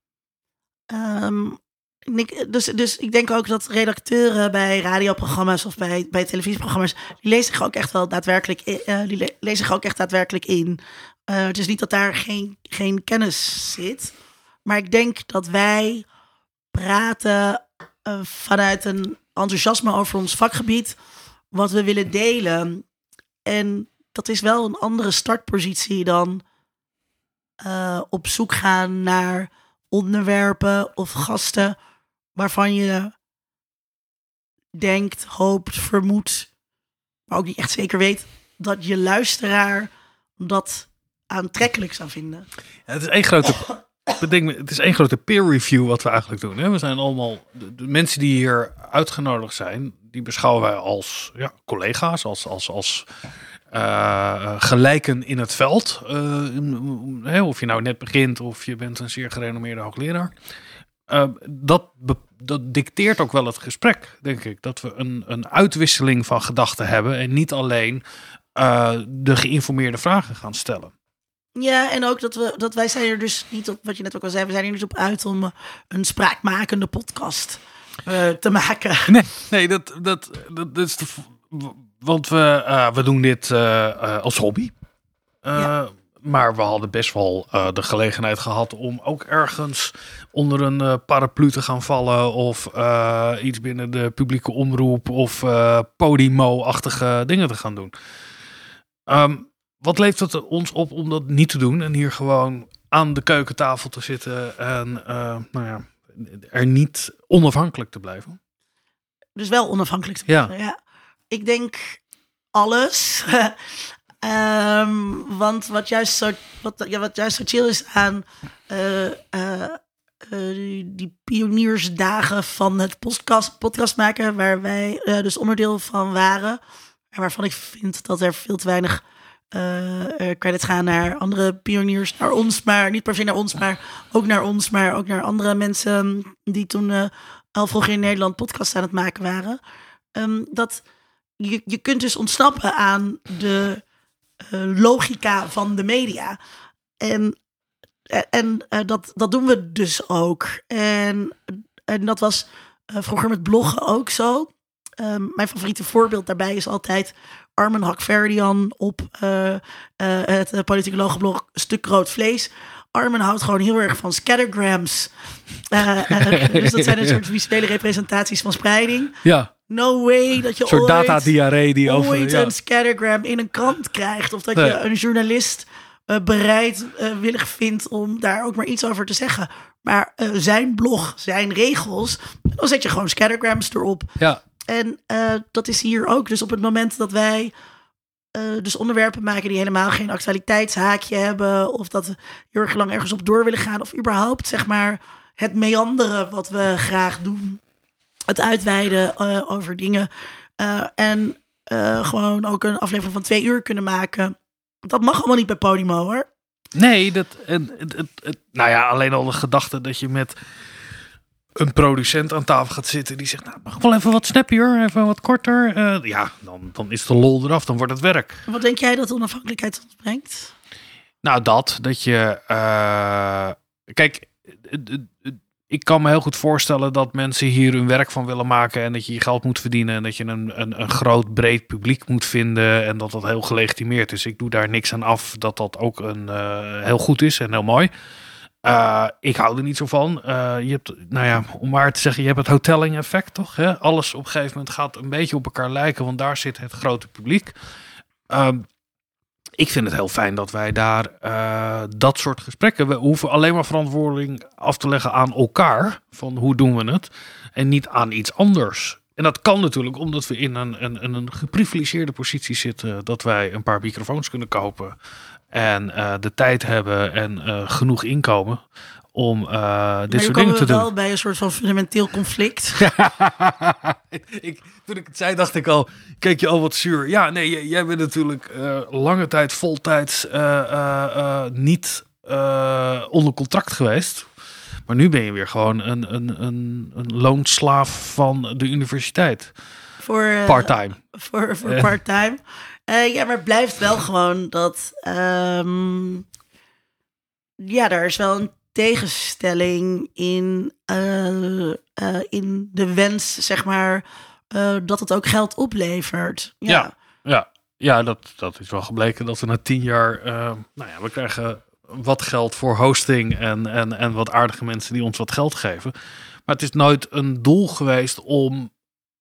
Dus ik denk ook dat redacteuren bij radioprogramma's of bij televisieprogramma's, die lezen zich ook echt wel daadwerkelijk in. Het is niet dat daar geen kennis zit. Maar ik denk dat wij praten vanuit een enthousiasme over ons vakgebied, wat we willen delen. En dat is wel een andere startpositie dan op zoek gaan naar onderwerpen of gasten waarvan je denkt, hoopt, vermoedt, maar ook niet echt zeker weet dat je luisteraar dat aantrekkelijk zou vinden. Ja, het is één grote peer review wat we eigenlijk doen. Hè? We zijn allemaal, de mensen die hier uitgenodigd zijn, die beschouwen wij als collega's, als gelijken in het veld. Of je nou net begint of je bent een zeer gerenommeerde hoogleraar. Dat dicteert ook wel het gesprek, denk ik. Dat we een uitwisseling van gedachten hebben en niet alleen de geïnformeerde vragen gaan stellen. Ja, en ook dat wij zijn er dus niet op, wat je net ook al zei, we zijn er dus op uit om een spraakmakende podcast te maken. Nee, dat is want we doen dit als hobby. Maar we hadden best wel de gelegenheid gehad om ook ergens onder een paraplu te gaan vallen. Of iets binnen de publieke omroep of Podimo-achtige dingen te gaan doen. Wat leeft het ons op om dat niet te doen en hier gewoon aan de keukentafel te zitten en er niet onafhankelijk te blijven? Dus wel onafhankelijk te blijven, ja. Ik denk alles. Want wat juist zo chill is aan die pioniersdagen van het podcast maken, waar wij dus onderdeel van waren, en waarvan ik vind dat er veel te weinig credits gaan naar andere pioniers, naar ons, maar niet per se naar ons, maar ook naar andere mensen die toen al vroeger in Nederland podcasts aan het maken waren. Dat je kunt dus ontsnappen aan de logica van de media. En dat doen we dus ook. En dat was vroeger met bloggen ook zo. Mijn favoriete voorbeeld daarbij is altijd Armen Hakverdian op het politicologenblog Stuk Rood Vlees. Armen houdt gewoon heel erg van scattergrams. Dus dat zijn een soort visuele representaties van spreiding. Ja. No way dat je een soort datadiarree die ooit een scattergram in een krant krijgt. Of dat je een journalist bereidwillig vindt om daar ook maar iets over te zeggen. Maar zijn blog, zijn regels, dan zet je gewoon scattergrams erop. Ja. En dat is hier ook. Dus op het moment dat wij dus onderwerpen maken die helemaal geen actualiteitshaakje hebben, of dat we heel erg lang ergens op door willen gaan, of überhaupt zeg maar het meanderen wat we graag doen. Het uitweiden over dingen. En gewoon ook een aflevering van 2 uur kunnen maken. Dat mag allemaal niet bij Podimo, hoor. Nee, alleen al de gedachte dat je met een producent aan tafel gaat zitten die zegt, nou, mag wel even wat snappier, even wat korter. Dan is de lol eraf, dan wordt het werk. Wat denk jij dat onafhankelijkheid ons brengt? Nou, dat je... kijk, ik kan me heel goed voorstellen dat mensen hier hun werk van willen maken en dat je je geld moet verdienen en dat je een groot, breed publiek moet vinden en dat heel gelegitimeerd is. Ik doe daar niks aan af dat ook heel goed is en heel mooi. Ik hou er niet zo van. Je hebt, om maar te zeggen, je hebt het hotelling effect, toch? Hè? Alles op een gegeven moment gaat een beetje op elkaar lijken, want daar zit het grote publiek. Ik vind het heel fijn dat wij daar dat soort gesprekken... We hoeven alleen maar verantwoording af te leggen aan elkaar. Van hoe doen we het? En niet aan iets anders. En dat kan natuurlijk omdat we in een geprivilegeerde positie zitten. Dat wij een paar microfoons kunnen kopen. En de tijd hebben en genoeg inkomen om dit soort dingen te doen. Maar we wel bij een soort van fundamenteel conflict. Toen ik het zei, dacht ik al, keek je al wat zuur. Ja, nee, jij bent natuurlijk lange tijd voltijds niet onder contract geweest. Maar nu ben je weer gewoon een loonslaaf van de universiteit. Voor part-time. Voor part-time. Ja, maar het blijft wel gewoon dat... daar is wel een tegenstelling in de wens, zeg maar, dat het ook geld oplevert. Ja, dat is wel gebleken dat we na 10 jaar... we krijgen wat geld voor hosting en wat aardige mensen die ons wat geld geven. Maar het is nooit een doel geweest om...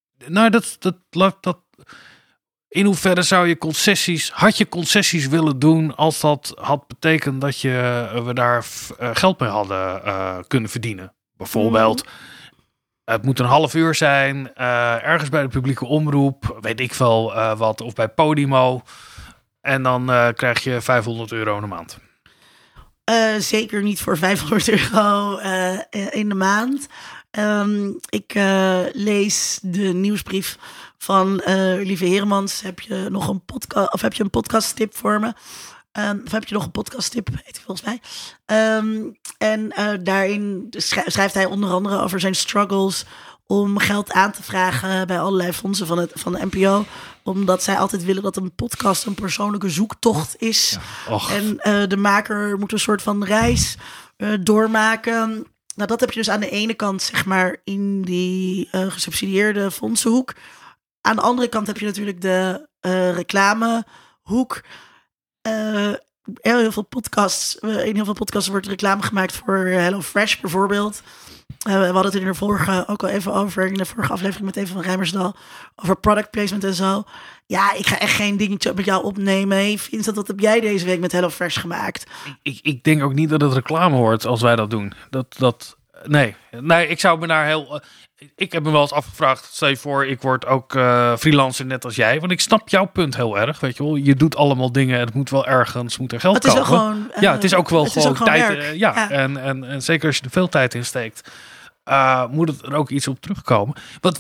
In hoeverre zou je had je concessies willen doen als dat had betekend dat we daar geld mee hadden kunnen verdienen? Bijvoorbeeld, het moet een half uur zijn, ergens bij de publieke omroep, weet ik veel wat, of bij Podimo. En dan krijg je €500 in de maand. Zeker niet voor €500 in de maand. Ik lees de nieuwsbrief van Lieve Heremans. Heb je nog een podcast of heb je een podcasttip voor me? Of heb je nog een podcasttip, heet hij volgens mij. En daarin schrijft hij onder andere over zijn struggles om geld aan te vragen bij allerlei fondsen van de NPO. Omdat zij altijd willen dat een podcast een persoonlijke zoektocht is. Ja. En de maker moet een soort van reis doormaken. Nou, dat heb je dus aan de ene kant, zeg maar, in die gesubsidieerde fondsenhoek. Aan de andere kant heb je natuurlijk de reclamehoek. In heel veel podcasts wordt reclame gemaakt voor HelloFresh bijvoorbeeld. We hadden het in de vorige ook al even over, in de vorige aflevering met Even van Rijmersdal, over product placement en zo. Ja, ik ga echt geen dingetje met jou opnemen. Hey Vincent, wat heb jij deze week met HelloFresh gemaakt? Ik denk ook niet dat het reclame wordt als wij dat doen. Nee, ik zou me daar heel... Ik heb me wel eens afgevraagd, stel je voor, ik word ook freelancer net als jij. Want ik snap jouw punt heel erg, weet je wel. Je doet allemaal dingen, het moet wel ergens, moet er geld komen. Het is wel gewoon... het is ook wel gewoon tijd. Ja. En zeker als je er veel tijd in steekt, moet het er ook iets op terugkomen.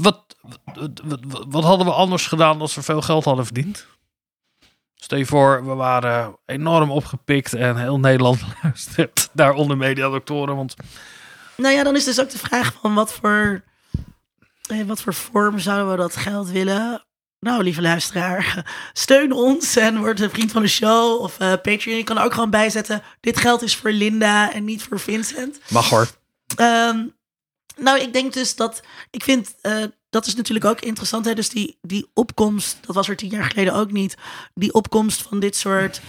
Wat hadden we anders gedaan als we veel geld hadden verdiend? Stel je voor, we waren enorm opgepikt en heel Nederland luistert naar onder mediadoktoren, want... Nou ja, dan is dus ook de vraag van wat voor vorm zouden we dat geld willen? Nou, lieve luisteraar, steun ons en word een vriend van de show of Patreon. Je kan er ook gewoon bijzetten, dit geld is voor Linda en niet voor Vincent. Mag hoor. Nou, ik denk dus dat... Ik vind, dat is natuurlijk ook interessant. Hè? Dus die opkomst, dat was er 10 jaar geleden ook niet. Die opkomst van dit soort...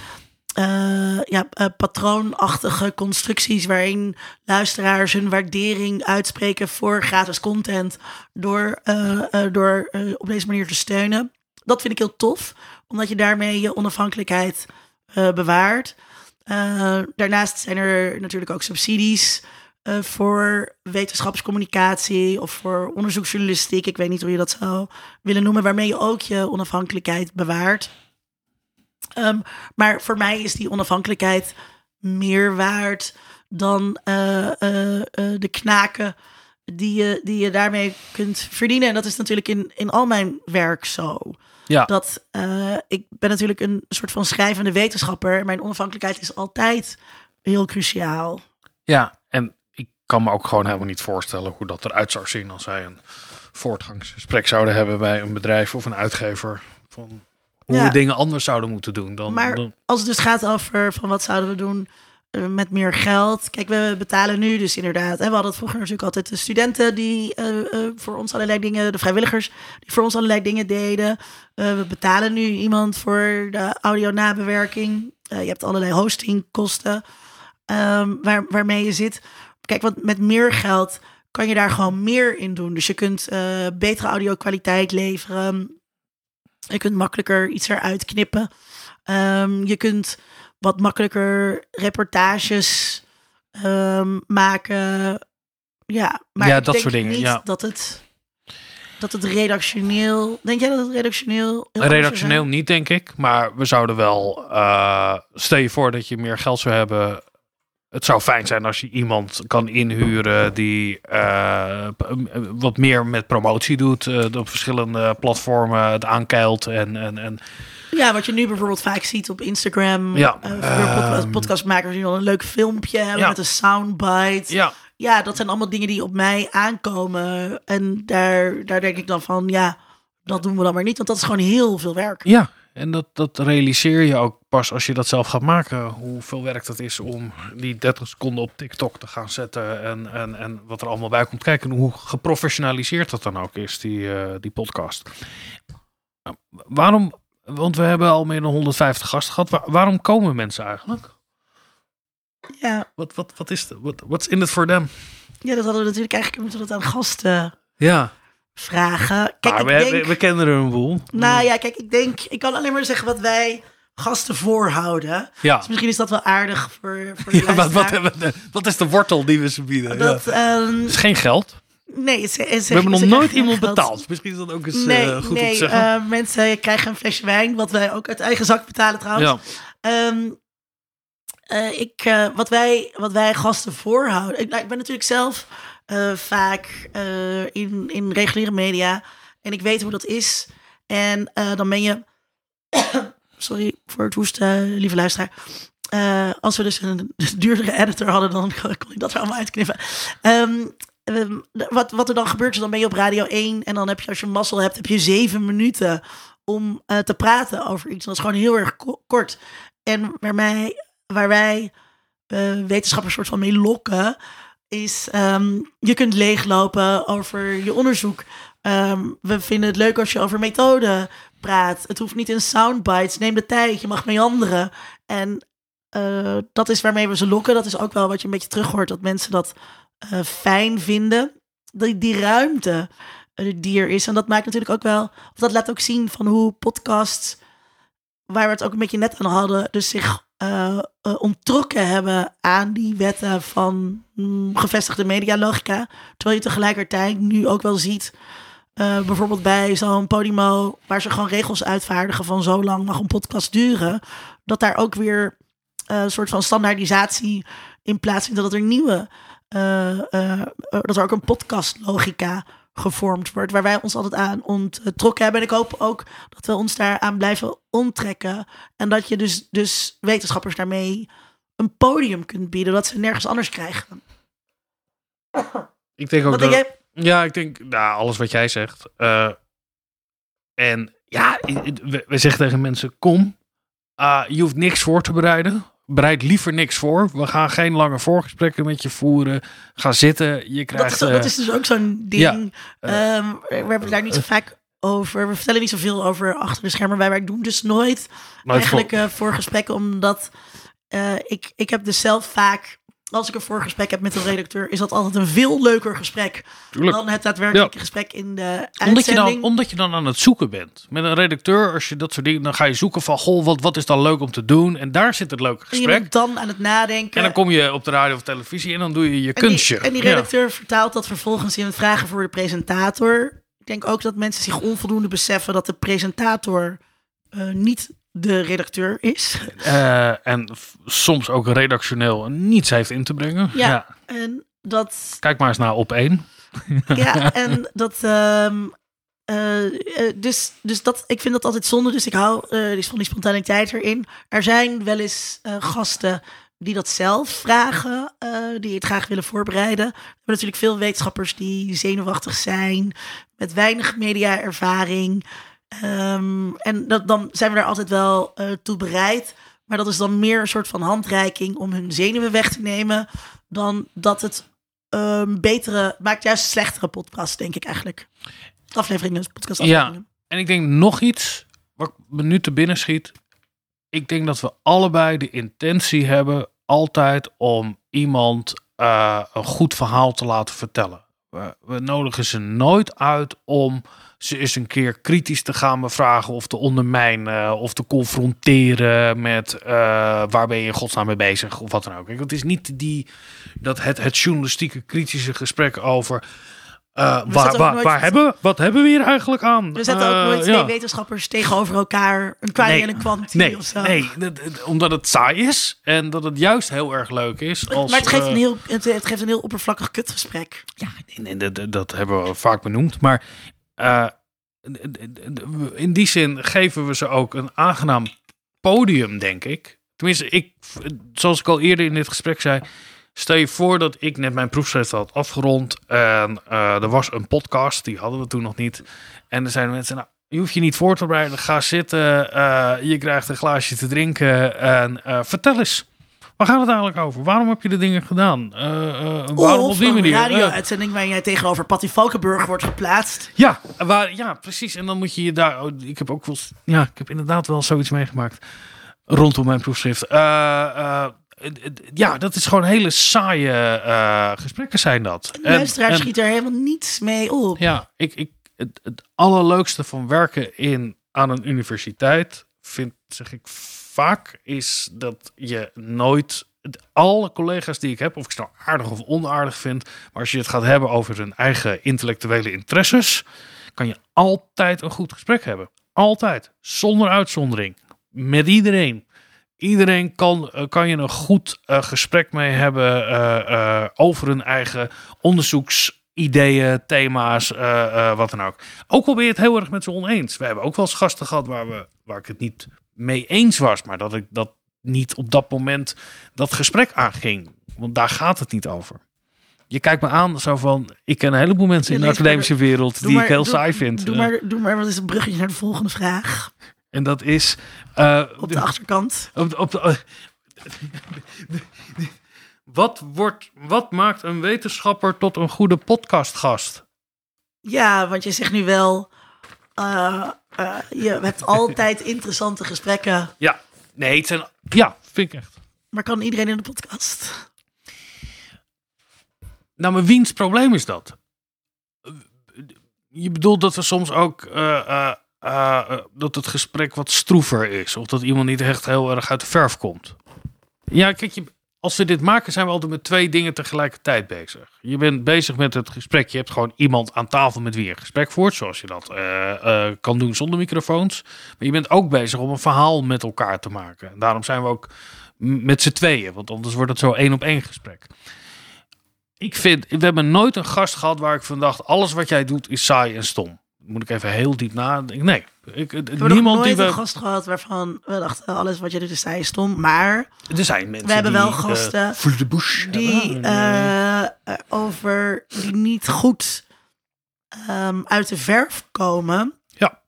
patroonachtige constructies waarin luisteraars hun waardering uitspreken voor gratis content door op deze manier te steunen. Dat vind ik heel tof, omdat je daarmee je onafhankelijkheid bewaart. Daarnaast zijn er natuurlijk ook subsidies voor wetenschapscommunicatie of voor onderzoeksjournalistiek. Ik weet niet hoe je dat zou willen noemen, waarmee je ook je onafhankelijkheid bewaart. Maar voor mij is die onafhankelijkheid meer waard dan de knaken die je daarmee kunt verdienen. En dat is natuurlijk in al mijn werk zo. Ja. Dat ik ben natuurlijk een soort van schrijvende wetenschapper. Mijn onafhankelijkheid is altijd heel cruciaal. Ja, en ik kan me ook gewoon helemaal niet voorstellen hoe dat eruit zou zien als wij een voortgangsgesprek zouden hebben bij een bedrijf of een uitgever van... Hoe we dingen anders zouden moeten doen. Maar als het dus gaat over van wat zouden we doen met meer geld. Kijk, we betalen nu dus inderdaad. We hadden het vroeger natuurlijk altijd de studenten die voor ons allerlei dingen, de vrijwilligers die voor ons allerlei dingen deden. We betalen nu iemand voor de audio-nabewerking. Je hebt allerlei hostingkosten waarmee je zit. Kijk, want met meer geld kan je daar gewoon meer in doen. Dus je kunt betere audio-kwaliteit leveren. Je kunt makkelijker iets eruit knippen. Je kunt wat makkelijker reportages maken. Ja, maar Ja, ik dat denk soort dingen, niet ja. dat het redactioneel... Denk jij dat het redactioneel... heel anders Redactioneel zou niet, denk ik. Maar we zouden wel... stel je voor dat je meer geld zou hebben. Het zou fijn zijn als je iemand kan inhuren die wat meer met promotie doet. Op verschillende platformen het aankeilt. En Ja, wat je nu bijvoorbeeld vaak ziet op Instagram. Ja, Podcastmakers die dan een leuk filmpje hebben met een soundbite. ja, Ja, dat zijn allemaal dingen die op mij aankomen. En daar denk ik dan van, ja, dat doen we dan maar niet. Want dat is gewoon heel veel werk. ja. En dat realiseer je ook pas als je dat zelf gaat maken. Hoeveel werk dat is om die 30 seconden op TikTok te gaan zetten. En wat er allemaal bij komt kijken. En hoe geprofessionaliseerd dat dan ook is, die podcast. Nou, waarom... Want we hebben al meer dan 150 gasten gehad. Waarom komen mensen eigenlijk? Ja, Wat is what's in it for them? ja, dat hadden we natuurlijk eigenlijk moeten we dat aan gasten Ja, vragen. Kijk, maar ik denk, we kennen er een boel. nou ja, kijk, ik kan alleen maar zeggen wat wij gasten voorhouden. Ja. Dus misschien is dat wel aardig voor de Ja, luisteraar. wat is de wortel die we ze bieden? Dat, Het is geen geld. nee, We hebben nog nooit iemand betaald. Misschien is dat ook eens goed om te zeggen. Mensen krijgen een flesje wijn, wat wij ook uit eigen zak betalen trouwens. Ja. Wat wij gasten voorhouden. Ik ben natuurlijk zelf vaak in reguliere media. En ik weet hoe dat is. En dan ben je... Sorry voor het hoesten, lieve luisteraar. Als we dus een duurdere editor hadden, dan kon ik dat er allemaal uitknippen. Wat er dan gebeurt, is dan ben je op Radio 1. En dan heb je, als je mazzel hebt, heb je 7 minuten om te praten over iets. Dat is gewoon heel erg kort. En waar wij wetenschappers soort van mee lokken, is je kunt leeglopen over je onderzoek. We vinden het leuk als je over methoden praat. Het hoeft niet in soundbites. Neem de tijd, je mag meanderen. En dat is waarmee we ze lokken. Dat is ook wel wat je een beetje terug hoort, dat mensen dat fijn vinden. Die ruimte die er is. En dat maakt natuurlijk ook wel, of dat laat ook zien van hoe podcasts, waar we het ook een beetje net aan hadden, dus zich onttrokken hebben aan die wetten van gevestigde medialogica. Terwijl je tegelijkertijd nu ook wel ziet, bijvoorbeeld bij zo'n Podimo, waar ze gewoon regels uitvaardigen van zo lang mag een podcast duren, dat daar ook weer een soort van standaardisatie in plaatsvindt, dat er nieuwe, dat er ook een podcastlogica gevormd wordt, waar wij ons altijd aan onttrokken hebben. En ik hoop ook dat we ons daaraan blijven onttrekken. En dat je dus wetenschappers daarmee een podium kunt bieden, dat ze nergens anders krijgen. Ik denk ook Wat denk jij? Ja, ik denk alles wat jij zegt. En ja, we zeggen tegen mensen, kom, je hoeft niks voor te bereiden. Bereid liever niks voor. We gaan geen lange voorgesprekken met je voeren. Ga zitten. Je krijgt, dat is dus ook zo'n ding. Ja, we hebben daar niet zo vaak over. We vertellen niet zoveel over achter de schermen. Wij doen dus nooit eigenlijk voorgesprekken. Omdat ik heb dus zelf vaak, als ik een voorgesprek heb met een redacteur, is dat altijd een veel leuker gesprek dan het daadwerkelijke gesprek in de uitzending. Omdat je dan aan het zoeken bent. Met een redacteur, als je dat soort dingen, dan ga je zoeken van, goh, wat is dan leuk om te doen? En daar zit het leuke gesprek. En je bent dan aan het nadenken. En dan kom je op de radio of televisie en dan doe je kunstje. En die redacteur vertaalt dat vervolgens in het vragen voor de presentator. Ik denk ook dat mensen zich onvoldoende beseffen dat de presentator niet de redacteur is. En soms ook redactioneel niets heeft in te brengen. Ja. En dat... Kijk maar eens naar Op 1. Ja, en dat... Dus dat, ik vind dat altijd zonde. Dus ik hou van die spontaniteit erin. Er zijn wel eens gasten die dat zelf vragen, die het graag willen voorbereiden. We hebben natuurlijk veel wetenschappers die zenuwachtig zijn, met weinig media-ervaring. En dan zijn we daar altijd wel toe bereid. Maar dat is dan meer een soort van handreiking om hun zenuwen weg te nemen, dan dat het maakt juist slechtere podcast, denk ik eigenlijk. Podcast. Ja, en ik denk nog iets wat me nu te binnen schiet. Ik denk dat we allebei de intentie hebben altijd om iemand een goed verhaal te laten vertellen. We nodigen ze nooit uit om ze eens een keer kritisch te gaan bevragen of te ondermijnen of te confronteren met waar ben je in godsnaam mee bezig of wat dan ook. Kijk, het is niet het journalistieke kritische gesprek over wat hebben we hier eigenlijk aan? We zetten ook nooit twee wetenschappers tegenover elkaar, een kwaliteit en een kwantiteit of zo. Nee, omdat het saai is en dat het juist heel erg leuk is. Maar het geeft een heel oppervlakkig kutgesprek. Ja, dat hebben we vaak benoemd. Maar in die zin geven we ze ook een aangenaam podium, denk ik. Tenminste, zoals ik al eerder in dit gesprek zei, stel je voor dat ik net mijn proefschrift had afgerond en er was een podcast, die hadden we toen nog niet. En er zijn mensen, je hoeft je niet voor te bereiden, ga zitten, je krijgt een glaasje te drinken en vertel eens. Waar gaat het eigenlijk over? Waarom heb je de dingen gedaan? Waarom op die manier? Een radio-uitzending waarin jij tegenover Patty Valkenburg wordt geplaatst. Ja, precies. En dan moet je daar. Ik heb inderdaad wel zoiets meegemaakt rondom mijn proefschrift. Dat is gewoon hele saaie gesprekken zijn dat. De luisteraar schiet er helemaal niets mee op. Ja, het allerleukste van werken aan een universiteit zeg ik vaak, is dat je nooit alle collega's die ik heb, of ik ze nou aardig of onaardig vind, maar als je het gaat hebben over hun eigen intellectuele interesses, kan je altijd een goed gesprek hebben. Altijd. Zonder uitzondering. Met iedereen. Iedereen kan je een goed gesprek mee hebben over hun eigen onderzoeksideeën, thema's, wat dan ook. Ook al ben je het heel erg met ze oneens. We hebben ook wel eens gasten gehad waar ik het niet mee eens was, maar dat ik dat niet op dat moment dat gesprek aanging. Want daar gaat het niet over. Je kijkt me aan zo van, ik ken een heleboel mensen in de academische wereld die ik heel saai vind. Doe maar, wat is een bruggetje naar de volgende vraag? En dat is op de achterkant. Wat maakt een wetenschapper tot een goede podcastgast? Ja, want je zegt nu wel, je hebt altijd interessante gesprekken. Ja, nee, vind ik echt. Maar kan iedereen in de podcast? Nou, maar wiens probleem is dat? Je bedoelt dat we soms ook dat het gesprek wat stroever is. Of dat iemand niet echt heel erg uit de verf komt. Ja, kijk, als we dit maken zijn we altijd met twee dingen tegelijkertijd bezig. Je bent bezig met het gesprek. Je hebt gewoon iemand aan tafel met wie je een gesprek voert. Zoals je dat kan doen zonder microfoons. Maar je bent ook bezig om een verhaal met elkaar te maken. En daarom zijn we ook met z'n tweeën. Want anders wordt het zo 1-op-1 gesprek. We hebben nooit een gast gehad waar ik van dacht, alles wat jij doet is saai en stom. Moet ik even heel diep nadenken. Nee. We hebben nog nooit een gast gehad waarvan we dachten, alles wat jij doet is saai en stom. Maar er zijn mensen we hebben wel gasten voor de bush die die niet goed uit de verf komen. Ja.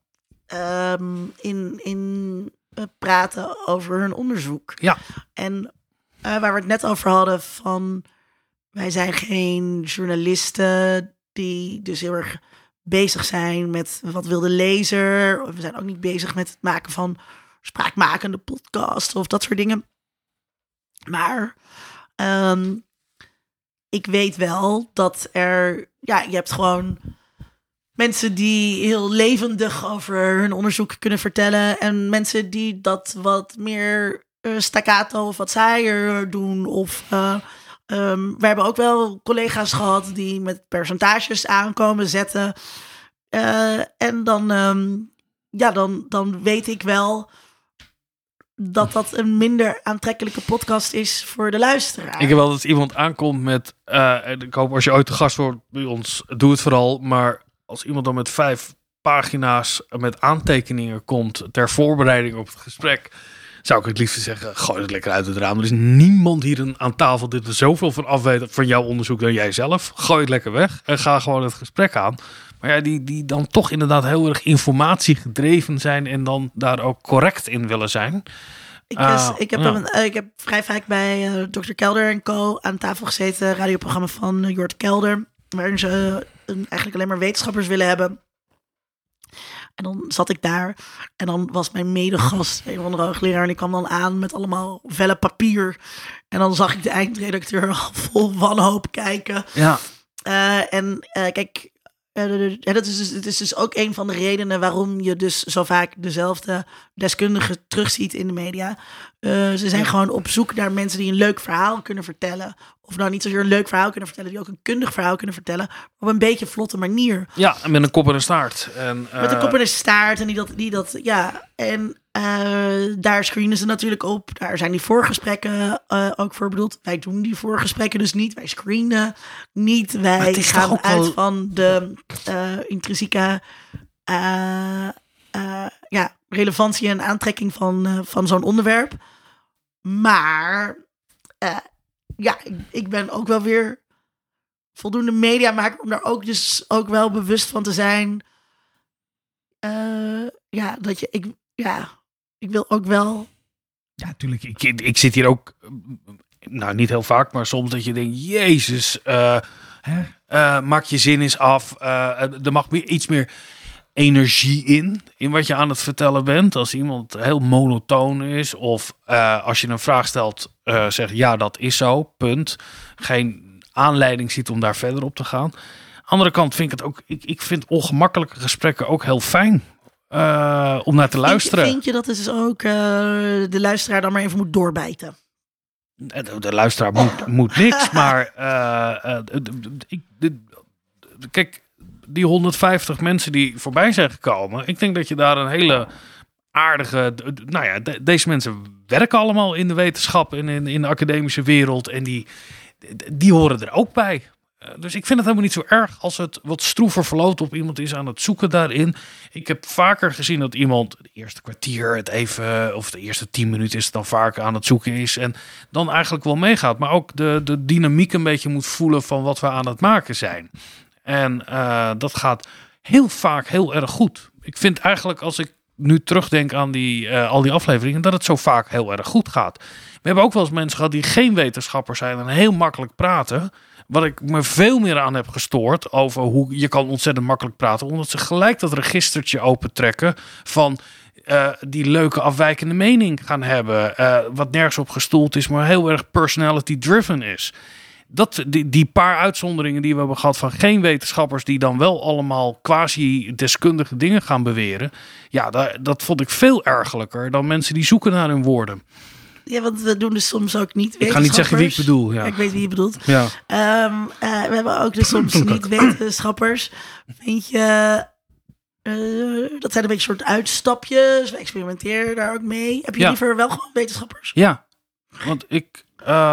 In praten over hun onderzoek. Ja. En waar we het net over hadden van, wij zijn geen journalisten die dus heel erg bezig zijn met wat wil de lezer. We zijn ook niet bezig met het maken van spraakmakende podcasts of dat soort dingen. Maar ik weet wel dat je hebt gewoon mensen die heel levendig over hun onderzoek kunnen vertellen en mensen die dat wat meer staccato of wat saaier doen of we hebben ook wel collega's gehad die met percentages aankomen zetten. En dan weet ik wel dat een minder aantrekkelijke podcast is voor de luisteraar. Ik heb wel dat iemand aankomt met, ik hoop als je ooit te gast wordt bij ons, doe het vooral. Maar als iemand dan met 5 pagina's met aantekeningen komt ter voorbereiding op het gesprek, zou ik het liefst zeggen, gooi het lekker uit het raam. Er is niemand hier aan tafel die er zoveel van af weet van jouw onderzoek dan jij zelf. Gooi het lekker weg en ga gewoon het gesprek aan. Maar ja, die dan toch inderdaad heel erg informatiegedreven zijn en dan daar ook correct in willen zijn. Ik heb vrij vaak bij Dr. Kelder en Co. aan tafel gezeten. Radioprogramma van Jort Kelder. Waarin ze eigenlijk alleen maar wetenschappers willen hebben. En dan zat ik daar. En dan was mijn medegast, een van de hoogleraar. En die kwam dan aan met allemaal vellen papier. En dan zag ik de eindredacteur al vol wanhoop kijken. Ja. Kijk... het is dus ook een van de redenen waarom je dus zo vaak dezelfde deskundigen terugziet in de media. Ze zijn gewoon op zoek naar mensen die een leuk verhaal kunnen vertellen. Of nou niet zozeer een leuk verhaal kunnen vertellen, die ook een kundig verhaal kunnen vertellen. Op een beetje vlotte manier. Ja, en met een kop en een staart. Met een kop en een staart en die dat ja. En daar screenen ze natuurlijk op. Daar zijn die voorgesprekken ook voor bedoeld. Wij doen die voorgesprekken dus niet. Wij screenen niet. Wij gaan uit van de intrinsieke relevantie en aantrekking van zo'n onderwerp. Maar ik ben ook wel weer voldoende mediamaker om daar ook dus ook wel bewust van te zijn. Ik wil ook wel. Ja, natuurlijk. Ik zit hier ook, nou niet heel vaak, maar soms dat je denkt, Jezus, maak je zin eens af. Er mag iets meer energie in wat je aan het vertellen bent. Als iemand heel monotoon is of als je een vraag stelt, zegt ja, dat is zo, punt. Geen aanleiding ziet om daar verder op te gaan. Andere kant vind ik het ook, ik vind ongemakkelijke gesprekken ook heel fijn. Om naar te luisteren. Vind je dat dus ook de luisteraar dan maar even moet doorbijten? De luisteraar moet niks, maar kijk, die 150 mensen die voorbij zijn gekomen, ik denk dat je daar een hele aardige, nou ja, deze mensen werken allemaal in de wetenschap en in de academische wereld en die horen er ook bij. Dus ik vind het helemaal niet zo erg als het wat stroever verloopt op iemand is aan het zoeken daarin. Ik heb vaker gezien dat iemand het eerste kwartier het even, of de eerste 10 minuten is het dan vaak aan het zoeken is. En dan eigenlijk wel meegaat. Maar ook de dynamiek een beetje moet voelen van wat we aan het maken zijn. En dat gaat heel vaak heel erg goed. Ik vind eigenlijk als ik nu terugdenk aan al die afleveringen, dat het zo vaak heel erg goed gaat. We hebben ook wel eens mensen gehad die geen wetenschappers zijn en heel makkelijk praten. Wat ik me veel meer aan heb gestoord over hoe je kan ontzettend makkelijk praten. Omdat ze gelijk dat registertje opentrekken van die leuke afwijkende mening gaan hebben. Wat nergens op gestoeld is, maar heel erg personality driven is. Die paar uitzonderingen die we hebben gehad van geen wetenschappers die dan wel allemaal quasi-deskundige dingen gaan beweren. Ja, dat vond ik veel ergerlijker dan mensen die zoeken naar hun woorden. Ja, want we doen dus soms ook niet wetenschappers. Ik ga niet zeggen wie ik bedoel. Ja. Ik weet wie je bedoelt. Ja. We hebben ook dus soms niet wetenschappers. Vind je, dat zijn een beetje soort uitstapjes. We experimenteren daar ook mee. Heb je liever wel gewoon wetenschappers? Ja, want ik...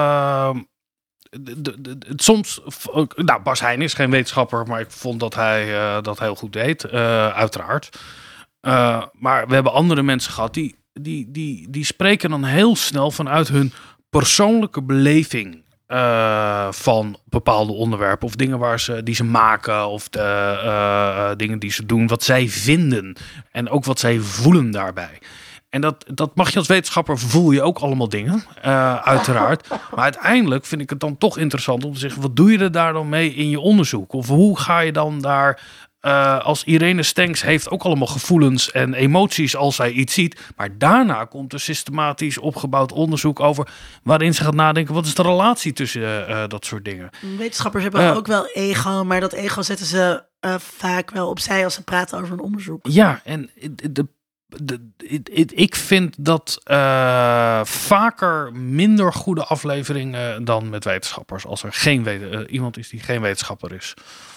soms... Nou, Bas Heijn is geen wetenschapper, maar ik vond dat hij dat heel goed deed. Uiteraard. Maar we hebben andere mensen gehad die spreken dan heel snel vanuit hun persoonlijke beleving van bepaalde onderwerpen of dingen die ze maken of de dingen die ze doen, wat zij vinden en ook wat zij voelen daarbij. En dat mag je als wetenschapper, voel je ook allemaal dingen, uiteraard. Maar uiteindelijk vind ik het dan toch interessant om te zeggen, wat doe je er daar dan mee in je onderzoek? Of hoe ga je dan daar... als Irene Stengs heeft ook allemaal gevoelens en emoties als zij iets ziet. Maar daarna komt er systematisch opgebouwd onderzoek over waarin ze gaat nadenken, wat is de relatie tussen dat soort dingen. Wetenschappers hebben ook wel ego, maar dat ego zetten ze vaak wel opzij als ze praten over een onderzoek. Ja, en ik vind dat vaker minder goede afleveringen dan met wetenschappers. Als er iemand is die geen wetenschapper is.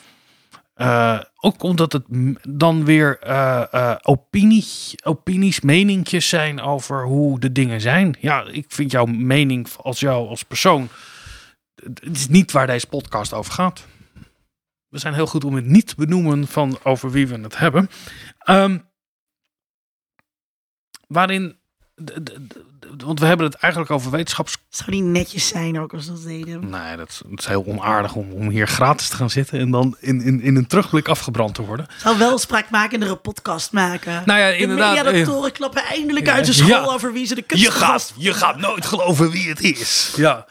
Ook omdat het dan weer opinies, meninkjes zijn over hoe de dingen zijn. Ja, ik vind jouw mening als persoon, het is niet waar deze podcast over gaat. We zijn heel goed om het niet te benoemen van over wie we het hebben. Waarin Want we hebben het eigenlijk over wetenschaps... Zou niet netjes zijn ook als we dat deden? Nee, dat is heel onaardig om hier gratis te gaan zitten en dan in een terugblik afgebrand te worden. Zou wel spraakmakendere podcast maken. Nou ja, inderdaad. De mediadoktoren klappen eindelijk uit de school over wie ze de kunst... Je gaat nooit geloven wie het is. Ja.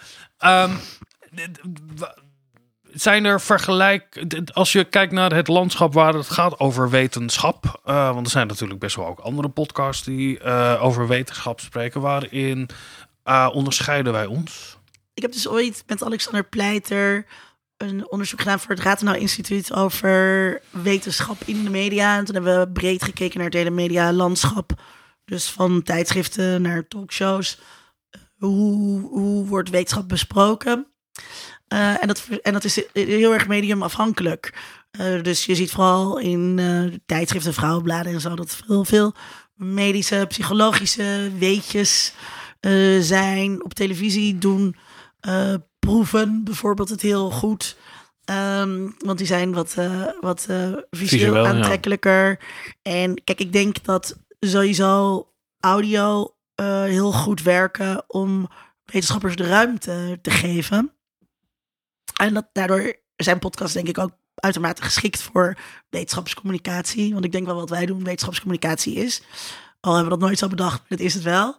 Zijn er als je kijkt naar het landschap waar het gaat over wetenschap, want er zijn natuurlijk best wel ook andere podcasts die over wetenschap spreken, waarin onderscheiden wij ons? Ik heb dus ooit met Alexander Pleiter een onderzoek gedaan voor het Rathenau Instituut over wetenschap in de media. En toen hebben we breed gekeken naar het hele medialandschap. Dus van tijdschriften naar talkshows. Hoe wordt wetenschap besproken? En dat is heel erg mediumafhankelijk. Dus je ziet vooral in tijdschriften, vrouwenbladen en zo, dat veel medische, psychologische weetjes zijn. Op televisie doen proeven bijvoorbeeld het heel goed. Want die zijn wat visueel aantrekkelijker. Ja. En kijk, ik denk dat sowieso audio heel goed werken om wetenschappers de ruimte te geven. En dat daardoor zijn podcasts denk ik ook uitermate geschikt voor wetenschapscommunicatie. Want ik denk wel wat wij doen wetenschapscommunicatie is. Al hebben we dat nooit zo bedacht, maar dat is het wel.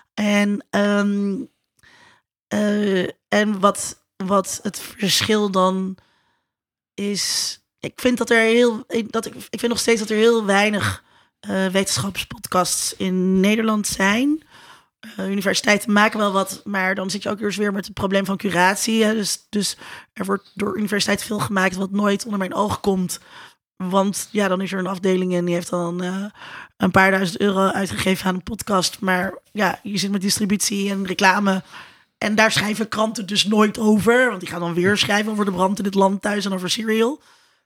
En wat het verschil dan is... Ik vind nog steeds dat er heel weinig wetenschapspodcasts in Nederland zijn. Universiteiten maken wel wat, maar dan zit je ook weer met het probleem van curatie. Hè? Dus er wordt door universiteiten veel gemaakt wat nooit onder mijn oog komt. Want ja, dan is er een afdeling en die heeft dan een paar duizend euro uitgegeven aan een podcast. Maar ja, je zit met distributie en reclame. En daar schrijven kranten dus nooit over. Want die gaan dan weer schrijven over de brand in dit land thuis en over Serial.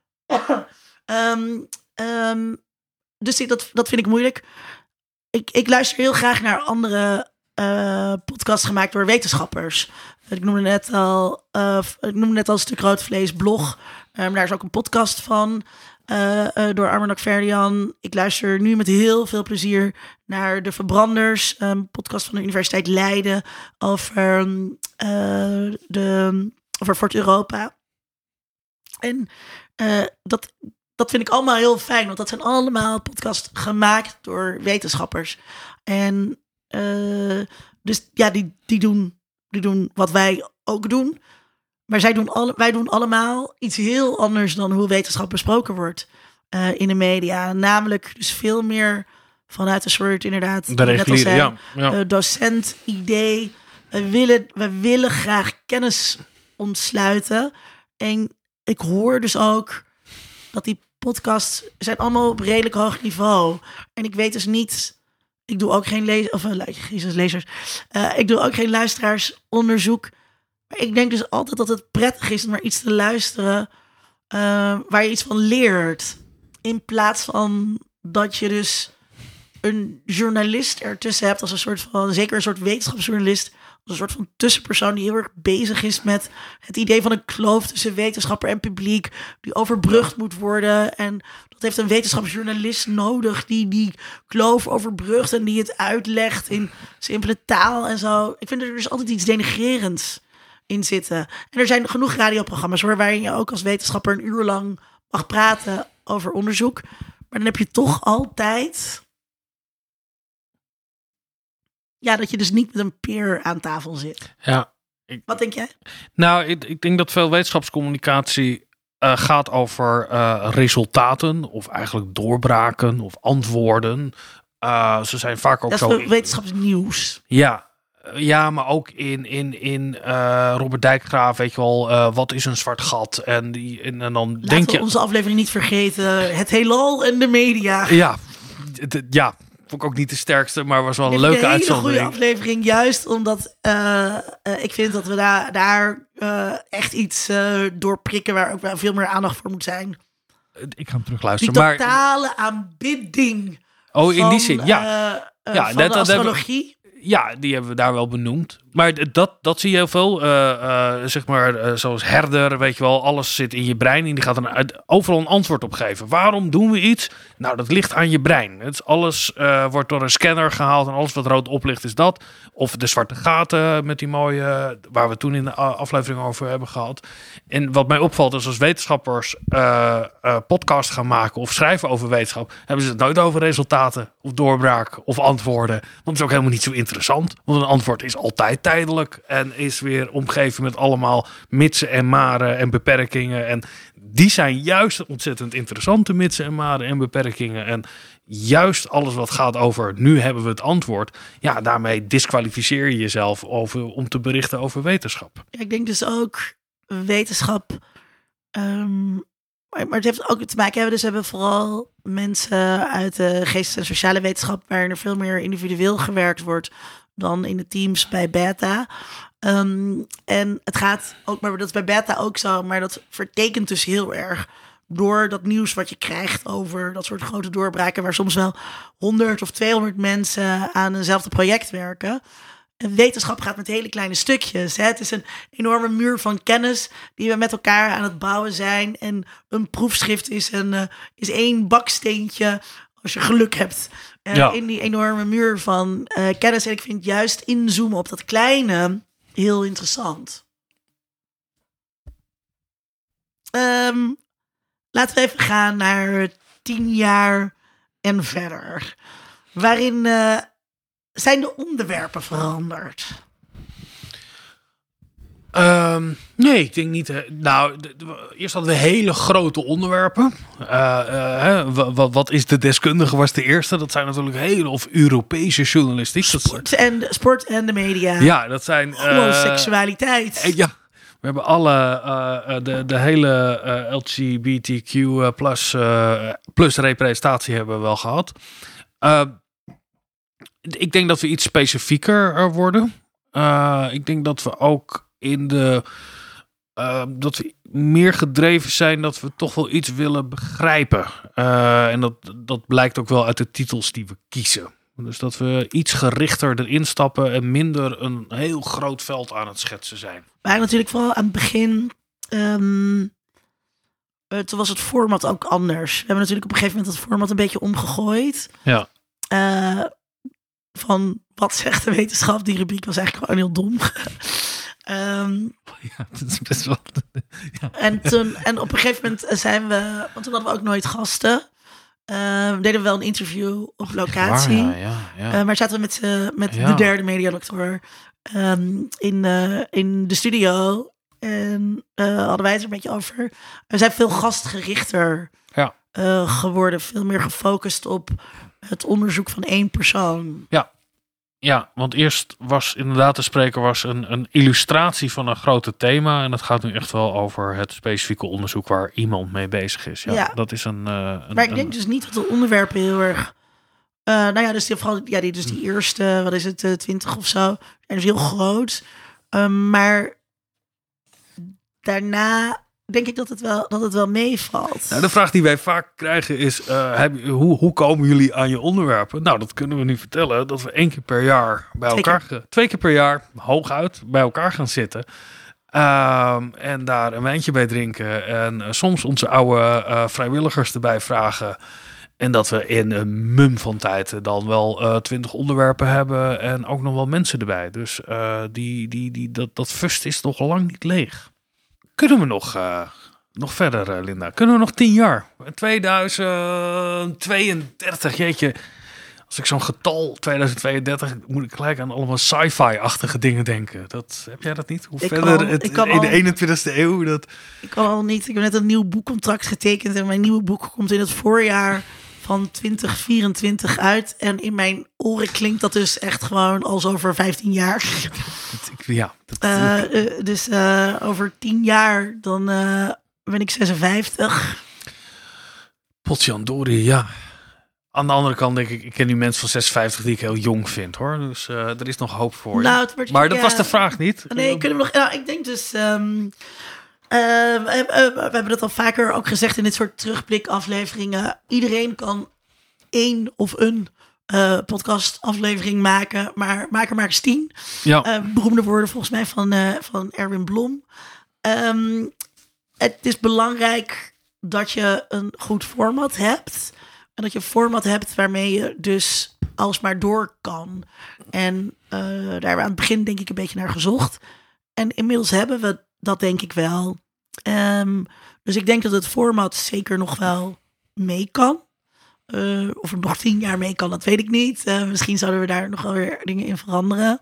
Dus dat vind ik moeilijk. Ik luister heel graag naar andere podcasts gemaakt door wetenschappers. Ik noemde net al Stuk Rood Vlees blog. Daar is ook een podcast van door Armen Akverdian. Ik luister nu met heel veel plezier naar De Verbranders. Een podcast van de Universiteit Leiden over Fort Europa. En dat vind ik allemaal heel fijn, want dat zijn allemaal podcasts gemaakt door wetenschappers. En dus ja, die doen wat wij ook doen. Maar wij doen allemaal iets heel anders dan hoe wetenschap besproken wordt in de media. Namelijk dus veel meer vanuit een soort inderdaad... De reguliere, docent-idee. We willen graag kennis ontsluiten. En ik hoor dus ook dat die podcasts zijn allemaal op redelijk hoog niveau. En ik weet dus niet... Ik doe ook geen lezers. Ik doe ook geen luisteraarsonderzoek. Maar ik denk dus altijd dat het prettig is om naar iets te luisteren waar je iets van leert. In plaats van dat je dus een journalist ertussen hebt als een soort van, zeker een soort wetenschapsjournalist, als een soort van tussenpersoon die heel erg bezig is met het idee van een kloof tussen wetenschapper en publiek die overbrugd moet worden. En dat heeft een wetenschapsjournalist nodig die kloof overbrugt en die het uitlegt in simpele taal en zo. Ik vind er dus altijd iets denigrerends in zitten. En er zijn genoeg radioprogramma's waarin je ook als wetenschapper een uur lang mag praten over onderzoek. Maar dan heb je toch altijd... Ja, dat je dus niet met een peer aan tafel zit. Ja. Wat denk jij? Nou, ik denk dat veel wetenschapscommunicatie gaat over resultaten of eigenlijk doorbraken of antwoorden. Ze zijn vaak ook dat zo... Dat is wetenschapsnieuws. Ja, maar ook in Robert Dijkgraaf, weet je wel, wat is een zwart gat? En dan Laten denk je... we onze aflevering niet vergeten. Het heelal en de media. Ja, vond ik ook niet de sterkste, maar was wel een leuke uitzondering. Een goede aflevering, juist omdat ik vind dat we daar echt iets doorprikken waar ook wel veel meer aandacht voor moet zijn. Ik ga hem terugluisteren. Die totale aanbidding in die zin, ja. Van de astrologie. Ja, die hebben we daar wel benoemd. Maar dat zie je heel veel. Zoals herder, weet je wel. Alles zit in je brein en die gaat er overal een antwoord op geven. Waarom doen we iets? Nou, dat ligt aan je brein. Alles wordt door een scanner gehaald en alles wat rood oplicht is dat. Of de zwarte gaten met die mooie, waar we toen in de aflevering over hebben gehad. En wat mij opvalt is als wetenschappers podcast gaan maken of schrijven over wetenschap, hebben ze het nooit over resultaten of doorbraak of antwoorden. Want het is ook helemaal niet zo interessant. Want een antwoord is altijd tijdelijk en is weer omgeven met allemaal mitsen en maren en beperkingen. En die zijn juist ontzettend interessante mitsen en maren en beperkingen. En juist alles wat gaat over nu hebben we het antwoord. Ja, daarmee disqualificeer je jezelf om te berichten over wetenschap. Ja, ik denk dus ook wetenschap. Maar het heeft ook te maken. Dus hebben vooral mensen uit de geestes- en sociale wetenschap, waarin er veel meer individueel gewerkt wordt dan in de teams bij Beta. En het gaat ook, maar dat is bij Beta ook zo, maar dat vertekent dus heel erg door dat nieuws wat je krijgt over dat soort grote doorbraken, waar soms wel 100 of 200 mensen aan eenzelfde project werken. En wetenschap gaat met hele kleine stukjes. Hè? Het is een enorme muur van kennis die we met elkaar aan het bouwen zijn. En een proefschrift is één baksteentje als je geluk hebt. In die enorme muur van kennis. En ik vind juist inzoomen op dat kleine heel interessant. Laten we even gaan naar 10 jaar en verder. Waarin zijn de onderwerpen veranderd? Nee, ik denk niet. Eerst hadden we hele grote onderwerpen. Wat is de deskundige was de eerste. Dat zijn natuurlijk hele of Europese journalistiek. Sport en de media. Ja, dat zijn homoseksualiteit. Ja. We hebben de hele LGBTQ plus representatie hebben we wel gehad. Ik denk dat we iets specifieker worden. Ik denk dat we ook dat we meer gedreven zijn dat we toch wel iets willen begrijpen. En dat blijkt ook wel uit de titels die we kiezen. Dus dat we iets gerichter erin stappen en minder een heel groot veld aan het schetsen zijn. Maar natuurlijk vooral aan het begin, toen was het format ook anders. We hebben natuurlijk op een gegeven moment het format een beetje omgegooid. Ja. Van wat zegt de wetenschap? Die rubriek was eigenlijk gewoon heel dom. Ja, dat is best wel. Ja. En op een gegeven moment zijn we, want toen hadden we ook nooit gasten. Deden we wel een interview op locatie. Ja. Maar zaten we met de derde mediadoctor in de studio. En hadden wij het er een beetje over. We zijn veel gastgerichter geworden. Veel meer gefocust op het onderzoek van één persoon. Ja, want eerst was inderdaad de spreker een illustratie van een grote thema. En dat gaat nu echt wel over het specifieke onderzoek waar iemand mee bezig is. Ja. Dat is maar ik denk dus niet dat de onderwerpen heel erg. Dus vooral die eerste, wat is het, 20 of zo. En dus heel groot. Maar daarna denk ik dat het wel meevalt. Nou, de vraag die wij vaak krijgen is, hoe komen jullie aan je onderwerpen? Nou, dat kunnen we nu vertellen. Dat we 1 keer per jaar bij elkaar, 2 keer per jaar, hooguit, bij elkaar gaan zitten. En daar een wijntje bij drinken. En soms onze oude vrijwilligers erbij vragen. En dat we in een mum van tijd dan wel 20 onderwerpen hebben. En ook nog wel mensen erbij. Dus dat fust is nog lang niet leeg. Kunnen we nog verder, Linda? Kunnen we nog 10 jaar? 2032, jeetje. Als ik zo'n getal, 2032, moet ik gelijk aan allemaal sci-fi-achtige dingen denken. Heb jij dat niet? Hoe verder in de 21ste eeuw? Ik kan al niet. Ik heb net een nieuw boekcontract getekend. En mijn nieuwe boek komt in het voorjaar van 2024 uit. En in mijn oren klinkt dat dus echt gewoon als over 15 jaar. Dus over 10 jaar dan ben ik 56. Potjandori, ja. Aan de andere kant denk ik ken nu mensen van 56 die ik heel jong vind, hoor. Dus er is nog hoop voor je. Maar dat was de vraag niet. Nee, kunnen we nog. Nou, ik denk dus. We hebben dat al vaker ook gezegd in dit soort terugblikafleveringen. Iedereen kan één of een podcastaflevering maken. Maar maak er maar eens 10. Ja. Beroemde woorden volgens mij van Erwin Blom. Het is belangrijk dat je een goed format hebt. En dat je een format hebt waarmee je dus alsmaar door kan. En daar hebben we aan het begin denk ik een beetje naar gezocht. En inmiddels hebben we dat denk ik wel. Dus ik denk dat het format zeker nog wel mee kan. Of het nog 10 jaar mee kan, dat weet ik niet. Misschien zouden we daar nog wel weer dingen in veranderen.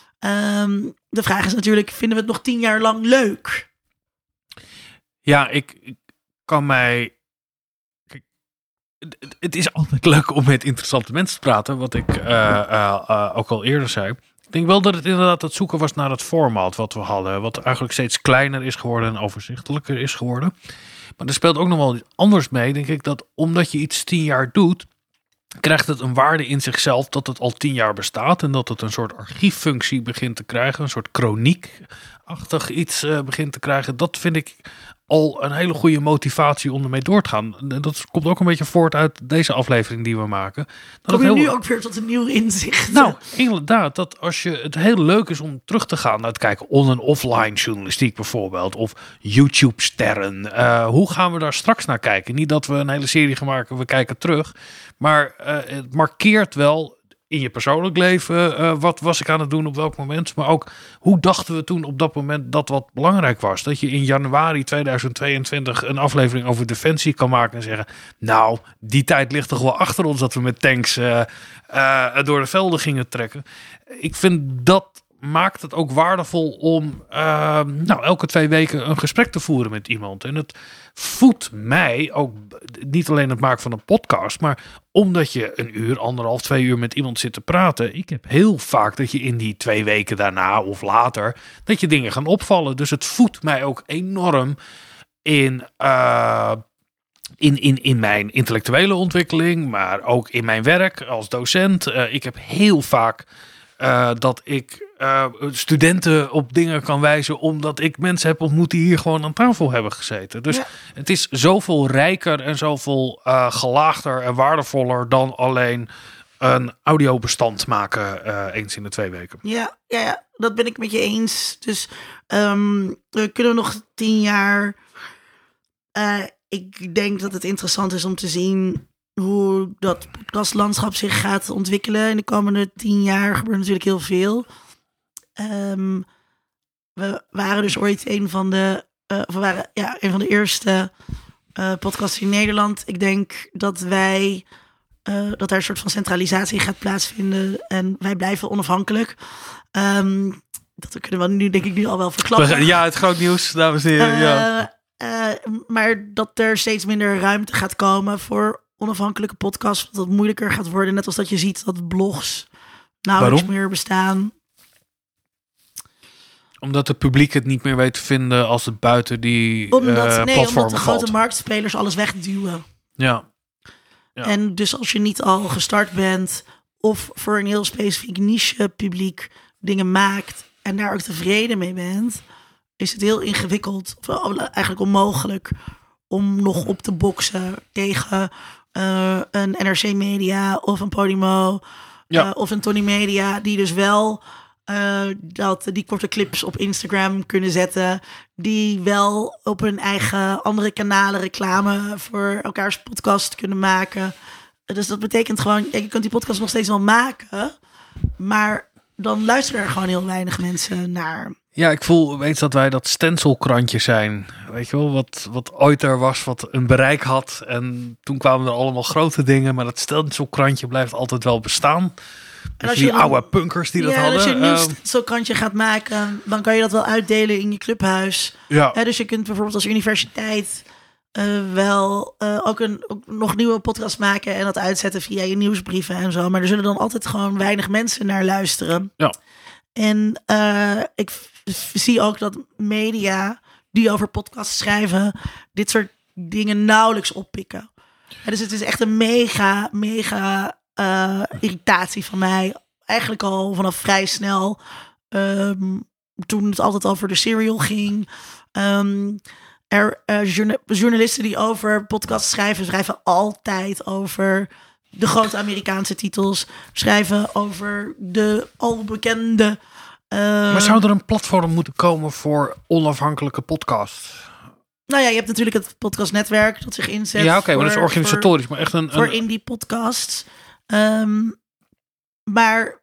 De vraag is natuurlijk, vinden we het nog 10 jaar lang leuk? Ja, ik kan mij... Kijk, het is altijd leuk om met interessante mensen te praten, wat ik ook al eerder zei. Ik denk wel dat het inderdaad het zoeken was naar het format wat we hadden. Wat eigenlijk steeds kleiner is geworden en overzichtelijker is geworden. Maar er speelt ook nog wel iets anders mee, denk ik, dat omdat je iets 10 jaar doet, krijgt het een waarde in zichzelf dat het al 10 jaar bestaat. En dat het een soort archieffunctie begint te krijgen. Een soort chroniekachtig iets begint te krijgen. Dat vind ik al een hele goede motivatie om ermee door te gaan. Dat komt ook een beetje voort uit deze aflevering die we maken. Kom je nu ook weer tot een nieuw inzicht? Nou, inderdaad. Dat als je het heel leuk is om terug te gaan naar het kijken on- en offline journalistiek bijvoorbeeld. Of YouTube-sterren. Hoe gaan we daar straks naar kijken? Niet dat we een hele serie gaan maken, we kijken terug. Maar het markeert wel in je persoonlijk leven, wat was ik aan het doen op welk moment. Maar ook, hoe dachten we toen op dat moment dat wat belangrijk was? Dat je in januari 2022 een aflevering over defensie kan maken en zeggen, nou, die tijd ligt toch wel achter ons dat we met tanks door de velden gingen trekken. Ik vind dat maakt het ook waardevol om elke 2 weken een gesprek te voeren met iemand. En het voedt mij ook niet alleen het maken van een podcast, maar omdat je 1 uur, 1,5, 2 uur met iemand zit te praten. Ik heb heel vaak dat je in die 2 weken daarna of later, dat je dingen gaan opvallen. Dus het voedt mij ook enorm in mijn intellectuele ontwikkeling, maar ook in mijn werk als docent. Ik heb heel vaak dat ik studenten op dingen kan wijzen, omdat ik mensen heb ontmoet die hier gewoon aan tafel hebben gezeten. Dus Het is zoveel rijker en zoveel gelaagder en waardevoller dan alleen een audiobestand maken eens in de 2 weken. Ja, dat ben ik met je eens. Dus we kunnen nog 10 jaar. Ik denk dat het interessant is om te zien hoe dat podcastlandschap zich gaat ontwikkelen. In de komende 10 jaar gebeurt natuurlijk heel veel. We waren dus ooit een van de eerste podcasts in Nederland. Ik denk dat dat er een soort van centralisatie gaat plaatsvinden en wij blijven onafhankelijk. Dat kunnen we nu denk ik nu al wel verklappen. Ja, het groot nieuws, dames en heren. Maar dat er steeds minder ruimte gaat komen voor onafhankelijke podcasts, dat het moeilijker gaat worden. Net als dat je ziet dat blogs nauwelijks meer bestaan. Omdat het publiek het niet meer weet te vinden als het buiten die platformen valt. Omdat de grote marktspelers alles wegduwen. Ja. En dus als je niet al gestart bent of voor een heel specifiek niche publiek dingen maakt en daar ook tevreden mee bent, is het heel ingewikkeld, of eigenlijk onmogelijk, om nog op te boksen tegen een NRC Media of een Podimo of een Tony Media, die dus wel die korte clips op Instagram kunnen zetten, die wel op hun eigen andere kanalen reclame voor elkaars podcast kunnen maken. Dus dat betekent gewoon, je kunt die podcast nog steeds wel maken, maar dan luisteren er gewoon heel weinig mensen naar. Ja, ik voel, weet dat wij dat stencilkrantje zijn. Weet je wel, wat ooit er was, wat een bereik had. En toen kwamen er allemaal grote dingen, maar dat stencilkrantje blijft altijd wel bestaan. En als je die oude punkers die dat hadden. Als je een nieuw stencilkrantje gaat maken, dan kan je dat wel uitdelen in je clubhuis. Ja. Dus je kunt bijvoorbeeld als universiteit ook nog nieuwe podcast maken en dat uitzetten via je nieuwsbrieven en zo. Maar er zullen dan altijd gewoon weinig mensen naar luisteren. Ja. En ik zie ook dat media die over podcasts schrijven dit soort dingen nauwelijks oppikken. Dus het is echt een mega irritatie van mij. Eigenlijk al vanaf vrij snel. Toen het altijd al voor de Serial ging. Journalisten die over podcasts schrijven altijd over de grote Amerikaanse titels. Schrijven over de al bekende... Maar zou er een platform moeten komen voor onafhankelijke podcasts? Nou ja, je hebt natuurlijk het podcastnetwerk dat zich inzet. Ja, oké, maar dat is organisatorisch. Maar echt voor indie podcasts. Maar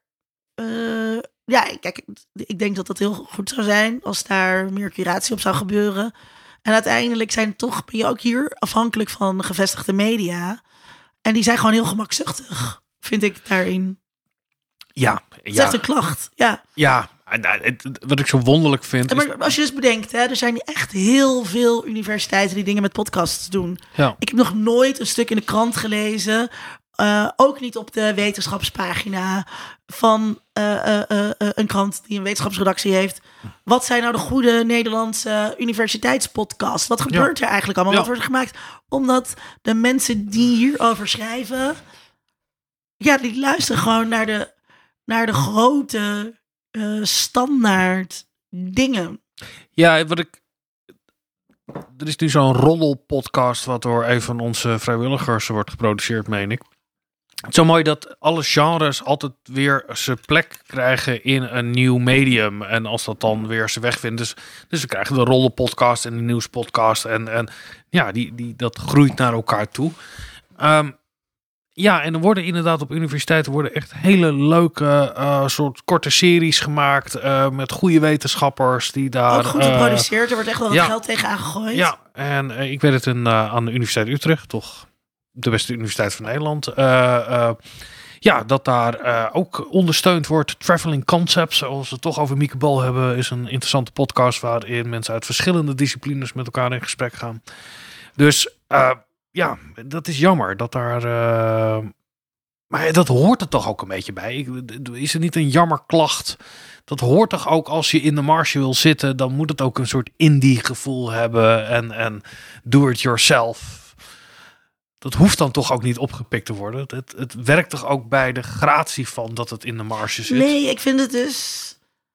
kijk, ik denk dat dat heel goed zou zijn als daar meer curatie op zou gebeuren. En uiteindelijk ben je ook hier afhankelijk van gevestigde media. En die zijn gewoon heel gemakzuchtig, vind ik daarin. Ja. Het is echt een klacht, ja. Ja, wat ik zo wonderlijk vind... Maar als je dus bedenkt, er zijn echt heel veel universiteiten die dingen met podcasts doen. Ja. Ik heb nog nooit een stuk in de krant gelezen, ook niet op de wetenschapspagina van een krant die een wetenschapsredactie heeft. Wat zijn nou de goede Nederlandse universiteitspodcasts? Wat gebeurt er eigenlijk allemaal? Wat wordt er gemaakt? Omdat de mensen die hierover schrijven, die luisteren gewoon naar de grote standaard dingen. Ja, er is nu zo'n roddelpodcast wat door een van onze vrijwilligers wordt geproduceerd, meen ik. Het is zo mooi dat alle genres altijd weer zijn plek krijgen in een nieuw medium. En als dat dan weer zijn weg vindt. Dus we krijgen de roddelpodcast en de nieuwspodcast. En dat groeit naar elkaar toe. En er worden inderdaad op universiteiten echt hele leuke soort korte series gemaakt met goede wetenschappers die daar... Ook goed geproduceerd, er wordt echt wel wat geld tegen aangegooid. Ja, en ik weet het aan de Universiteit Utrecht, toch de beste universiteit van Nederland. Dat daar ook ondersteund wordt. Traveling Concepts, zoals we het toch over Mieke Bal hebben, is een interessante podcast waarin mensen uit verschillende disciplines met elkaar in gesprek gaan. Dus... dat is jammer dat daar... maar dat hoort er toch ook een beetje bij. Is er niet een jammerklacht? Dat hoort toch ook als je in de marge wil zitten, dan moet het ook een soort indie gevoel hebben en do it yourself. Dat hoeft dan toch ook niet opgepikt te worden. Het werkt toch ook bij de gratie van dat het in de marge zit? Nee, ik vind het dus...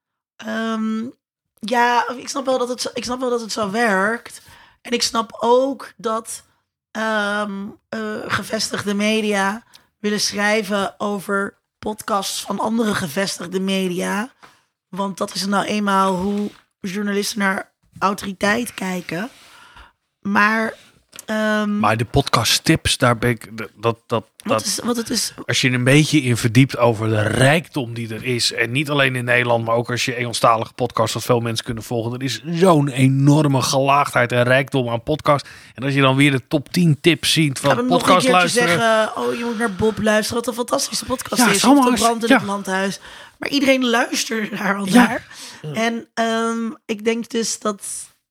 ik snap wel dat het zo werkt. En ik snap ook dat gevestigde media willen schrijven over podcasts van andere gevestigde media. Want dat is nou eenmaal hoe journalisten naar autoriteit kijken. Maar de podcast tips, daar ben ik... Wat het is. Als je een beetje in verdiept over de rijkdom die er is. En niet alleen in Nederland, maar ook als je Engelstalige podcast dat veel mensen kunnen volgen. Er is zo'n enorme gelaagdheid en rijkdom aan podcast. En als je dan weer de top 10 tips ziet van podcast luisteren. Zeggen, je moet naar Bob luisteren. Wat een fantastische podcast is. Of de brand in het landhuis. Maar iedereen luistert daar al naar. Ja. En ik denk dus dat...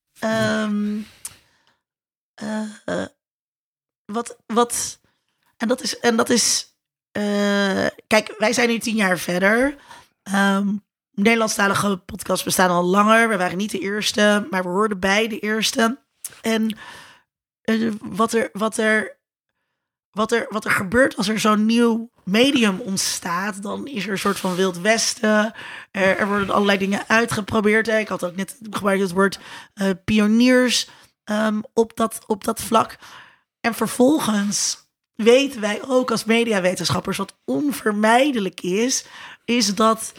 En dat is kijk, wij zijn nu 10 jaar verder. Nederlandstalige podcasts bestaan al langer. We waren niet de eerste, maar we hoorden bij de eerste. En wat er gebeurt als er zo'n nieuw medium ontstaat, dan is er een soort van Wild Westen. Er worden allerlei dingen uitgeprobeerd. Ik had ook net gebruikt het woord pioniers op dat vlak. En vervolgens weten wij ook als mediawetenschappers wat onvermijdelijk is dat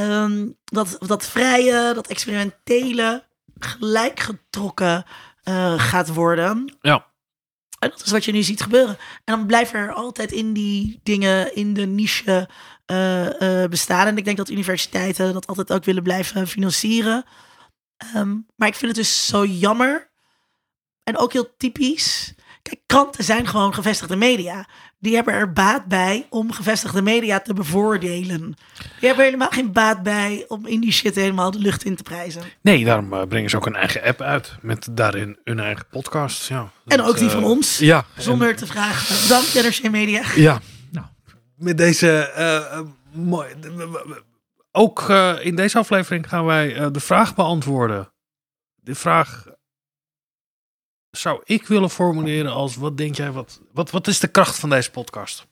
vrije, dat experimentele gelijkgetrokken gaat worden. Ja. En dat is wat je nu ziet gebeuren. En dan blijven er altijd in die dingen in de niche bestaan. En ik denk dat universiteiten dat altijd ook willen blijven financieren. Maar ik vind het dus zo jammer. En ook heel typisch. Kijk, kranten zijn gewoon gevestigde media. Die hebben er baat bij om gevestigde media te bevoordelen. Die hebben er helemaal geen baat bij om in die shit helemaal de lucht in te prijzen. Nee, daarom brengen ze ook een eigen app uit. Met daarin hun eigen podcast. Ja, en ook die van ons. Ja. Zonder te vragen. Bedankt NRC Media. Ja. Nou, met deze... mooi. Ook in deze aflevering gaan wij de vraag beantwoorden. De vraag... zou ik willen formuleren als, wat denk jij, wat is de kracht van deze podcast?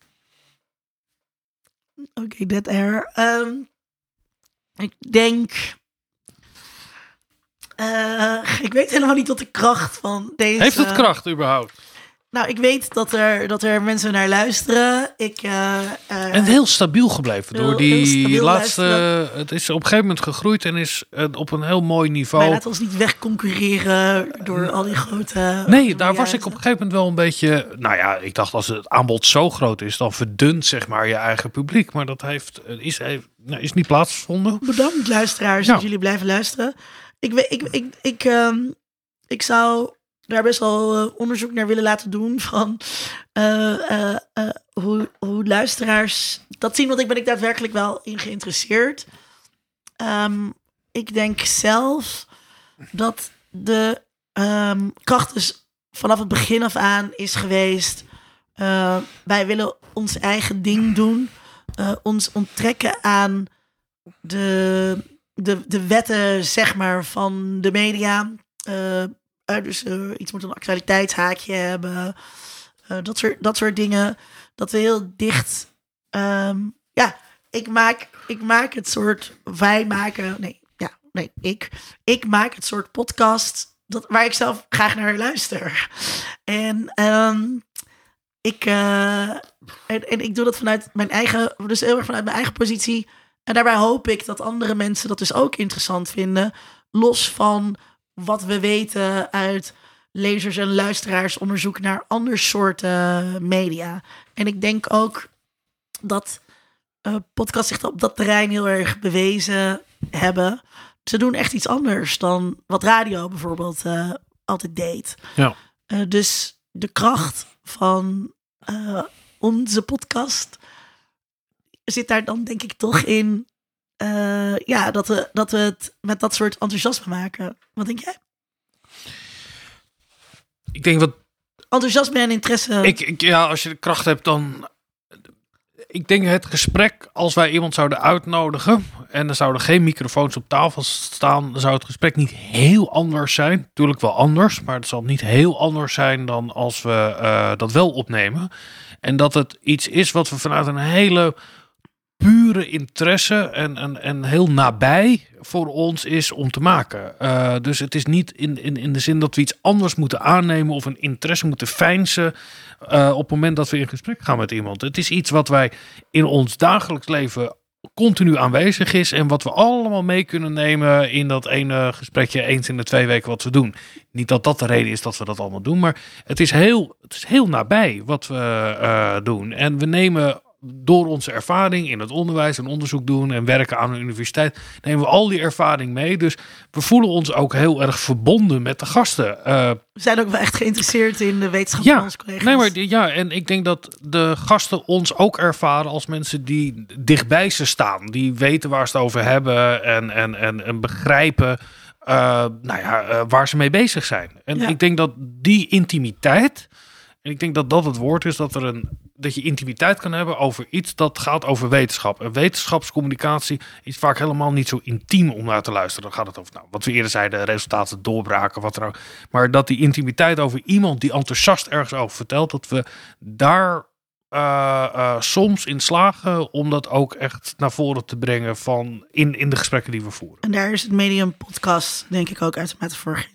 Oké, dead air. Ik denk... ik weet helemaal niet wat de kracht van deze... Heeft het kracht überhaupt? Nou, ik weet dat er mensen naar luisteren. En heel stabiel gebleven door die stabiel laatste... luisteren. Het is op een gegeven moment gegroeid en is op een heel mooi niveau. Maar laten we ons niet wegconcurreren door al die grote... Nee, daar was ik op een gegeven moment wel een beetje... Nou ja, ik dacht als het aanbod zo groot is, dan verdunt zeg maar je eigen publiek. Maar dat is niet plaatsgevonden. Bedankt luisteraars dat jullie blijven luisteren. Ik zou daar best wel onderzoek naar willen laten doen van hoe luisteraars dat zien, want ik ben daadwerkelijk wel in geïnteresseerd. Ik denk zelf dat de kracht dus vanaf het begin af aan is geweest. Wij willen ons eigen ding doen, ons onttrekken aan de wetten zeg maar van de media. Dus iets moet een actualiteitshaakje hebben. Dat soort dingen. Dat we heel dicht... Ik maak het soort... Wij maken... Ik maak het soort podcast waar ik zelf graag naar luister. En ik doe dat vanuit mijn eigen... Dus heel erg vanuit mijn eigen positie. En daarbij hoop ik dat andere mensen dat dus ook interessant vinden. Los van... wat we weten uit lezers- en luisteraarsonderzoek naar ander soorten media. En ik denk ook dat podcasts zich op dat terrein heel erg bewezen hebben. Ze doen echt iets anders dan wat radio bijvoorbeeld altijd deed. Ja. Dus de kracht van onze podcast zit daar dan denk ik toch in... dat we het met dat soort enthousiasme maken. Wat denk jij? Ik denk wat... Enthousiasme en interesse. Als je de kracht hebt, dan... Ik denk het gesprek, als wij iemand zouden uitnodigen... en er zouden geen microfoons op tafel staan... dan zou het gesprek niet heel anders zijn. Natuurlijk wel anders, maar het zal niet heel anders zijn... dan als we dat wel opnemen. En dat het iets is wat we vanuit een hele... pure interesse en heel nabij voor ons is om te maken. Dus het is niet in de zin dat we iets anders moeten aannemen of een interesse moeten veinzen op het moment dat we in gesprek gaan met iemand. Het is iets wat wij in ons dagelijks leven continu aanwezig is en wat we allemaal mee kunnen nemen in dat ene gesprekje eens in de 2 weken wat we doen. Niet dat dat de reden is dat we dat allemaal doen, maar het is heel nabij wat we doen. En we nemen door onze ervaring in het onderwijs en onderzoek doen en werken aan een universiteit, nemen we al die ervaring mee. Dus we voelen ons ook heel erg verbonden met de gasten. We zijn ook wel echt geïnteresseerd in de wetenschap van onze collega's. En ik denk dat de gasten ons ook ervaren als mensen die dichtbij ze staan. Die weten waar ze het over hebben en begrijpen waar ze mee bezig zijn. En ik denk dat die intimiteit... En ik denk dat dat het woord is, dat je intimiteit kan hebben over iets dat gaat over wetenschap. En wetenschapscommunicatie is vaak helemaal niet zo intiem om naar te luisteren. Dan gaat het over, wat we eerder zeiden, resultaten doorbraken, wat er ook. Maar dat die intimiteit over iemand die enthousiast ergens over vertelt, dat we daar soms in slagen om dat ook echt naar voren te brengen in de gesprekken die we voeren. En daar is het medium podcast, denk ik, ook uitermate voor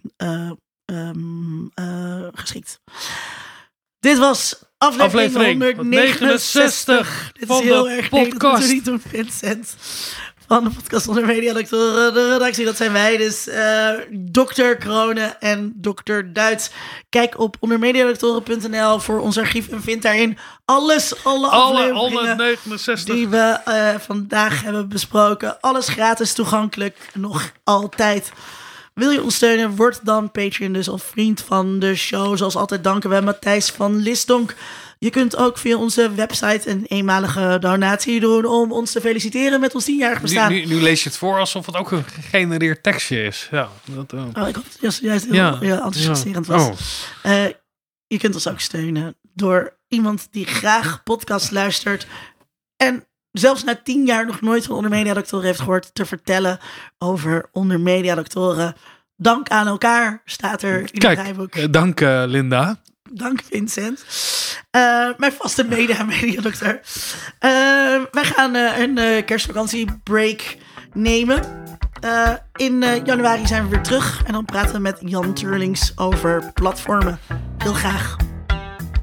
geschikt. Dit was aflevering 169. Dit is heel erg podcast. Dat niet doen, Vincent. Van de podcast onder Medialectoren. De redactie, dat zijn wij. Dus Dr. Krone en Dr. Duits. Kijk op ondermedialectoren.nl voor ons archief en vind daarin alle afleveringen 169 die we vandaag hebben besproken. Alles gratis toegankelijk. Nog altijd. Wil je ons steunen? Word dan Patreon dus of vriend van de show. Zoals altijd danken we Matthijs van Lisdonk. Je kunt ook via onze website een eenmalige donatie doen om ons te feliciteren met ons 10-jarig bestaan. Nu lees je het voor alsof het ook een gegenereerd tekstje is. Ja, ik hoop dat het juist heel enthousiasterend was. Je kunt ons ook steunen door iemand die graag podcast luistert en zelfs na 10 jaar nog nooit van Onder Mediadoctoren heeft gehoord te vertellen over Onder Mediadoctoren. Dank aan elkaar, staat er in het draaiboek. Dank Linda. Dank Vincent. Mijn vaste mediadoctor. Wij gaan een kerstvakantiebreak nemen. In januari zijn we weer terug. En dan praten we met Jan Turlings over platformen. Heel graag.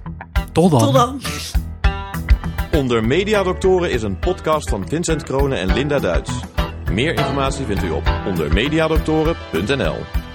Tot dan. Tot dan. Onder Mediadoktoren is een podcast van Vincent Kroonen en Linda Duits. Meer informatie vindt u op ondermediadoktoren.nl.